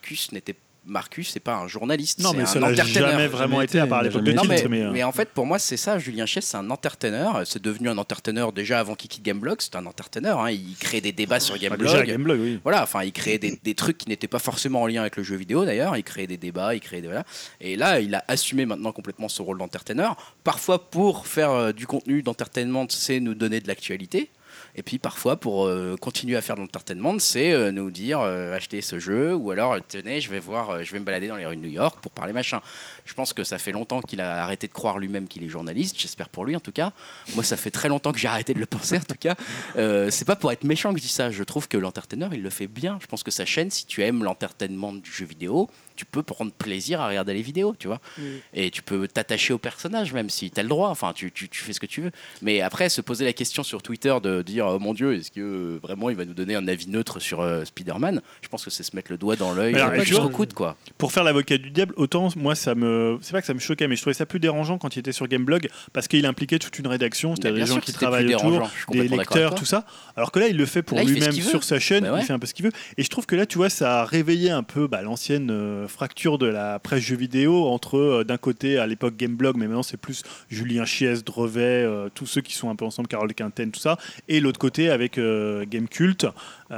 Marcus, c'est pas un journaliste, non, mais c'est un entertainer. Jamais vraiment été à part l'époque de titre. Mais en fait, pour moi, c'est ça. Julien Chiez, c'est un entertainer. C'est devenu un entertainer déjà avant qu'il quitte Gameblog. C'était un entertainer. Il créait des débats sur Gameblog. Déjà Gameblog, oui. Voilà, enfin, il créait des trucs qui n'étaient pas forcément en lien avec le jeu vidéo d'ailleurs. Il créait des débats, voilà. Et là, il a assumé maintenant complètement ce rôle d'entertainer. Parfois, pour faire du contenu d'entertainment, c'est nous donner de l'actualité. Et puis parfois, pour continuer à faire de l'entertainment, c'est nous dire achetez ce jeu, ou alors tenez, je vais me balader dans les rues de New York pour parler machin. Je pense que ça fait longtemps qu'il a arrêté de croire lui-même qu'il est journaliste, j'espère pour lui en tout cas. Moi, ça fait très longtemps que j'ai arrêté de le penser en tout cas. C'est pas pour être méchant que je dis ça, je trouve que l'entertainer, il le fait bien. Je pense que sa chaîne, si tu aimes l'entertainment du jeu vidéo, tu peux prendre plaisir à regarder les vidéos, tu vois. Et tu peux t'attacher au personnage même si tu as le droit, enfin tu fais ce que tu veux. Mais après, se poser la question sur Twitter de dire oh mon Dieu, est-ce que vraiment il va nous donner un avis neutre sur Spider-Man? Je pense que c'est se mettre le doigt dans l'œil jusqu'au coude, quoi. Pour faire l'avocat du diable, autant moi c'est pas que ça me choquait, mais je trouvais ça plus dérangeant quand il était sur Gameblog parce qu'il impliquait toute une rédaction, c'est-à-dire des gens qui travaillent autour, des lecteurs, tout ça. Alors que là, il le fait pour lui-même sur sa chaîne, il fait un peu ce qu'il veut. Et je trouve que là, tu vois, ça a réveillé un peu l'ancienne fracture de la presse jeux vidéo entre d'un côté à l'époque Gameblog, mais maintenant c'est plus Julien Chiez, Drevet, tous ceux qui sont un peu ensemble, Carole Quinten, tout ça, et l'autre côté avec Gamecult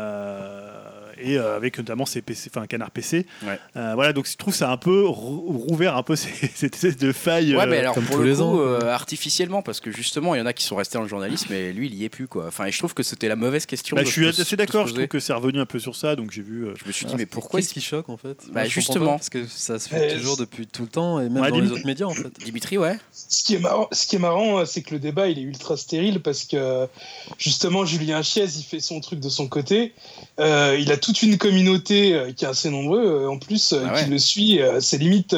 et avec notamment Canard PC. Voilà, donc je trouve ça un peu rouvert un peu cette espèce de faille. Ouais, mais alors comme pour le coup, artificiellement, parce que justement il y en a qui sont restés dans le journalisme, mais lui il y est plus, quoi. Enfin, et je trouve que c'était la mauvaise question. Je suis assez d'accord. Je trouve que c'est revenu un peu sur ça, donc j'ai vu. Je me suis dit mais pourquoi ce qui choque en fait? Justement, parce que ça se fait toujours depuis tout le temps et même dans les autres médias en fait. Dimitri, ouais. Ce qui est marrant, c'est que le débat il est ultra stérile parce que justement Julien Chiez il fait son truc de son côté. Il a toute une communauté qui est assez nombreuse en plus qui le suit. C'est limite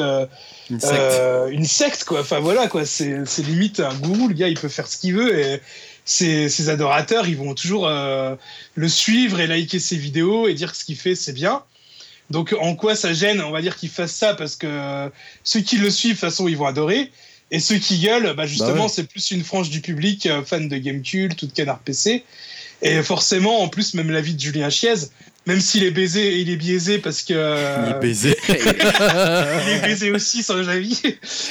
une secte quoi. Enfin voilà quoi. C'est limite un gourou. Le gars il peut faire ce qu'il veut et ses adorateurs ils vont toujours le suivre et liker ses vidéos et dire que ce qu'il fait c'est bien. Donc en quoi ça gêne, on va dire qu'il fasse ça parce que ceux qui le suivent de toute façon ils vont adorer. Et ceux qui gueulent, justement, c'est plus une frange du public fan de Gamecult ou de Canard PC. Et forcément, en plus, même l'avis de Julien Chiez, même s'il est baisé, il est biaisé parce que... il est baisé. il est baisé aussi, sans avis.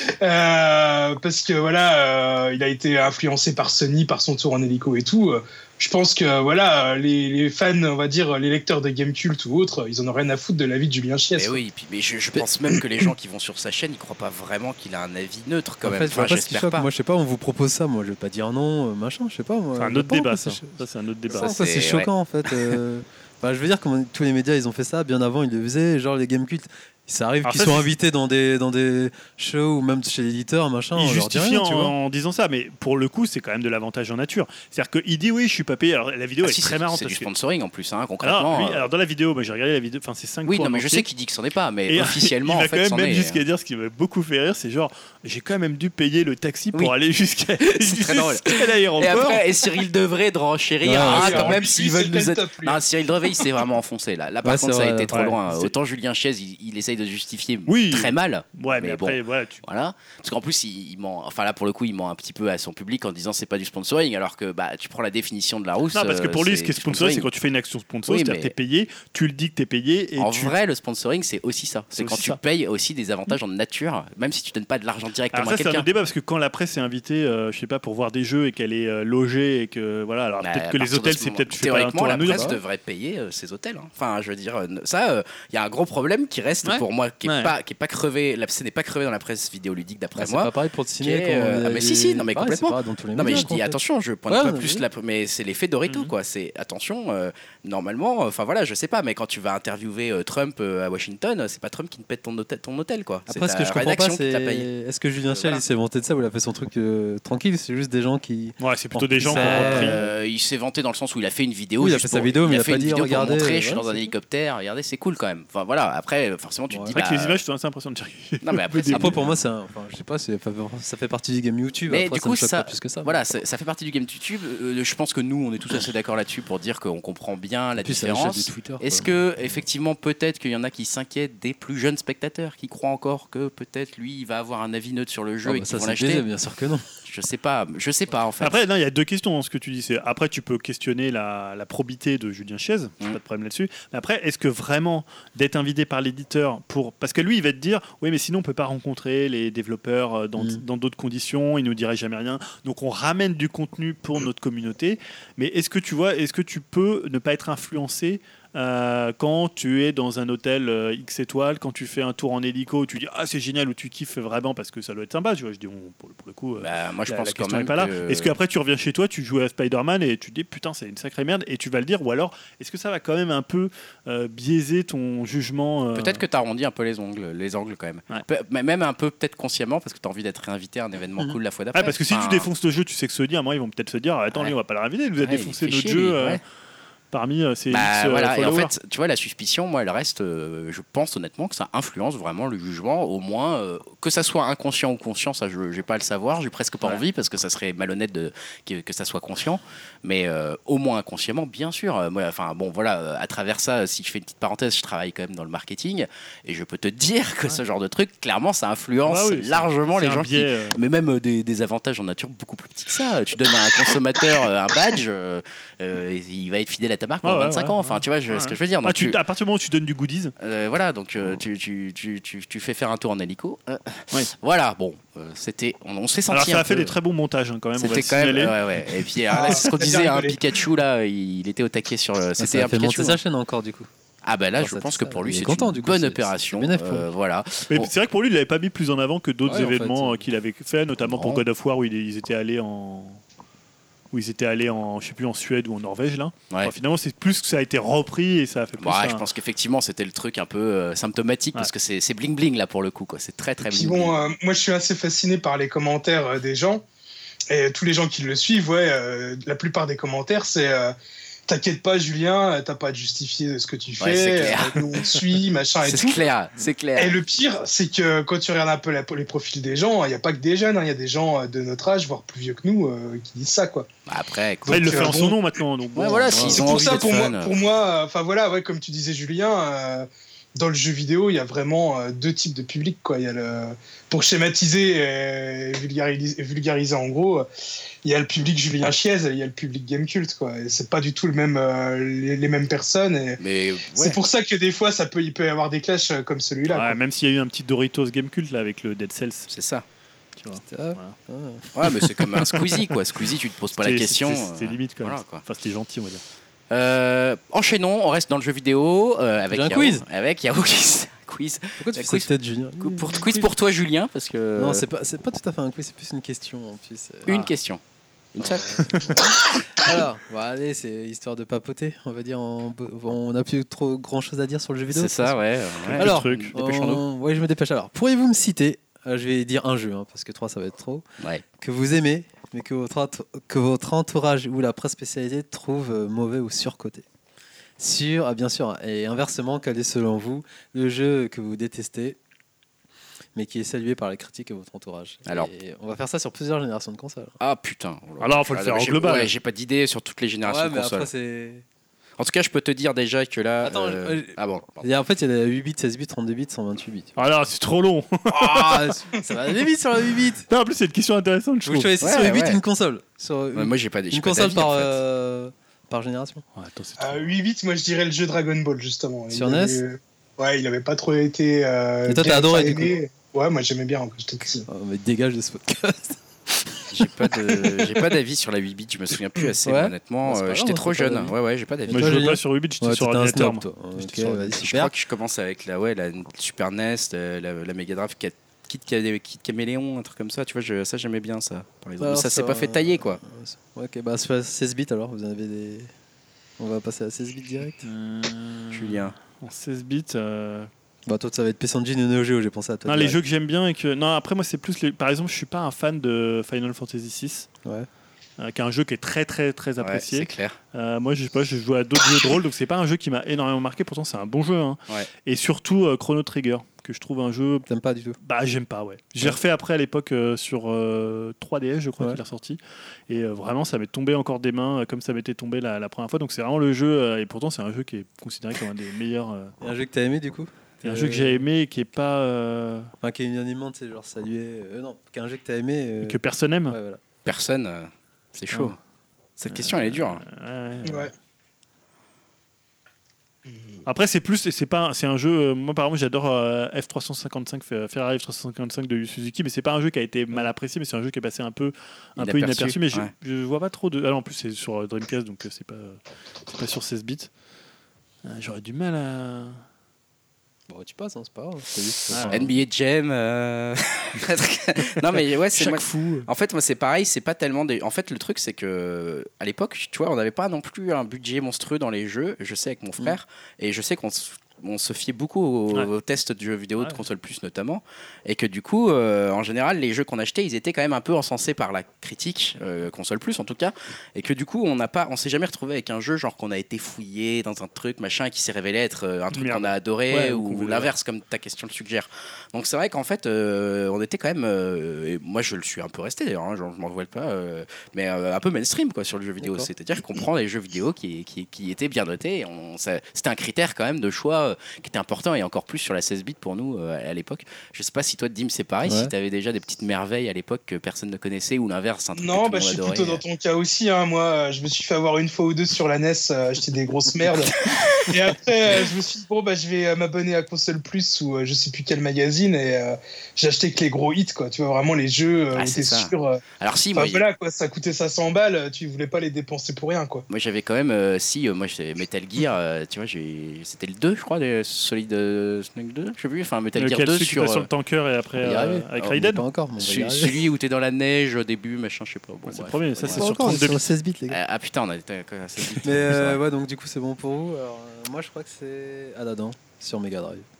Parce que, voilà, il a été influencé par Sony, par son tour en hélico et tout. Je pense que, voilà, les fans, on va dire, les lecteurs de Gamecult ou autres, ils en ont rien à foutre de l'avis de Julien Chiez. Mais oui, mais je pense même que les gens qui vont sur sa chaîne, ils croient pas vraiment qu'il a un avis neutre quand même. Enfin, j'espère pas. Moi, je sais pas, on vous propose ça, moi, je vais pas dire non, machin, je sais pas. Moi, c'est un autre débat, ça. Ça, c'est un autre débat. Ça, c'est choquant, en fait. Enfin, je veux dire, comme tous les médias, ils ont fait ça, bien avant, ils le faisaient, genre les Gamecult. Ça arrive qu'ils soient invités dans des shows ou même chez l'éditeur, machin. Il justifie en disant ça, mais pour le coup, c'est quand même de l'avantage en nature. C'est-à-dire qu'il dit oui, je suis pas payé. Alors la vidéo est très marrante. C'est du sponsoring en plus, hein, concrètement. Alors dans la vidéo, moi j'ai regardé la vidéo, enfin c'est 5 Oui, non, mais je sais qu'il dit que c'en est pas, mais et officiellement, il va quand même jusqu'à dire ce qui m'a beaucoup fait rire, c'est genre j'ai quand même dû payer le taxi pour aller jusqu'à l'aéroport. Et Cyril Devray de renchérir. Quand même, s'ils veulent nous être. Non, Cyril Devray, il s'est vraiment enfoncé là. Là, par contre, ça a été trop loin. Autant Julien Chiez, il essaye de justifier. Très mal. Ouais, mais après, bon, voilà. Parce qu'en plus, il ment. Enfin, là, pour le coup, il ment un petit peu à son public en disant c'est pas du sponsoring, alors que tu prends la définition de Larousse. Non, parce que pour lui, ce qui est sponsoring, c'est quand tu fais une action sponsor, c'est-à-dire que t'es payé, tu le dis que t'es payé. Et vrai, le sponsoring, c'est aussi ça. C'est quand tu payes aussi des avantages en nature, même si tu donnes pas de l'argent directement à quelqu'un. C'est un autre débat parce que quand la presse est invitée, je sais pas, pour voir des jeux et qu'elle est logée et que voilà, alors peut-être que les hôtels, c'est peut-être théoriquement la presse devrait payer ces hôtels. Enfin, je veux dire, ça, il y a un gros problème qui reste pour moi, qui est pas crevé. Ce n'est pas crevé dans la presse vidéoludique d'après moi. C'est pas pareil pour le ciné. Mais si, non mais complètement. Non mais je dis attention, je pointe pas plus mais c'est l'effet Dorito quoi. C'est attention, normalement, enfin voilà, je sais pas, mais quand tu vas interviewer Trump à Washington, c'est pas Trump qui te pète ton hôtel quoi. Après, ce que je comprends pas, c'est est-ce que Julien Chiez il s'est vanté de ça ou il a fait son truc tranquille? C'est juste des gens qui. Ouais, c'est plutôt des gens qui ont repris. Il s'est vanté dans le sens où il a fait une vidéo. Il a fait sa vidéo, mais il a pas dit regardez. Je suis dans un hélicoptère, regardez, c'est cool quand même. Enfin voilà, après forcément tu te dis. C'est vrai que les images sont assez impressionnantes. Non mais après pour moi, je sais pas, ça fait partie du game YouTube. Mais après, du coup, ça plus que ça. Voilà, ça fait partie du game YouTube. Je pense que nous, on est tous assez d'accord là-dessus pour dire qu'on comprend bien la différence. Est-ce que effectivement, peut-être qu'il y en a qui s'inquiètent des plus jeunes spectateurs, qui croient encore que peut-être lui, il va avoir un avis neutre sur le jeu et qu'ils vont l'acheter? Bien sûr que non. Je sais pas en fait. Après, il y a deux questions dans ce que tu dis. Après, tu peux questionner la probité de Julien Chiez, pas de problème là-dessus. Mais après, est-ce que vraiment d'être invité par l'éditeur parce que lui, il va te dire, oui, mais sinon on peut pas rencontrer les développeurs dans d'autres conditions, il nous dirait jamais rien. Donc on ramène du contenu pour notre communauté. Mais est-ce que tu peux ne pas être influencé quand tu es dans un hôtel X étoiles, quand tu fais un tour en hélico, tu dis c'est génial, ou tu kiffes vraiment parce que ça doit être sympa, tu vois. Je dis pour le coup, moi je pense la quand question même n'est pas là. Est-ce qu'après tu reviens chez toi, tu joues à Spider-Man et tu te dis putain c'est une sacrée merde et tu vas le dire, ou alors est-ce que ça va quand même un peu biaiser ton jugement Peut-être que tu arrondis un peu les angles quand même. Ouais. Même un peu peut-être consciemment parce que tu as envie d'être réinvité à un événement cool la fois d'après. Parce que si tu défonces le jeu, tu sais que Sony, à moi ils vont peut-être se dire attends lui on va pas le réinviter, il nous a défoncé notre jeu. Parmi ces voilà, et en fait, tu vois, la suspicion, moi, elle reste. Je pense honnêtement que ça influence vraiment le jugement, au moins que ça soit inconscient ou conscient, ça, je n'ai pas à le savoir. J'ai presque pas envie parce que ça serait malhonnête que ça soit conscient, mais au moins inconsciemment, bien sûr. Moi, enfin bon, voilà, à travers ça, si je fais une petite parenthèse, je travaille quand même dans le marketing et je peux te dire que ce genre de truc, clairement, ça influence largement les gens mais même des avantages en nature beaucoup plus petits que ça. Tu donnes à un consommateur un badge, il va être fidèle à ta marque pendant 25 ans. Enfin, tu vois ce que je veux dire. Donc, à partir du moment où tu donnes du goodies. Voilà, donc tu fais faire un tour en hélico. Voilà, bon, c'était. On s'est senti. Alors, ça a fait des très bons montages quand même. C'était quand même. Ouais. Et puis, là, c'est ce qu'on disait, Pikachu, là, il était au taquet sur. C'était un Pikachu. Monter sa chaîne encore, du coup. Ah bah là, je pense que pour lui, c'est une bonne opération. Voilà. Mais c'est vrai que pour lui, il l'avait pas mis plus en avant que d'autres événements qu'il avait fait, notamment pour God of War où ils étaient allés en. Je sais plus, en Suède ou en Norvège là. Ouais. Enfin, finalement, c'est plus que ça a été repris et ça a fait plus. Je pense qu'effectivement, c'était le truc un peu symptomatique parce que c'est bling bling là pour le coup, quoi. C'est très très bling. Bon, moi, je suis assez fasciné par les commentaires des gens et tous les gens qui le suivent. La plupart des commentaires, c'est t'inquiète pas, Julien, t'as pas à te justifier de ce que tu fais. Nous, on te suit, machin et tout. C'est clair. Et le pire, c'est que quand tu regardes un peu les profils des gens, il n'y a pas que des jeunes, il y a des gens de notre âge, voire plus vieux que nous, qui disent ça, quoi. Après, écoute, il le fait en son nom maintenant. Donc voilà, c'est pour ça, pour moi, enfin voilà, comme tu disais, Julien. Dans le jeu vidéo, il y a vraiment deux types de public, quoi. Il y a pour schématiser et vulgariser en gros, il y a le public Julien Chiez et il y a le public Gamecult, quoi. Et c'est pas du tout les mêmes personnes. C'est pour ça que des fois, il peut y avoir des clashs comme celui-là. Ouais, même s'il y a eu un petit Doritos Gamecult là avec le Dead Cells. C'est ça. Tu vois. Ouais, mais c'est comme un Squeezie, quoi. Squeezie, tu te poses pas la question. C'était limite, quand même. Voilà, quoi. Enfin, c'était gentil, on va dire. Enchaînons, on reste dans le jeu vidéo avec un quiz. Avec Yahoo quiz. Pourquoi tu fais cette tête, Julien Quiz pour toi, Julien, parce que non, c'est pas tout à fait un quiz, c'est plus une question en plus. Une question. Une seule. Alors, allez, c'est histoire de papoter, on va dire. On n'a plus trop grand chose à dire sur le jeu vidéo. C'est ça, ouais. Alors, ouais, je me dépêche. Alors, pourriez-vous me citer, je vais dire un jeu, parce que 3 ça va être trop, que vous aimez, mais que votre entourage ou la presse spécialisée trouve mauvais ou surcoté. Bien sûr. Et inversement, quel est selon vous le jeu que vous détestez, mais qui est salué par la critique et votre entourage? Alors, et on va faire ça sur plusieurs générations de consoles. Ah putain. Alors, il faut le faire en global. Ouais, j'ai pas d'idée sur toutes les générations de consoles. Après, en tout cas, je peux te dire déjà que là. Attends, ah bon. En fait, il y a 8 bits, 16 bits, 32 bits, 128 bits. Alors, c'est trop long. Ça va aller vite sur la 8 bits. Non, en plus, c'est une question intéressante. Je choisis sur 8 bits une console. Moi, j'ai pas une console par génération. Ouais, attends, 8 bits, moi je dirais le jeu Dragon Ball, justement. Sur NES Ouais, il avait pas trop été. Et toi, t'as adoré du coup? Ouais, moi j'aimais bien quand j'étais petit. Mais dégage de ce podcast. J'ai pas d'avis sur la 8 bits, je me souviens plus assez, honnêtement. J'étais trop jeune. Ouais, j'ai pas d'avis. Moi, je jouais pas sur 8 bits, j'étais sur ordinateur. Je crois que je commence avec la Super NES, la Mega Drive Kid Caméléon, un truc comme ça, tu vois, ça j'aimais bien ça, par exemple. Ça s'est pas fait tailler, quoi. Ok, 16 bits alors, vous en avez des. On va passer à 16 bits direct. Julien. En 16 bits. Toi, ça va être PS Engine et Neo Geo, j'ai pensé à toi. Non, les jeux que j'aime bien et que. Non, après, moi, c'est plus. Par exemple, je suis pas un fan de Final Fantasy VI. Ouais. Qui est un jeu qui est très très très apprécié. C'est clair. Moi, je sais pas, je joue à d'autres jeux de rôle, donc c'est pas un jeu qui m'a énormément marqué. Pourtant, c'est un bon jeu. Hein. Ouais. Et surtout Chrono Trigger, que je trouve un jeu. T'aimes pas du tout? Bah, j'aime pas, ouais. J'ai refait après à l'époque sur 3DS, je crois qu'il est ressorti. Et vraiment, ça m'est tombé encore des mains, comme ça m'était tombé la première fois. Donc c'est vraiment le jeu. Et pourtant, c'est un jeu qui est considéré comme un des meilleurs. Et un jeu que t'as aimé du coup? Un jeu que j'ai aimé et qui est pas. Enfin, qui est unanimement, tu sais, genre salué. Non, qui est un jeu que t'as aimé. Que personne aime. Ouais, voilà. Personne, c'est chaud. Cette question, elle est dure. Ouais. Après, c'est un jeu. Moi, par exemple, j'adore F355, Ferrari F355 de Yu Suzuki, mais c'est pas un jeu qui a été mal apprécié, mais c'est un jeu qui est passé un peu inaperçu. Mais je vois pas trop de. Ah, en plus, c'est sur Dreamcast, donc c'est pas sur 16 bits. J'aurais du mal à. Bon, tu passes, hein, c'est pas grave. NBA Jam. Non, mais ouais, c'est Chaque fou. En fait, moi, c'est pareil, c'est pas tellement des. En fait, le truc, c'est que à l'époque, tu vois, on n'avait pas non plus un budget monstrueux dans les jeux. Je sais avec mon frère, et je sais qu'on se fiait beaucoup aux tests de jeux vidéo de console plus notamment, et que du coup en général les jeux qu'on achetait ils étaient quand même un peu encensés par la critique console plus en tout cas, et que du coup on s'est jamais retrouvé avec un jeu genre qu'on a été fouillé dans un truc machin et qui s'est révélé être un truc qu'on a adoré ou l'inverse comme ta question le suggère. Donc c'est vrai qu'en fait on était quand même et moi je le suis un peu resté d'ailleurs hein, genre, je m'en voile pas mais un peu mainstream quoi sur le jeu vidéo. D'accord. C'est-à-dire qu'on prend les jeux vidéo qui étaient bien notés et c'était un critère quand même de choix qui était important et encore plus sur la 16 bits pour nous à l'époque. Je sais pas si toi Dim c'est pareil, si tu avais déjà des petites merveilles à l'époque que personne ne connaissait ou l'inverse un truc non, que tout le monde je suis adorait. plutôt dans ton cas aussi hein. Moi je me suis fait avoir une fois ou deux sur la NES, j'étais des grosses merdes et après je me suis dit je vais m'abonner à Console Plus ou je sais plus quel magazine et j'ai acheté que les gros hits quoi, tu vois vraiment les jeux où t'es sûr alors si moi voilà quoi, ça coûtait 500 balles, tu voulais pas les dépenser pour rien quoi. Moi j'avais quand même moi j'avais Metal Gear tu vois c'était le 2 je crois Solid Snake 2 je sais plus enfin Metal Gear 2 sur le tanker et après avec Raiden pas encore celui où t'es dans la neige au début machin je sais pas c'est le premier ça c'est sur 32 bits 16 bits les gars ah putain on était à 16 bits mais ouais donc du coup c'est bon pour vous alors, moi je crois que c'est Aladdin sur Mega Drive.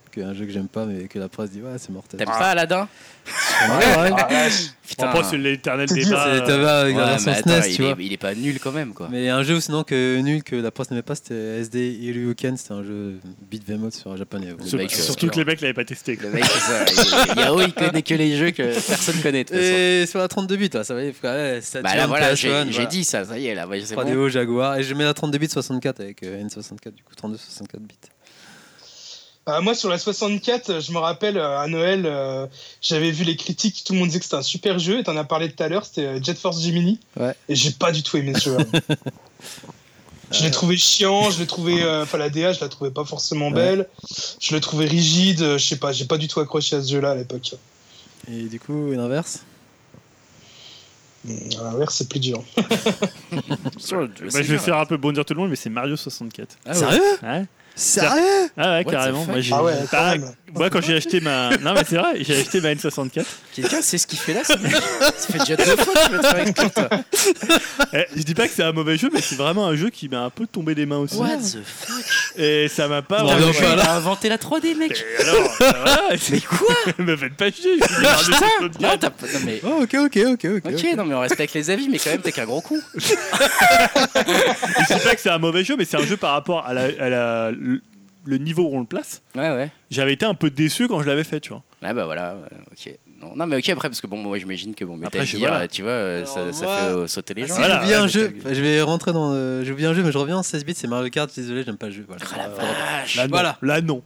qu'il y a un jeu que j'aime pas, mais que la presse dit ouais, c'est mortel. T'aimes pas Aladdin? Putain. Putain. C'est l'éternel débat. C'est le débat avec la version SNES, tu vois. Il est pas nul quand même, quoi. Mais un jeu sinon que nul que la presse n'aimait pas, c'était SD Hiryuken, c'était un jeu beat'em up sur japonais. Surtout que les mecs l'avaient pas testé. Le mec, Yao, il connaît que les jeux que personne connaît. Et sur la 32 bits, ça va y aller. Bah là, voilà, j'ai dit ça, ça y est, là. 3DO, Jaguar. Et je mets la 32 bits 64 avec N64, du coup 32-64 bits. Moi, sur la 64, je me rappelle, à Noël, j'avais vu les critiques, tout le monde disait que c'était un super jeu, et t'en as parlé tout à l'heure, c'était Jet Force Gemini, et j'ai pas du tout aimé ce jeu. Je l'ai trouvé chiant, je l'ai trouvé... la DA, je la trouvais pas forcément belle, je l'ai trouvé rigide, je sais pas, j'ai pas du tout accroché à ce jeu-là à l'époque. Et du coup, l'inverse? L'inverse, c'est plus dur. Je vais faire un peu bondir tout le monde, mais c'est Mario 64. Sérieux? Ouais. Sérieux? Ah ouais, carrément. Moi, quand j'ai acheté ma... Non, mais c'est vrai, j'ai acheté ma N64. Quelqu'un sait ce qu'il fait là? Ça fait déjà 2 fois que tu veux te faire exclure, toi. Je dis pas que c'est un mauvais jeu, mais c'est vraiment un jeu qui m'a un peu tombé des mains aussi. What the fuck? Et ça m'a pas... Il a inventé la 3D, mec. Et alors, mais quoi? Me faites pas chier. Non, t'as pas... Non, mais... Oh, ok, non, mais on respecte les avis, mais quand même, t'es qu'un gros con. Je dis pas que c'est un mauvais jeu, mais c'est un jeu par rapport à le niveau où on le place. Ouais. J'avais été un peu déçu quand je l'avais fait, tu vois. Ah bah voilà, ok. Non mais ok, après, parce que bon, moi j'imagine que Metal Gear, tu vois, ça fait sauter les gens. Si j'ai oublié un jeu, je vais rentrer dans... J'ai oublié un jeu, mais je reviens en 16 bits, c'est Mario Kart, désolé, j'aime pas le jeu. Voilà. Ah la vache. Là non.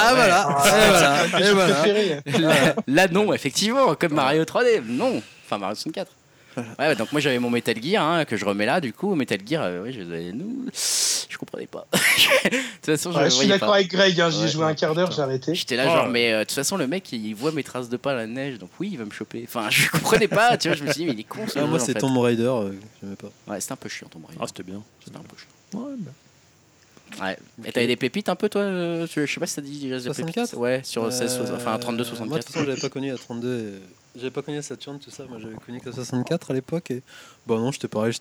Là non, effectivement, comme Mario 3D, non. Enfin Mario 64. Ouais, donc moi j'avais mon Metal Gear que je remets là, du coup Metal Gear, je comprenais pas. De toute façon, je suis d'accord avec Greg, j'y ai joué un quart d'heure, j'ai arrêté. J'étais là genre, mais de toute façon le mec il voit mes traces de pas à la neige, donc oui il va me choper. Enfin je comprenais pas, tu vois, je me suis dit mais il est con ça. Moi c'est Tomb Raider, j'aimais pas. Ouais, c'était un peu chiant Tomb Raider. Ah c'était bien. C'était un peu chiant. Ouais. Et t'avais des pépites un peu toi je sais pas si t'as dit 64 ouais, sur 32 64. Moi de toute façon j'avais pas connu la 32 j'avais pas connu la Saturn tout ça, moi j'avais connu que la 64 à l'époque et non, j'étais pareil,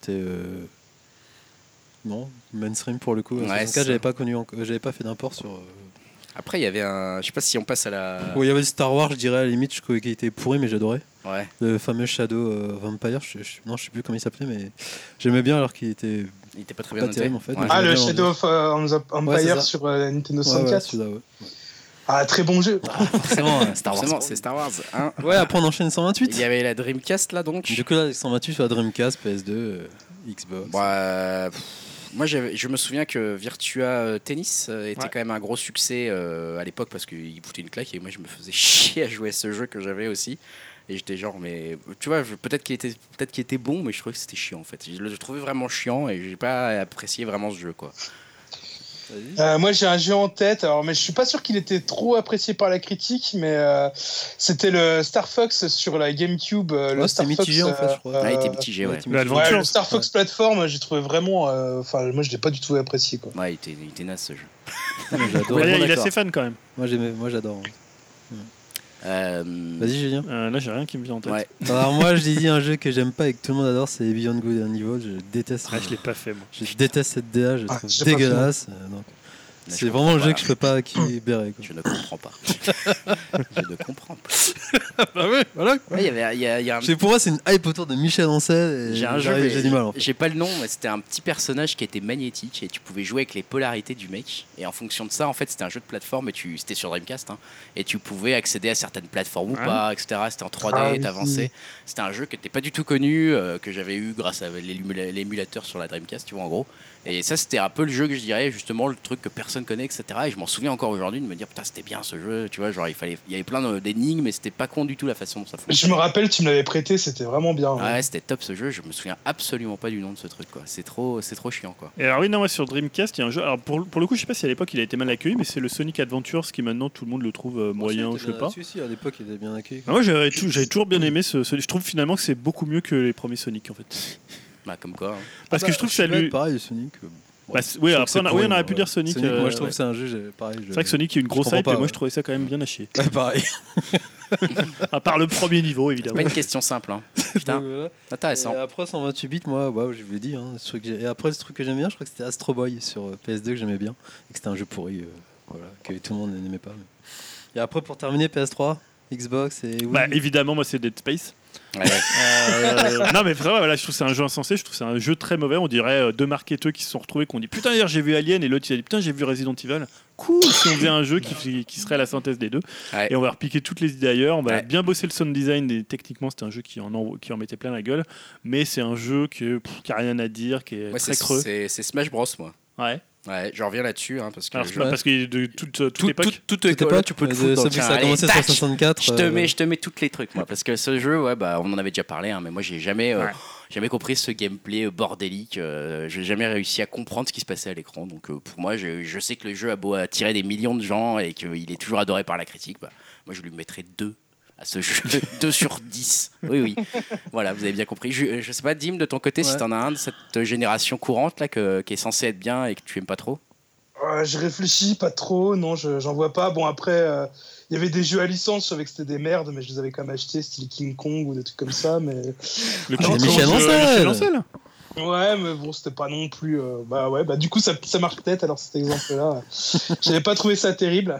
non, mainstream pour le coup. La 64 j'avais pas connu j'avais pas fait d'import sur Après il y avait je sais pas si on passe à la il y avait Star Wars, je dirais à la limite, je trouvais qu'il était pourri mais j'adorais. Ouais. Le fameux Shadow Vampire, non, je sais plus comment il s'appelait mais j'aimais bien alors qu'il était pas très bien noté en fait. Ouais. Le Shadow of Empire sur Nintendo 64. Ouais. Ah, très bon jeu. Forcément, c'est Star Wars. Hein. Ouais, après on enchaîne 128. Il y avait la Dreamcast là donc. Du coup là, 128 sur la Dreamcast, PS2, Xbox. Moi je me souviens que Virtua Tennis était quand même un gros succès à l'époque parce qu'il foutait une claque et moi je me faisais chier à jouer à ce jeu que j'avais aussi. Et j'étais genre, mais tu vois, peut-être qu'il était bon, mais je trouvais que c'était chiant en fait. Je le trouvais vraiment chiant et j'ai pas apprécié vraiment ce jeu quoi. Moi j'ai un jeu en tête, mais je suis pas sûr qu'il était trop apprécié par la critique, mais c'était le Star Fox sur la GameCube. Le Star mitigé Fox, en fait, je crois. Il était mitigé, ouais. Le Star Fox Platform, j'ai trouvé vraiment. Moi je l'ai pas du tout apprécié quoi. Ouais, il était naze ce jeu. Il est assez fan quand même. Moi j'adore. Vas-y Julien. Là j'ai rien qui me vient en tête. Ouais. Alors moi je dis un jeu que j'aime pas et que tout le monde adore, c'est Beyond Good and Evil. Je déteste. Je l'ai pas fait moi. Je déteste cette DA, je trouve dégueulasse. Donc, c'est vraiment le jeu que je peux pas équilibrer. Je ne comprends pas. Je ne comprends pas. Bah oui, voilà. Ouais, y a un... Pour moi c'est une hype autour de Michel Ancel. J'ai un jeu, j'ai du mal. En fait. J'ai pas le nom, mais c'était un petit personnage qui était magnétique et tu pouvais jouer avec les polarités du mec. Et en fonction de ça, en fait, c'était un jeu de plateforme et c'était sur Dreamcast. Et tu pouvais accéder à certaines plateformes ou pas, etc. C'était en 3D, t'avançais. C'était un jeu qui n'était pas du tout connu, que j'avais eu grâce à l'émulateur sur la Dreamcast, tu vois, en gros. Et ça, c'était un peu le jeu que je dirais, justement, le truc que personne connaît, etc. Et je m'en souviens encore aujourd'hui de me dire, putain, c'était bien ce jeu, tu vois, genre il y avait plein d'énigmes, mais c'était pas con du tout la façon dont ça fonctionnait. Je me rappelle, tu me l'avais prêté, c'était vraiment bien. Ouais, c'était top ce jeu, je me souviens absolument pas du nom de ce truc, quoi. C'est trop chiant, quoi. Et alors, oui, non, moi sur Dreamcast, il y a un jeu, alors pour le coup, je sais pas si à l'époque il a été mal accueilli, mais c'est le Sonic Adventures qui maintenant tout le monde le trouve moyen, je sais pas. Si, à l'époque il était bien accueilli. Moi j'avais toujours bien aimé ce. Je trouve finalement que c'est beaucoup mieux que les premiers Sonic en fait. Bah, comme quoi. Hein. Parce que je trouve que ça lui. Pareil, Sonic. Oui, après on aurait pu dire Sonic. Moi je trouve que c'est un jeu pareil. C'est vrai que Sonic il y a une grosse hype et moi je trouvais ça quand même bien à chier. Pareil. À part le premier niveau évidemment. C'est pas une question simple. Hein. Putain, intéressant. Et après 128 bits, moi, je vous l'ai dit. Hein, et après, ce truc que j'aime bien, je crois que c'était Astro Boy sur PS2 que j'aimais bien. Et que c'était un jeu pourri, que tout le monde n'aimait pas. Et après, pour terminer, PS3, Xbox et Wii. Évidemment, moi, c'est Dead Space. Ouais. Non mais vraiment voilà, je trouve que c'est un jeu insensé, je trouve que c'est un jeu très mauvais. On dirait deux marketeurs qui se sont retrouvés, qui ont dit putain hier j'ai vu Alien, et l'autre il a dit putain j'ai vu Resident Evil. Cool, si on faisait un jeu qui serait la synthèse des deux. Et on va repiquer toutes les idées ailleurs. On va bien bosser le sound design, et techniquement c'était un jeu qui en mettait plein la gueule, mais c'est un jeu qui a rien à dire, qui est très creux. C'est Smash Bros moi. Ouais, je reviens là-dessus parce que parce que de toute époque, toute époque, tu peux te foutre. Ça a commencé sur 64. Je te mets toutes les trucs moi, parce que ce jeu, on en avait déjà parlé, mais moi j'ai jamais compris ce gameplay bordélique. J'ai jamais réussi à comprendre ce qui se passait à l'écran. Donc pour moi, je sais que le jeu a beau attirer des millions de gens et qu'il est toujours adoré par la critique. Moi, je lui mettrais 2 à ce jeu, 2 sur 10. Oui. Voilà, vous avez bien compris. Je sais pas, Dim, de ton côté, si t'en as un de cette génération courante là qui est censé être bien et que tu aimes pas trop. Je réfléchis pas trop, non, j'en vois pas. Bon, après, il y avait des jeux à licence, je savais que c'était des merdes, mais je les avais quand même achetés, style King Kong ou des trucs comme ça. Mais... Michel Ancel. Ouais, mais bon, c'était pas non plus. Du coup, ça marche peut-être alors cet exemple-là. J'avais pas trouvé ça terrible.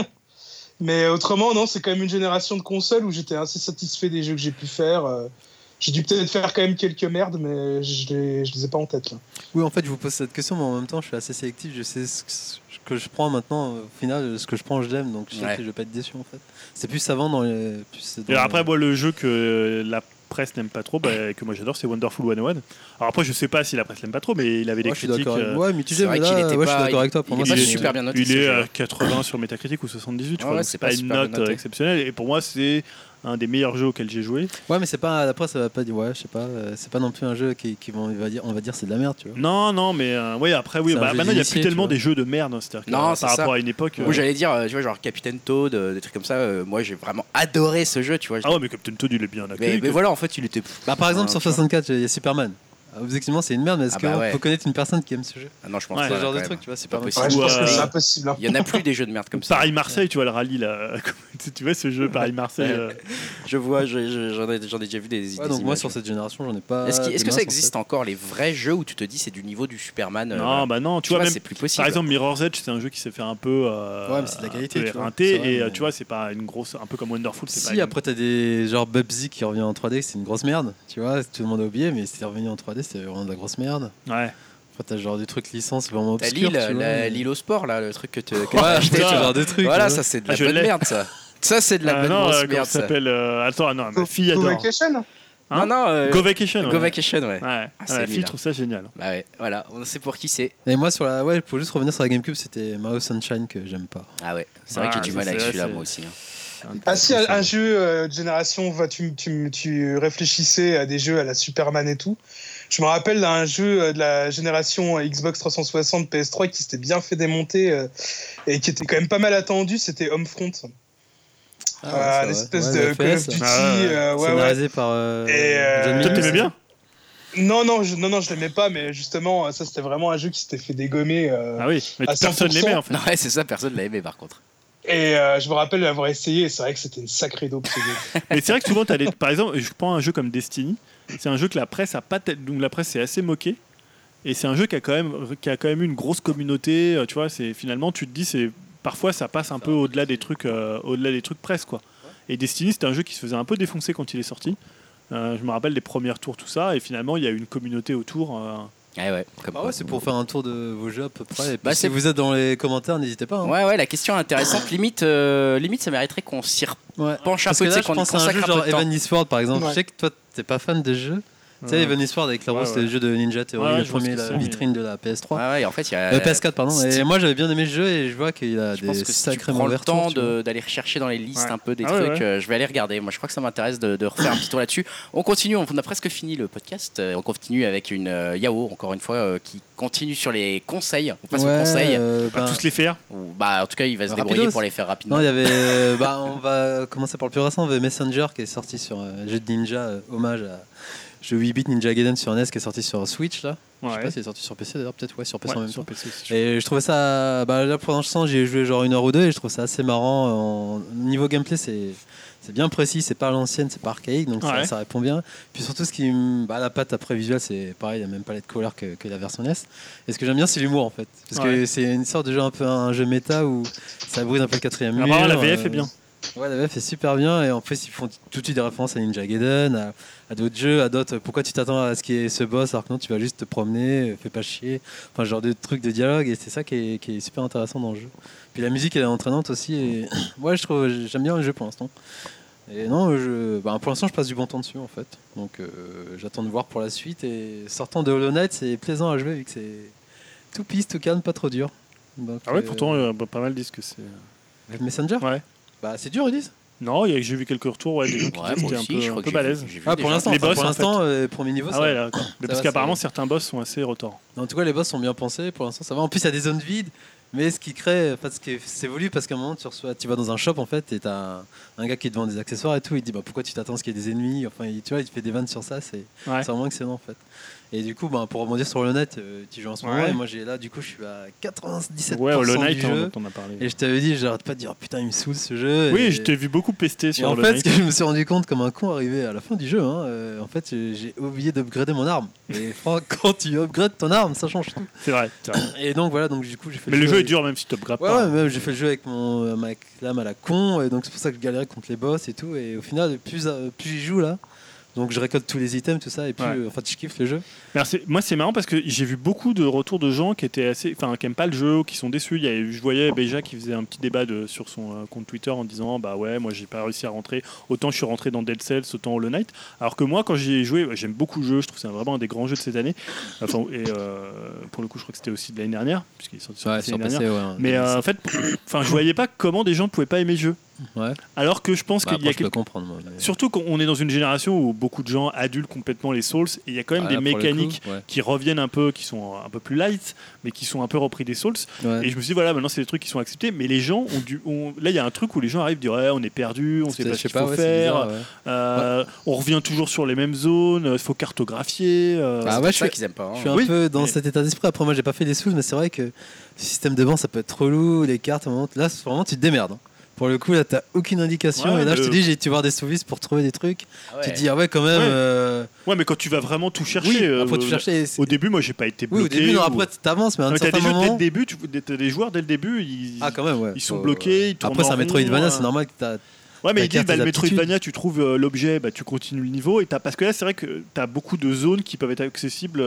Mais autrement, non, c'est quand même une génération de consoles où j'étais assez satisfait des jeux que j'ai pu faire. J'ai dû peut-être faire quand même quelques merdes, mais je les ai pas en tête là. Oui, en fait, je vous pose cette question, mais en même temps, je suis assez sélectif. Je sais ce que je prends maintenant. Au final, ce que je prends, je l'aime, donc je sais que je vais pas être déçu en fait. C'est plus savant dans les. Et après, moi, le jeu que la presse n'aime pas trop, que moi j'adore, c'est Wonderful 101. Alors après, je sais pas si la presse l'aime pas trop, mais il avait des critiques. Ouais, mais tu sais, mais là, je suis d'accord avec toi. Pour moi, c'est super bien noté. Il est à 80 sur Metacritic ou 78, je crois. C'est pas une note exceptionnelle. Et pour moi, c'est un des meilleurs jeux auxquels j'ai joué. Ouais, mais c'est pas, la presse, ça va pas dire, je sais pas, c'est pas non plus un jeu on va dire c'est de la merde, tu vois. Non, mais après, maintenant il y a plus tellement des jeux de merde, c'est-à-dire que par rapport à une époque. Moi, j'allais dire, tu vois, genre Captain Toad, des trucs comme ça. Moi, j'ai vraiment adoré ce jeu, tu vois. Ah ouais, mais Captain Toad, il est bien accueilli. Mais voilà, en fait, il était. Par exemple, sur 64, il y a Superman. Objectivement, c'est une merde, mais est-ce qu'il faut connaître une personne qui aime ce jeu? Non, je pense pas. C'est ce genre de truc, tu vois, c'est pas possible. Je pense que c'est impossible. Il y en a plus des jeux de merde comme ça. Paris-Marseille, tu vois, le rallye là. Tu vois ce jeu Paris-Marseille. Je vois, j'en ai déjà vu des idées. Donc moi, sur cette génération, j'en ai pas. Est-ce que ça existe encore, les vrais jeux où tu te dis c'est du niveau du Superman? Non, tu vois, même. C'est plus possible. Par exemple, Mirror's Edge, c'est un jeu qui s'est fait un peu. Ouais, mais c'est de la qualité, tu vois. Et tu vois, c'est pas une grosse. Un peu comme Wonderful. Si, après, t'as des. Genre Bubsy qui revient en 3D, c'est une grosse merde. Tu vois, tout le monde a oublié, mais c'est revenu en 3D, c'était vraiment de la grosse merde. Ouais. Après, t'as genre des trucs licence vraiment obscurs. T'as l'île au sport, là, le truc que tu as acheté. Ce genre de trucs. Voilà, ça, c'est de la bonne merde, ça. Ça, c'est de la bonne grosse merde. Ça s'appelle. Attends, non, ma fille adore. Go Vacation. Go Vacation. Go Vacation, ouais. La fille trouve ça génial. Bah ouais, voilà, on sait pour qui c'est. Et moi, pour juste revenir sur la GameCube, c'était Mario Sunshine que j'aime pas. Ah ouais, c'est vrai que j'ai du mal avec celui-là, moi aussi. Si un jeu de génération, tu réfléchissais à des jeux à la Superman et tout. Je me rappelle d'un jeu de la génération Xbox 360 PS3 qui s'était bien fait démonter et qui était quand même pas mal attendu, c'était Homefront. Une espèce de Call of Duty. Scénarisé par Toi, t'aimais bien? Non, je l'aimais pas, mais justement, ça c'était vraiment un jeu qui s'était fait dégommer. Ah oui, mais personne l'aimait en fait. Ouais, c'est ça, personne l'a aimé par contre. Et je me rappelle l'avoir essayé, et c'est vrai que c'était une sacrée dope. Mais c'est vrai que souvent, par exemple, je prends un jeu comme Destiny, c'est un jeu que la presse a pas tête, donc la presse s'est assez moquée. Et c'est un jeu qui a quand même eu une grosse communauté. Tu vois, finalement, tu te dis, parfois ça passe un peu au-delà des trucs presse, quoi. Et Destiny, c'était un jeu qui se faisait un peu défoncer quand il est sorti. Je me rappelle des premiers tours, tout ça, et finalement, il y a eu une communauté autour. C'est pour faire un tour de vos jeux à peu près. Et puis si vous êtes dans les commentaires, n'hésitez pas. Ouais, la question est intéressante. limite, ça mériterait qu'on s'y penche un peu. Parce que là, je pense à un jeu genre Even Eastward, par exemple. Je sais que toi, t'es pas fan des jeux. Tu sais, Even Eastward avec la rose, c'était le jeu de Ninja Theory, le premier, la vitrine de la PS3. Ouais, en fait, il y a. PS4, pardon. Et moi, j'avais bien aimé ce jeu et je vois qu'il a des sacrés mauvais retours. Je prends le temps d'aller rechercher dans les listes un peu des trucs. Je vais aller regarder. Moi, je crois que ça m'intéresse de refaire un petit tour là-dessus. On continue, on a presque fini le podcast. On continue avec une Yao, encore une fois, qui continue sur les conseils. On passe aux conseils. On va tous les faire. En tout cas, il va se débrouiller pour les faire rapidement. Non, il y avait. On va commencer par le plus récent. Il y avait Messenger qui est sorti sur un jeu de ninja, hommage à jeu 8 bits Ninja Gaiden sur NES qui est sorti sur Switch là. Ouais. Je sais pas si c'est sorti sur PC d'ailleurs, peut-être sur PC en même sur temps. PC, et je trouvais ça, là pour l'instant j'ai joué genre 1 heure ou 2 et je trouve ça assez marrant. Niveau gameplay c'est bien précis, c'est pas à l'ancienne, c'est pas archaïque, donc ça répond bien. Puis surtout la patte après visuelle c'est pareil, il n'y a même pas de couleur que la version NES. Et ce que j'aime bien c'est l'humour en fait, parce que c'est une sorte de jeu un jeu méta où ça brise un peu le quatrième mur. La VF est bien. Ouais, la VF est super bien et en plus ils font tout de suite des références à Ninja Gaiden, à d'autres jeux, à d'autres. Pourquoi tu t'attends à ce qu'il y ait ce boss alors que non, tu vas juste te promener, fais pas chier. Enfin, genre de trucs de dialogue et c'est ça qui est super intéressant dans le jeu. Puis la musique elle est entraînante aussi et moi j'aime bien le jeu pour l'instant. Et non, pour l'instant je passe du bon temps dessus en fait. Donc j'attends de voir pour la suite et sortant de Hollow Knight c'est plaisant à jouer vu que c'est tout piste, tout calme, pas trop dur. Donc, pourtant pas mal disent que c'est. Messenger. Ouais. C'est dur, ils disent. Non, j'ai vu quelques retours, des gens qui disaient que c'était un peu balèze. Pour l'instant, premier niveau, ça va. Mais parce qu'apparemment, certains boss sont assez retors. En tout cas, les boss sont bien pensés, pour l'instant, ça va. En plus, il y a des zones vides, mais ce qui crée, c'est voulu parce qu'à un moment, tu vas dans un shop, en fait, et t'as un gars qui te vend des accessoires et tout, il te dit pourquoi tu t'attends à ce qu'il y ait des ennemis, enfin, tu vois, il te fait des vannes sur ça, c'est vraiment excellent, en fait. Et du coup, pour rebondir sur Hollow Knight, tu joues en ce moment, et moi du coup, je suis à 97% Hollow Knight, du jeu. on a parlé. Et je t'avais dit, j'arrête pas de dire putain, il me saoule ce jeu. Oui, je t'ai vu beaucoup pester sur Hollow Knight. En fait, ce que je me suis rendu compte comme un con arrivé à la fin du jeu, en fait, j'ai oublié d'upgrader mon arme. Et quand tu upgrades ton arme, ça change tout. C'est vrai. Et donc voilà, donc du coup, j'ai fait. Mais le jeu est dur même si tu upgrades pas. Ouais, même j'ai fait le jeu avec ma lame à la con, et donc c'est pour ça que je galérais contre les boss et tout. Et au final, plus j'y joue là. Donc je récolte tous les items, tout ça, et puis je kiffe le jeu. Moi c'est marrant parce que j'ai vu beaucoup de retours de gens qui étaient qui aiment pas le jeu ou qui sont déçus. Je voyais Beja qui faisait un petit débat sur son compte Twitter en disant moi j'ai pas réussi à rentrer. Autant je suis rentré dans Dead Cells, autant Hollow Knight. Alors que moi quand j'y ai joué, j'aime beaucoup le jeu. Je trouve que c'est vraiment un des grands jeux de cette année. Pour le coup je crois que c'était aussi de l'année dernière puisqu'il est sorti sur l'année dernière. Mais en fait, je voyais pas comment des gens pouvaient pas aimer le jeu. Ouais. Alors que je pense qu'il y a je peux comprendre, moi, surtout qu'on est dans une génération où beaucoup de gens adulent complètement les Souls et il y a quand même des mécaniques qui reviennent un peu, qui sont un peu plus light mais qui sont un peu repris des Souls et je me suis dit maintenant c'est des trucs qui sont acceptés mais les gens là il y a un truc où les gens arrivent à dire on est perdu, on sait pas ce qu'il faut faire, on revient toujours sur les mêmes zones, il faut cartographier c'est ça qu'ils aiment pas, je suis un peu dans cet état d'esprit. Après moi j'ai pas fait les Souls mais c'est vrai que le système de vent ça peut être relou, les cartes là vraiment tu te démerdes. Pour le coup, là, t'as aucune indication. Et là, je te dis, j'ai été voir des sous-vis pour trouver des trucs. Tu te dis, quand même. Ouais, mais quand tu vas vraiment tout chercher. Après, tout chercher au début, moi, j'ai pas été bloqué. Au début, après, t'avances, mais à un certain moment. Dès le début, t'as des joueurs, dès le début, ils sont bloqués. Ils tournent après, c'est un Metroidvania, c'est normal que t'as. Ouais, mais ils disent le Metroidvania, tu trouves l'objet, tu continues le niveau. Parce que là, c'est vrai que tu as beaucoup de zones qui peuvent être accessibles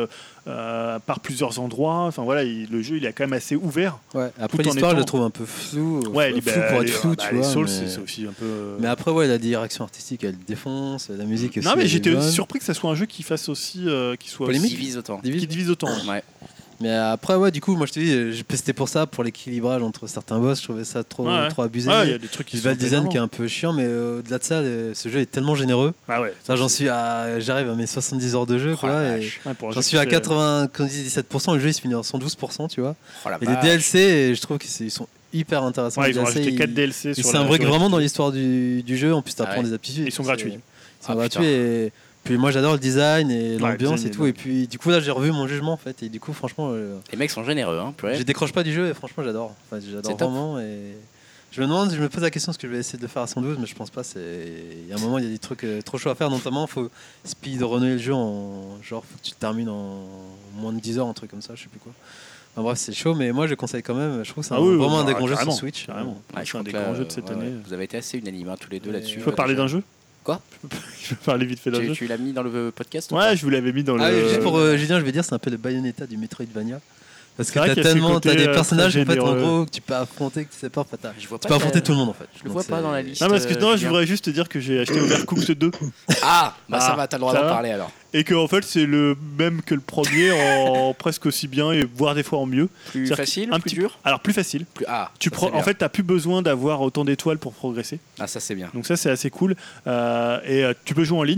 par plusieurs endroits. Enfin voilà, le jeu il est quand même assez ouvert. Ouais. Après l'histoire, je le trouve un peu flou. Flou pour être flou, tu vois. Les Souls, c'est aussi un peu. Mais après, la direction artistique, elle défonce. La musique aussi. Non, mais j'étais surpris que ça soit un jeu qui fasse aussi, qui divise autant. Qui divise autant. Ouais. Mais après, du coup, moi je te dis, j'ai pesté pour ça, pour l'équilibrage entre certains boss, je trouvais ça trop abusé. Il y a des trucs qui le design qui est un peu chiant, mais au-delà de ça, ce jeu est tellement généreux. J'arrive à mes 70 heures de jeu, j'en suis à 97%, le jeu il se finit en 112%, tu vois. Et les DLC, je trouve qu'ils sont hyper intéressants. Ils ont rajouté 4 DLC sur c'est un break vraiment dans l'histoire du jeu, en plus tu apprends des aptitudes. Ils sont gratuits. Ils sont gratuits et. Puis moi j'adore le design et l'ambiance et tout. Et puis du coup là j'ai revu mon jugement en fait. Et du coup franchement. Les mecs sont généreux. Je décroche pas du jeu et franchement j'adore. J'adore vraiment. Et je me pose la question ce que je vais essayer de le faire à 112, mais je pense pas. Il y a un moment il y a des trucs trop chauds à faire. Notamment faut speedrunner le jeu faut que tu termines en moins de 10 heures, un truc comme ça, je sais plus quoi. Enfin, bref, c'est chaud, mais moi je conseille quand même. Je trouve que c'est vraiment un des grands jeux sur Switch. C'est un des grands jeux de cette année. Vous avez été assez unanimes tous les deux là-dessus. Tu peux parler d'un jeu ? Quoi ? Je vais parler vite fait d'un jeu. Tu l'as mis dans le podcast ? Ouais, je vous l'avais mis dans le. Juste pour Julien, je vais dire, c'est un peu le Bayonetta du Metroidvania. Parce que t'as des personnages en fait, en gros, que tu peux affronter, que tu sais pas. Tu peux affronter tout le monde en fait. Je le vois pas dans la liste. Non, parce que je voudrais juste te dire que j'ai acheté Overcooked 2. Ça va, t'as le droit d'en parler alors. Et que en fait c'est le même que le premier en presque aussi bien et voire des fois en mieux. Plus facile, plus dur. Alors plus facile. En fait t'as plus besoin d'avoir autant d'étoiles pour progresser. Ah ça c'est bien. Donc ça c'est assez cool. Et tu peux jouer en ligne.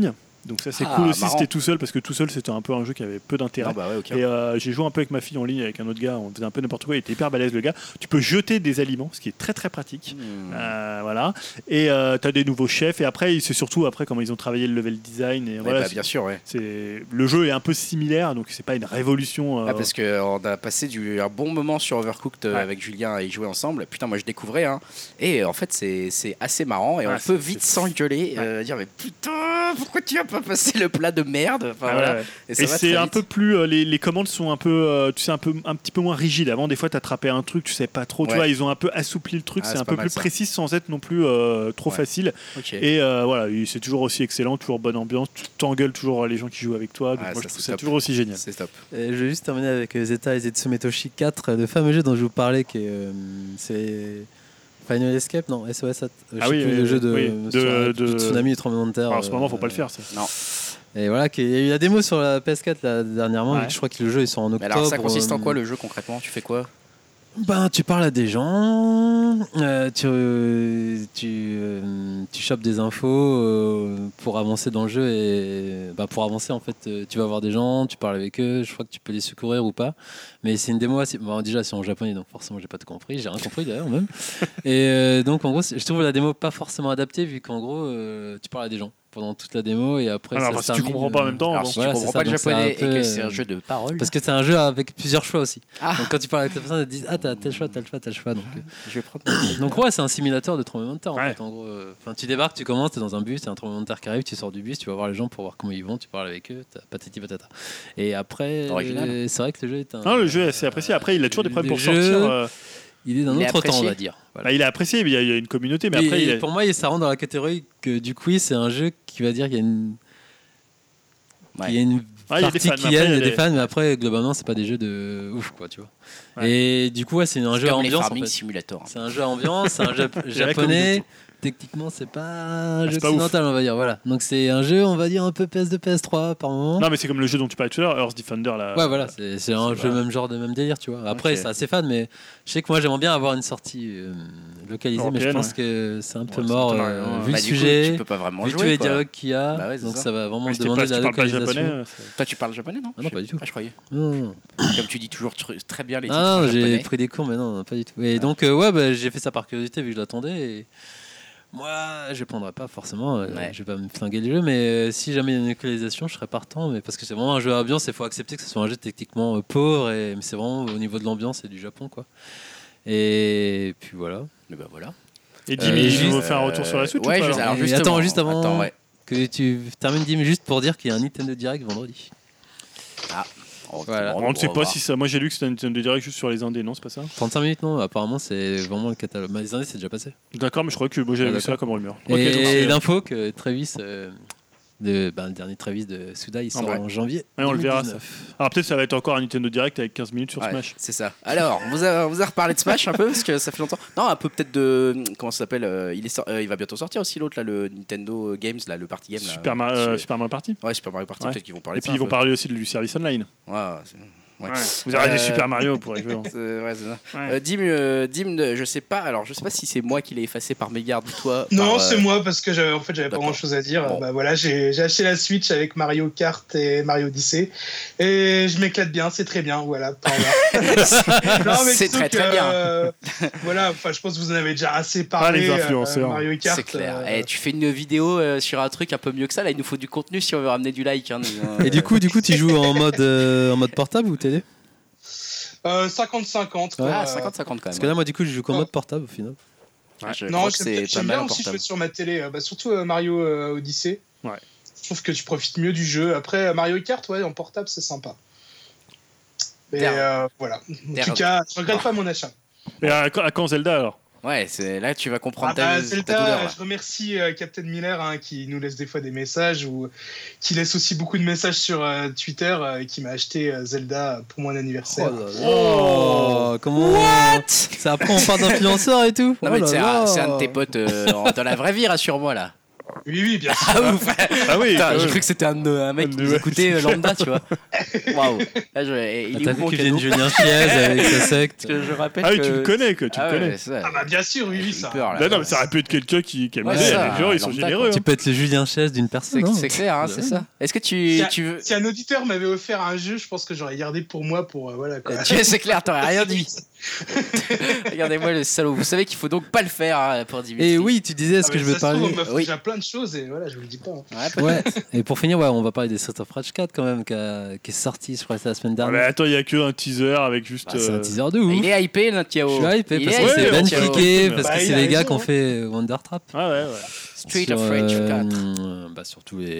Donc ça c'est cool aussi si t'es tout seul, parce que tout seul c'était un peu un jeu qui avait peu d'intérêt. Okay. Et j'ai joué un peu avec ma fille en ligne avec un autre gars, on faisait un peu n'importe quoi, il était hyper balèze le gars. Tu peux jeter des aliments, ce qui est très très pratique. Voilà. Et t'as des nouveaux chefs, et après c'est surtout après comment ils ont travaillé le level design. Et voilà, bien sûr, le jeu est un peu similaire, donc c'est pas une révolution. Parce qu'on a passé un bon moment sur Overcooked avec Julien à y jouer ensemble. Putain, moi je découvrais, et en fait c'est assez marrant, et on peut vite s'engueuler, dire mais putain, pourquoi tu as pas passé le plat de merde, Et c'est un peu plus les commandes sont un peu tu sais un petit peu moins rigides. Avant des fois t'attrapais un truc, tu sais pas trop, tu vois, ils ont un peu assoupli le truc, c'est un peu plus précis sans être non plus trop facile. Et voilà, c'est toujours aussi excellent, toujours bonne ambiance, tu t'engueules toujours les gens qui jouent avec toi, donc moi je trouve ça toujours aussi génial. C'est top. Je vais juste terminer avec Zeta et Zetsumetoshi 4, le fameux jeu dont je vous parlais, qui c'est Final Escape, non, SOS, le jeu de tsunami et tremblement de terre. En ce moment, faut pas le faire, ça. Non. Et voilà, il y a eu la démo sur la PS4 là, dernièrement. Je crois que le jeu ils sont en octobre. Alors ça consiste en quoi le jeu concrètement? Tu fais quoi? Tu parles à des gens, tu chopes des infos pour avancer dans le jeu, et pour avancer en fait tu vas voir des gens, tu parles avec eux, je crois que tu peux les secourir ou pas, mais c'est une démo assez... déjà c'est en japonais donc forcément j'ai pas tout compris, j'ai rien compris d'ailleurs même, et donc en gros je trouve la démo pas forcément adaptée vu qu'en gros tu parles à des gens pendant toute la démo, et après si tu comprends pas en même temps, alors, si tu comprends pas le japonais et que c'est un jeu de parole, parce que c'est un jeu avec plusieurs choix aussi, donc quand tu parles avec la personne, elle te dit t'as tel choix, donc je vais prendre donc c'est un simulateur de tremblement de terre en fait, en gros. Tu débarques, tu commences, t'es dans un bus, c'est un tremblement de terre qui arrive, tu sors du bus, tu vas voir les gens pour voir comment ils vont, tu parles avec eux, patati patata, et après c'est vrai que le jeu est le jeu est assez apprécié. Après il a toujours des problèmes pour sortir. Il est d'un autre temps, on va dire. Voilà. Il est apprécié, mais il y a une communauté. Mais après, pour moi, ça rentre dans la catégorie que du quiz, c'est un jeu qui va dire qu'il y a une. Il y a une partie qui aime, il y a des fans, mais après, globalement, c'est pas des jeux de ouf, quoi, tu vois. Et du coup, c'est un jeu à ambiance. En fait. Simulator. C'est un jeu à ambiance, c'est un jeu japonais. Techniquement, c'est pas un jeu occidental, on va dire. Voilà. Donc, c'est un jeu, on va dire, un peu PS2, PS3 par moment. Non, mais c'est comme le jeu dont tu parlais tout à l'heure, Earth Defender. Là. Ouais, voilà, c'est un jeu même genre de même délire, tu vois. Après, c'est assez fan, mais je sais que moi, j'aimerais bien avoir une sortie localisée, mais je pense que c'est un peu mort vu le sujet, tu peux pas vraiment vu tous les dialogues qu'il y a. Donc, ça va vraiment demander de la localisation. Toi, tu parles japonais, non? Non, pas du tout. Je croyais. Comme tu dis toujours très bien les titres. Non, j'ai pris des cours, mais non, pas du tout. Et donc, j'ai fait ça par curiosité vu que je l'attendais. Moi, je prendrais pas forcément, je vais pas me flinguer le jeu, mais si jamais il y a une localisation, je serais partant, mais parce que c'est vraiment un jeu à ambiance, il faut accepter que ce soit un jeu techniquement pauvre, mais c'est vraiment au niveau de l'ambiance et du Japon, quoi. Et puis voilà. Et ben voilà. Et Dim, il veut faire un retour sur la suite ou pas, alors juste avant que tu termines, Dim, juste pour dire qu'il y a un Nintendo Direct vendredi. Voilà. On ne sait pas si ça. Moi j'ai lu que c'était un Nintendo Direct juste sur les indés, non, c'est pas ça? 35 minutes, non, apparemment c'est vraiment le catalogue. Les indés c'est déjà passé. D'accord, mais je crois que j'avais vu ça comme rumeur. Et l'info que Travis, le dernier Travis de Suda, il sort en janvier. Ouais, on le verra ça. Alors peut-être ça va être encore un Nintendo Direct avec 15 minutes sur Smash. C'est ça. Alors, vous avez reparlé de Smash un peu parce que ça fait longtemps. Non, un peu peut-être de comment ça s'appelle il va bientôt sortir aussi l'autre là, le Nintendo Games là, le party game là. Super Mario Party. Ouais, Super Mario Party, peut-être qu'ils vont parler. Et puis ils vont parler aussi du service online. Ouais. Vous arrêtez Super Mario pour rigoler. Dim, je sais pas. Alors, je sais pas si c'est moi qui l'ai effacé par mégarde ou toi. Non, c'est moi parce que j'avais pas grand chose à dire. Bon. Voilà, j'ai acheté la Switch avec Mario Kart et Mario Odyssey et je m'éclate bien. C'est très bien. Voilà. C'est très bien. Voilà. Enfin, je pense que vous en avez déjà assez parlé. Les influenceurs. Mario Kart. C'est clair. Tu fais une vidéo sur un truc un peu mieux que ça. Là, il nous faut du contenu si on veut ramener du like. Et du coup, tu joues en mode portable ou télé? 50-50. 50-50 quand même. Parce que là, moi, du coup, je joue qu'en mode portable au final. Non, j'aime bien aussi jouer sur ma télé. Surtout Mario Odyssey. Ouais. Je trouve que tu profites mieux du jeu. Après, Mario Kart, en portable, c'est sympa. Et voilà. En tout cas, je regrette pas mon achat. Et à quand Zelda alors? Ouais, c'est là que tu vas comprendre Zelda, ta douleur. Je remercie Captain Miller qui nous laisse des fois des messages ou qui laisse aussi beaucoup de messages sur Twitter et qui m'a acheté Zelda pour mon anniversaire. Comment What ça après on parle d'influenceur et tout. Non mais c'est un de tes potes dans la vraie vie, rassure-moi là. Oui, bien sûr. Ah, ouf. Ah oui. J'ai cru que c'était un mec qui nous écoutait lambda, tu vois. Waouh. T'as vu qu'il vient de Julien Chiez avec sa secte. Je rappelle ah oui, tu le connais, que tu le connais. Ah bah bien sûr, oui, ça. Non, mais ça aurait pu être quelqu'un qui aime les gens, ils sont généreux. Tu peux être le Julien Chiez d'une personne. C'est clair, c'est ça. Est-ce que tu veux... Si un auditeur m'avait offert un jeu, je pense que j'aurais gardé pour moi, voilà quoi. C'est clair, t'aurais rien dit. Regardez-moi le salaud. Vous savez qu'il faut donc pas le faire pour Dimitri. Et oui, tu disais, est-ce que je veux parler? On m'a déjà plein de choses et voilà, je vous le dis pas. Ouais. Et pour finir, on va parler des Streets of Rage 4 quand même, qui est sorti, je crois, la semaine dernière. Mais attends, il y a que un teaser avec juste. C'est un teaser de ouf. Il est hypé, notre Yao. Je suis hypé parce que c'est Ben Fliqué, parce que c'est les gars qui ont fait Wonder Trap. Ouais. Street of Rage 4. Surtout le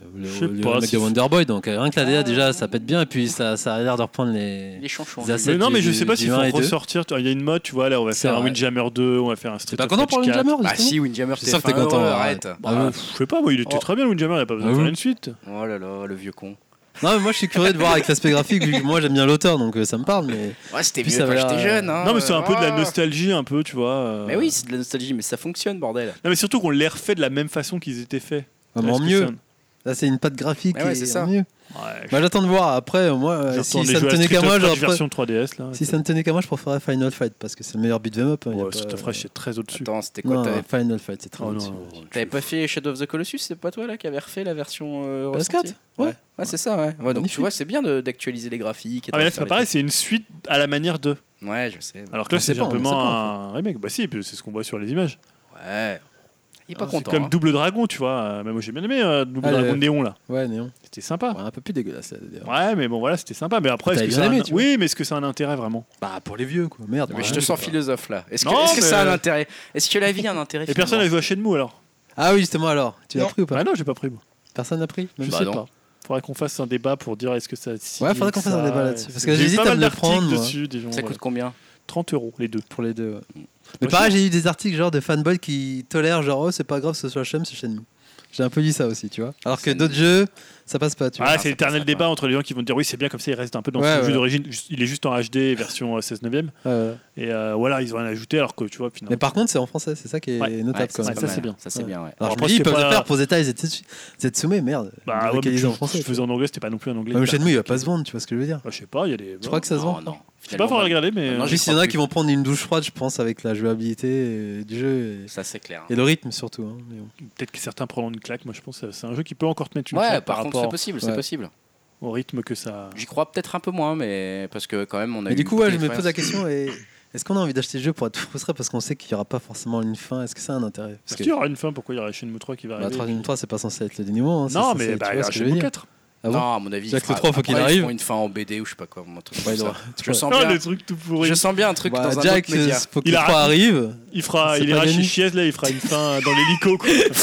mec de Wonder Boy, donc rien que la DA déjà ça pète bien et puis ça a l'air de reprendre les chanchons. Mais non, mais je sais pas s'il faut ressortir. Il y a une mode, tu vois, là on va faire un Windjammer 2, on va faire un Street of Rage 4. T'es pas content pour Windjammer? Ah si, Windjammer, c'est ça que t'es content. Arrête. Je sais pas, moi il était très bien Windjammer, il n'y a pas besoin de faire une suite. Oh là là, le vieux con. Non, mais moi je suis curieux de voir avec l'aspect graphique, vu que moi j'aime bien l'auteur donc ça me parle. Mais ouais, c'était vieux quand j'étais jeune. Non, mais c'est un peu de la nostalgie, un peu, tu vois. Mais oui, c'est de la nostalgie, mais ça fonctionne, bordel. Non, mais surtout qu'on les refait de la même façon qu'ils étaient faits. En mieux. Là, c'est une patte graphique. Ouais, c'est ça. Mieux. Ouais, j'attends de voir. Après, moi, si ça ne tenait qu'à moi, version 3DS, là, si ça ne tenait qu'à moi, je préférerais Final Fight parce que c'est le meilleur beat'em up. Street of Rage, c'est très au-dessus. Attends, c'était quoi? Final Fight, c'est très au-dessus. T'avais pas fait Shadow of the Colossus? C'est pas toi là qui avait refait la version PS4? Ouais, c'est ça, ouais. Donc tu vois, c'est bien d'actualiser les graphiques. Ah, mais là, c'est pas pareil, c'est une suite à la manière de. Ouais, je sais. Alors que là, c'est simplement un remake. Bah si, c'est ce qu'on voit sur les images. Ouais. Il est pas content. C'est comme Double Dragon, tu vois. Même moi, j'ai bien aimé Double Dragon Néon, là. Ouais, Néon. C'était sympa. Ouais, un peu plus dégueulasse, là, d'ailleurs. Ouais, mais bon, voilà, c'était sympa. Mais après, est-ce que ça oui, mais est-ce que ça a un intérêt vraiment? Bah, pour les vieux, quoi. Merde. Mais je te sens philosophe, là. Est-ce que ça a un intérêt? Est-ce que la vie a un intérêt? Et personne n'a joué à Shenmue, alors? Ah oui, justement, alors. Tu l'as pris ou pas? Ah non, j'ai pas pris, moi. Personne n'a pris? Je sais pas. Faudrait qu'on fasse un débat pour dire est-ce que ça. Ouais, faudrait qu'on fasse un débat là-dessus. Parce que j'hésite à me le prendre. Ça coûte combien? 30 € les deux. Pour les deux, ouais. Mais pareil, j'ai eu des articles genre de fanboys qui tolèrent genre oh c'est pas grave que ce soit Shenmue, c'est Shenmue. J'ai un peu dit ça aussi, tu vois. Alors que d'autres jeux, ça passe pas, tu vois. Ah, c'est l'éternel débat entre les gens qui vont dire oui, c'est bien comme ça, il reste un peu dans son jeu d'origine. Il est juste en HD version 16/9. Et voilà, ils ont rien ajouté alors que tu vois finalement. Mais par contre, c'est en français, c'est ça qui est notable quand même. Ça c'est bien. Ça c'est bien, ouais. Alors je me dis, ils peuvent le faire pour Zeta et Zetsume, merde. Bah ouais, mais en français. Je faisais en anglais, c'était pas non plus en anglais. Mais Shenmue, il va pas se vendre, tu vois ce que je veux dire. Je sais pas, il y a des. Je crois que ça se vend. Non. Je sais pas, faudrait regarder, mais. En plus, il y en a qui vont prendre une douche froide, je pense, avec la jouabilité du jeu. Ça, c'est clair. Et le rythme surtout. Peut-être que certains prendront une claque. Moi, je pense que c'est un jeu qui peut encore te mettre une claque. Ouais, par contre, c'est possible. Au rythme que ça. J'y crois peut-être un peu moins, mais parce que quand même, on a. Et du coup, je me pose la question est-ce qu'on a envie d'acheter le jeu pour être frustré parce qu'on sait qu'il n'y aura pas forcément une fin? Est-ce que ça a un intérêt? Parce qu'il y aura une fin, pourquoi il y aura Shenmue 3 qui va arriver? Shenmue 3, c'est pas censé être le dénouement. Non, mais il y aura Shenmue 4. Ah bon? Non, à mon avis, le 3 faut qu'il arrive. Ils font une fin en BD ou je sais pas quoi. Je sens bien des trucs tout pourris. Je sens bien un truc dans un Jack, autre média. faut que le 3 arrive. Il ira chez Chiez là, il fera une fin dans l'hélico.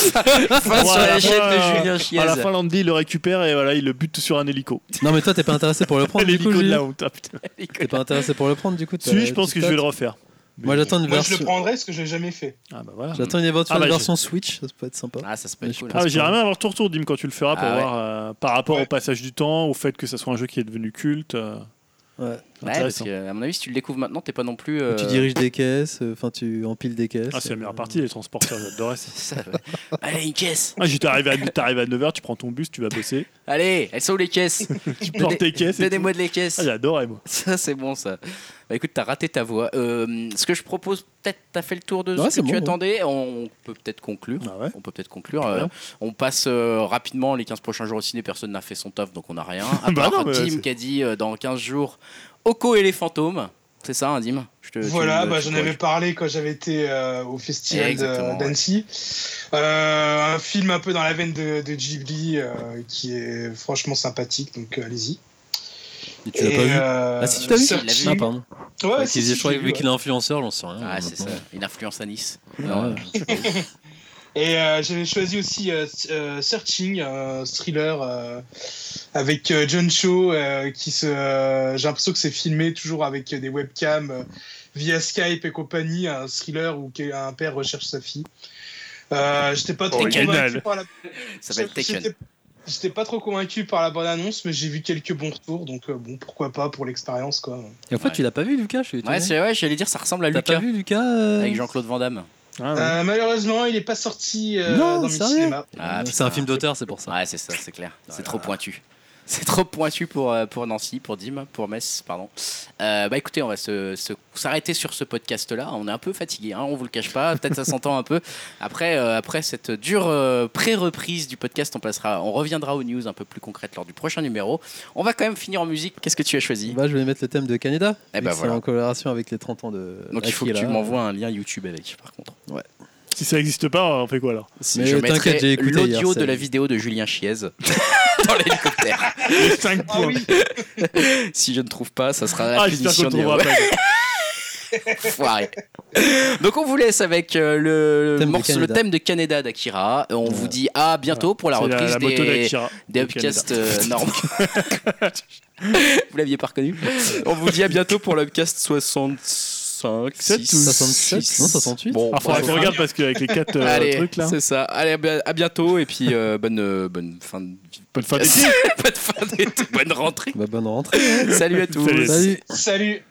Fin sur la chaîne de Julien Chiez. À la fin, Landy il le récupère et voilà, il le bute sur un hélico. Non mais toi t'es pas intéressé pour le prendre du coup? L'hélico de la honte. T'es pas intéressé pour le prendre du coup? Si, je pense que je vais le refaire. Moi j'attends une version. Moi je le prendrai parce que je l'ai jamais fait. Ah bah voilà. J'attends une éventuelle version Switch, ça peut être sympa. Ah, ça peut être cool. J'aimerais bien avoir ton retour, Dim, quand tu le feras pour voir par rapport au passage du temps, au fait que ça soit un jeu qui est devenu culte. Ouais, parce que, à mon avis, si tu le découvres maintenant, t'es pas non plus. Tu diriges des caisses, enfin tu empiles des caisses. Ah, c'est la meilleure partie, les transporteurs, j'adorais ça. Allez, une caisse. T'arrives à 9h, tu prends ton bus, tu vas bosser. Allez, elles sont où les caisses? Tu portes tes caisses. Donnez-moi de les caisses. Ah, j'adorais, moi. Ça, c'est bon, ça. Bah écoute, t'as raté ta voix. Ce que je propose, peut-être, t'as fait le tour de ce que tu attendais. On peut peut-être conclure. On passe rapidement les 15 prochains jours au ciné. Personne n'a fait son taf, donc on n'a rien. À part Dim qui a dit dans 15 jours Oko et les fantômes. C'est ça, hein, Dim? J'en avais parlé quand j'avais été au festival d'Annecy. Un film un peu dans la veine de Ghibli qui est franchement sympathique, donc allez-y. Et tu l'as pas vu? Ah si, tu l'as vu? Ah pardon. Ouais, je crois que vu qu'il est influenceur, j'en sais rien. Ah c'est ça, il influence à Nice. Et j'avais choisi aussi Searching, un thriller avec John Cho j'ai l'impression que c'est filmé toujours avec des webcams via Skype et compagnie, un thriller où un père recherche sa fille. J'étais pas trop convaincu par Ça s'appelle Taken. J'étais pas trop convaincu par la bonne annonce, mais j'ai vu quelques bons retours, donc bon, pourquoi pas pour l'expérience, quoi. Et en fait, tu l'as pas vu, Lucas? Ouais, j'allais dire, ça ressemble à Lucas. T'as pas vu Lucas avec Jean-Claude Van Damme. Malheureusement, il n'est pas sorti dans mes cinémas. C'est un film d'auteur, c'est pour ça. Ouais, c'est ça, c'est clair. C'est trop pointu. C'est trop pointu pour Nancy, pour Dim, pour Metz, pardon. Écoutez, on va s'arrêter sur ce podcast-là. On est un peu fatigué, on vous le cache pas. Peut-être ça s'entend un peu. Après cette dure pré-reprise du podcast, on reviendra aux news un peu plus concrètes lors du prochain numéro. On va quand même finir en musique. Qu'est-ce que tu as choisi ? Je vais mettre le thème de Canada. Voilà. C'est en coloration avec les 30 ans de. Donc il faut que tu m'envoies un lien YouTube avec, par contre. Ouais. Si ça n'existe pas, on fait quoi alors ? Je mettrai l'audio de la vidéo de Julien Chiez dans l'hélicoptère. Les 5 points. Oui. Si je ne trouve pas, ça sera la punition du foiré. Donc on vous laisse avec le thème de Canada d'Akira. On vous dit à bientôt pour la reprise des Upcast normes. Vous l'aviez pas reconnu ? On vous dit à bientôt pour l'Upcast 67 ou 67 non 68. Bon, faudra qu'on regarde parce qu'avec les 4 trucs là. C'est ça. Allez, à bientôt et puis bonne fin d'été. Bonne fin d'été, bonne rentrée. Bonne rentrée. Salut à tous. Salut.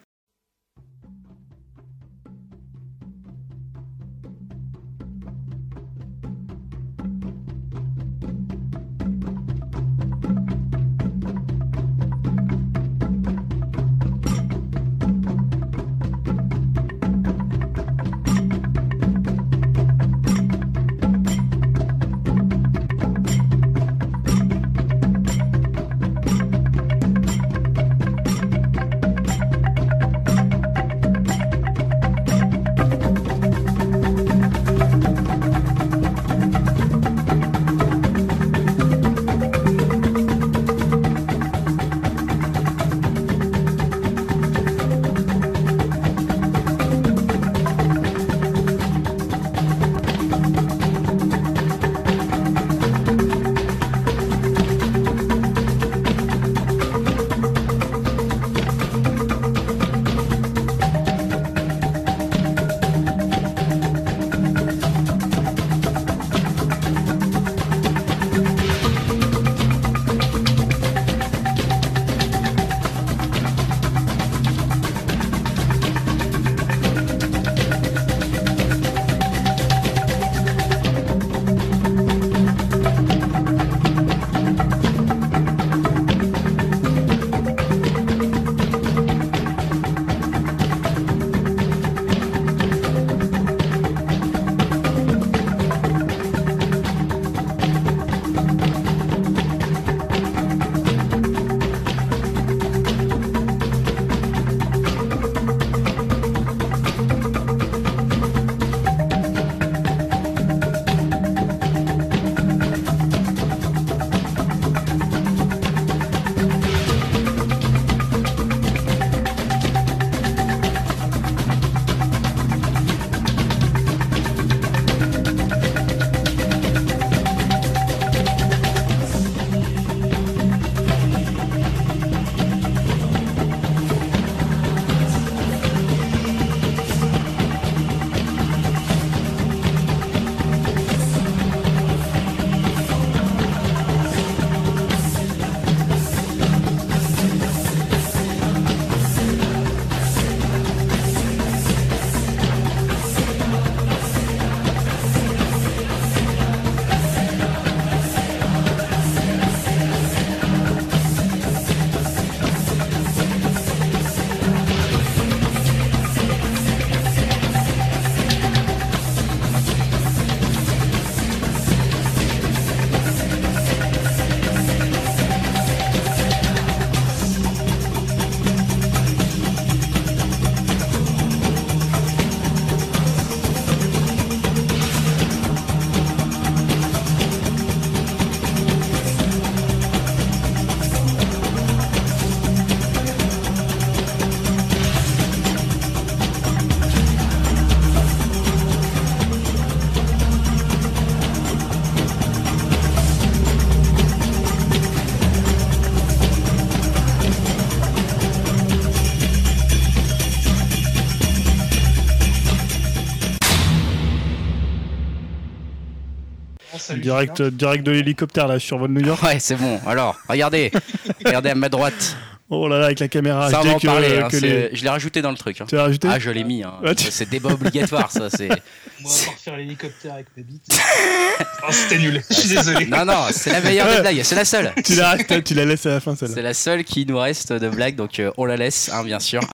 Direct de l'hélicoptère là, je survole New York. Ouais, c'est bon. Alors, regardez à ma droite. Oh là là, avec la caméra ça, HD. On va en parler, je l'ai rajouté dans le truc. Tu l'as rajouté ? Ah, je l'ai mis. C'est débat obligatoire, ça. On va pas refaire l'hélicoptère avec mes bites. C'était nul. Je suis désolé. Non, c'est la meilleure des blagues. C'est la seule. Tu la laisses à la fin, celle-là. C'est la seule qui nous reste de blague, donc on la laisse, bien sûr.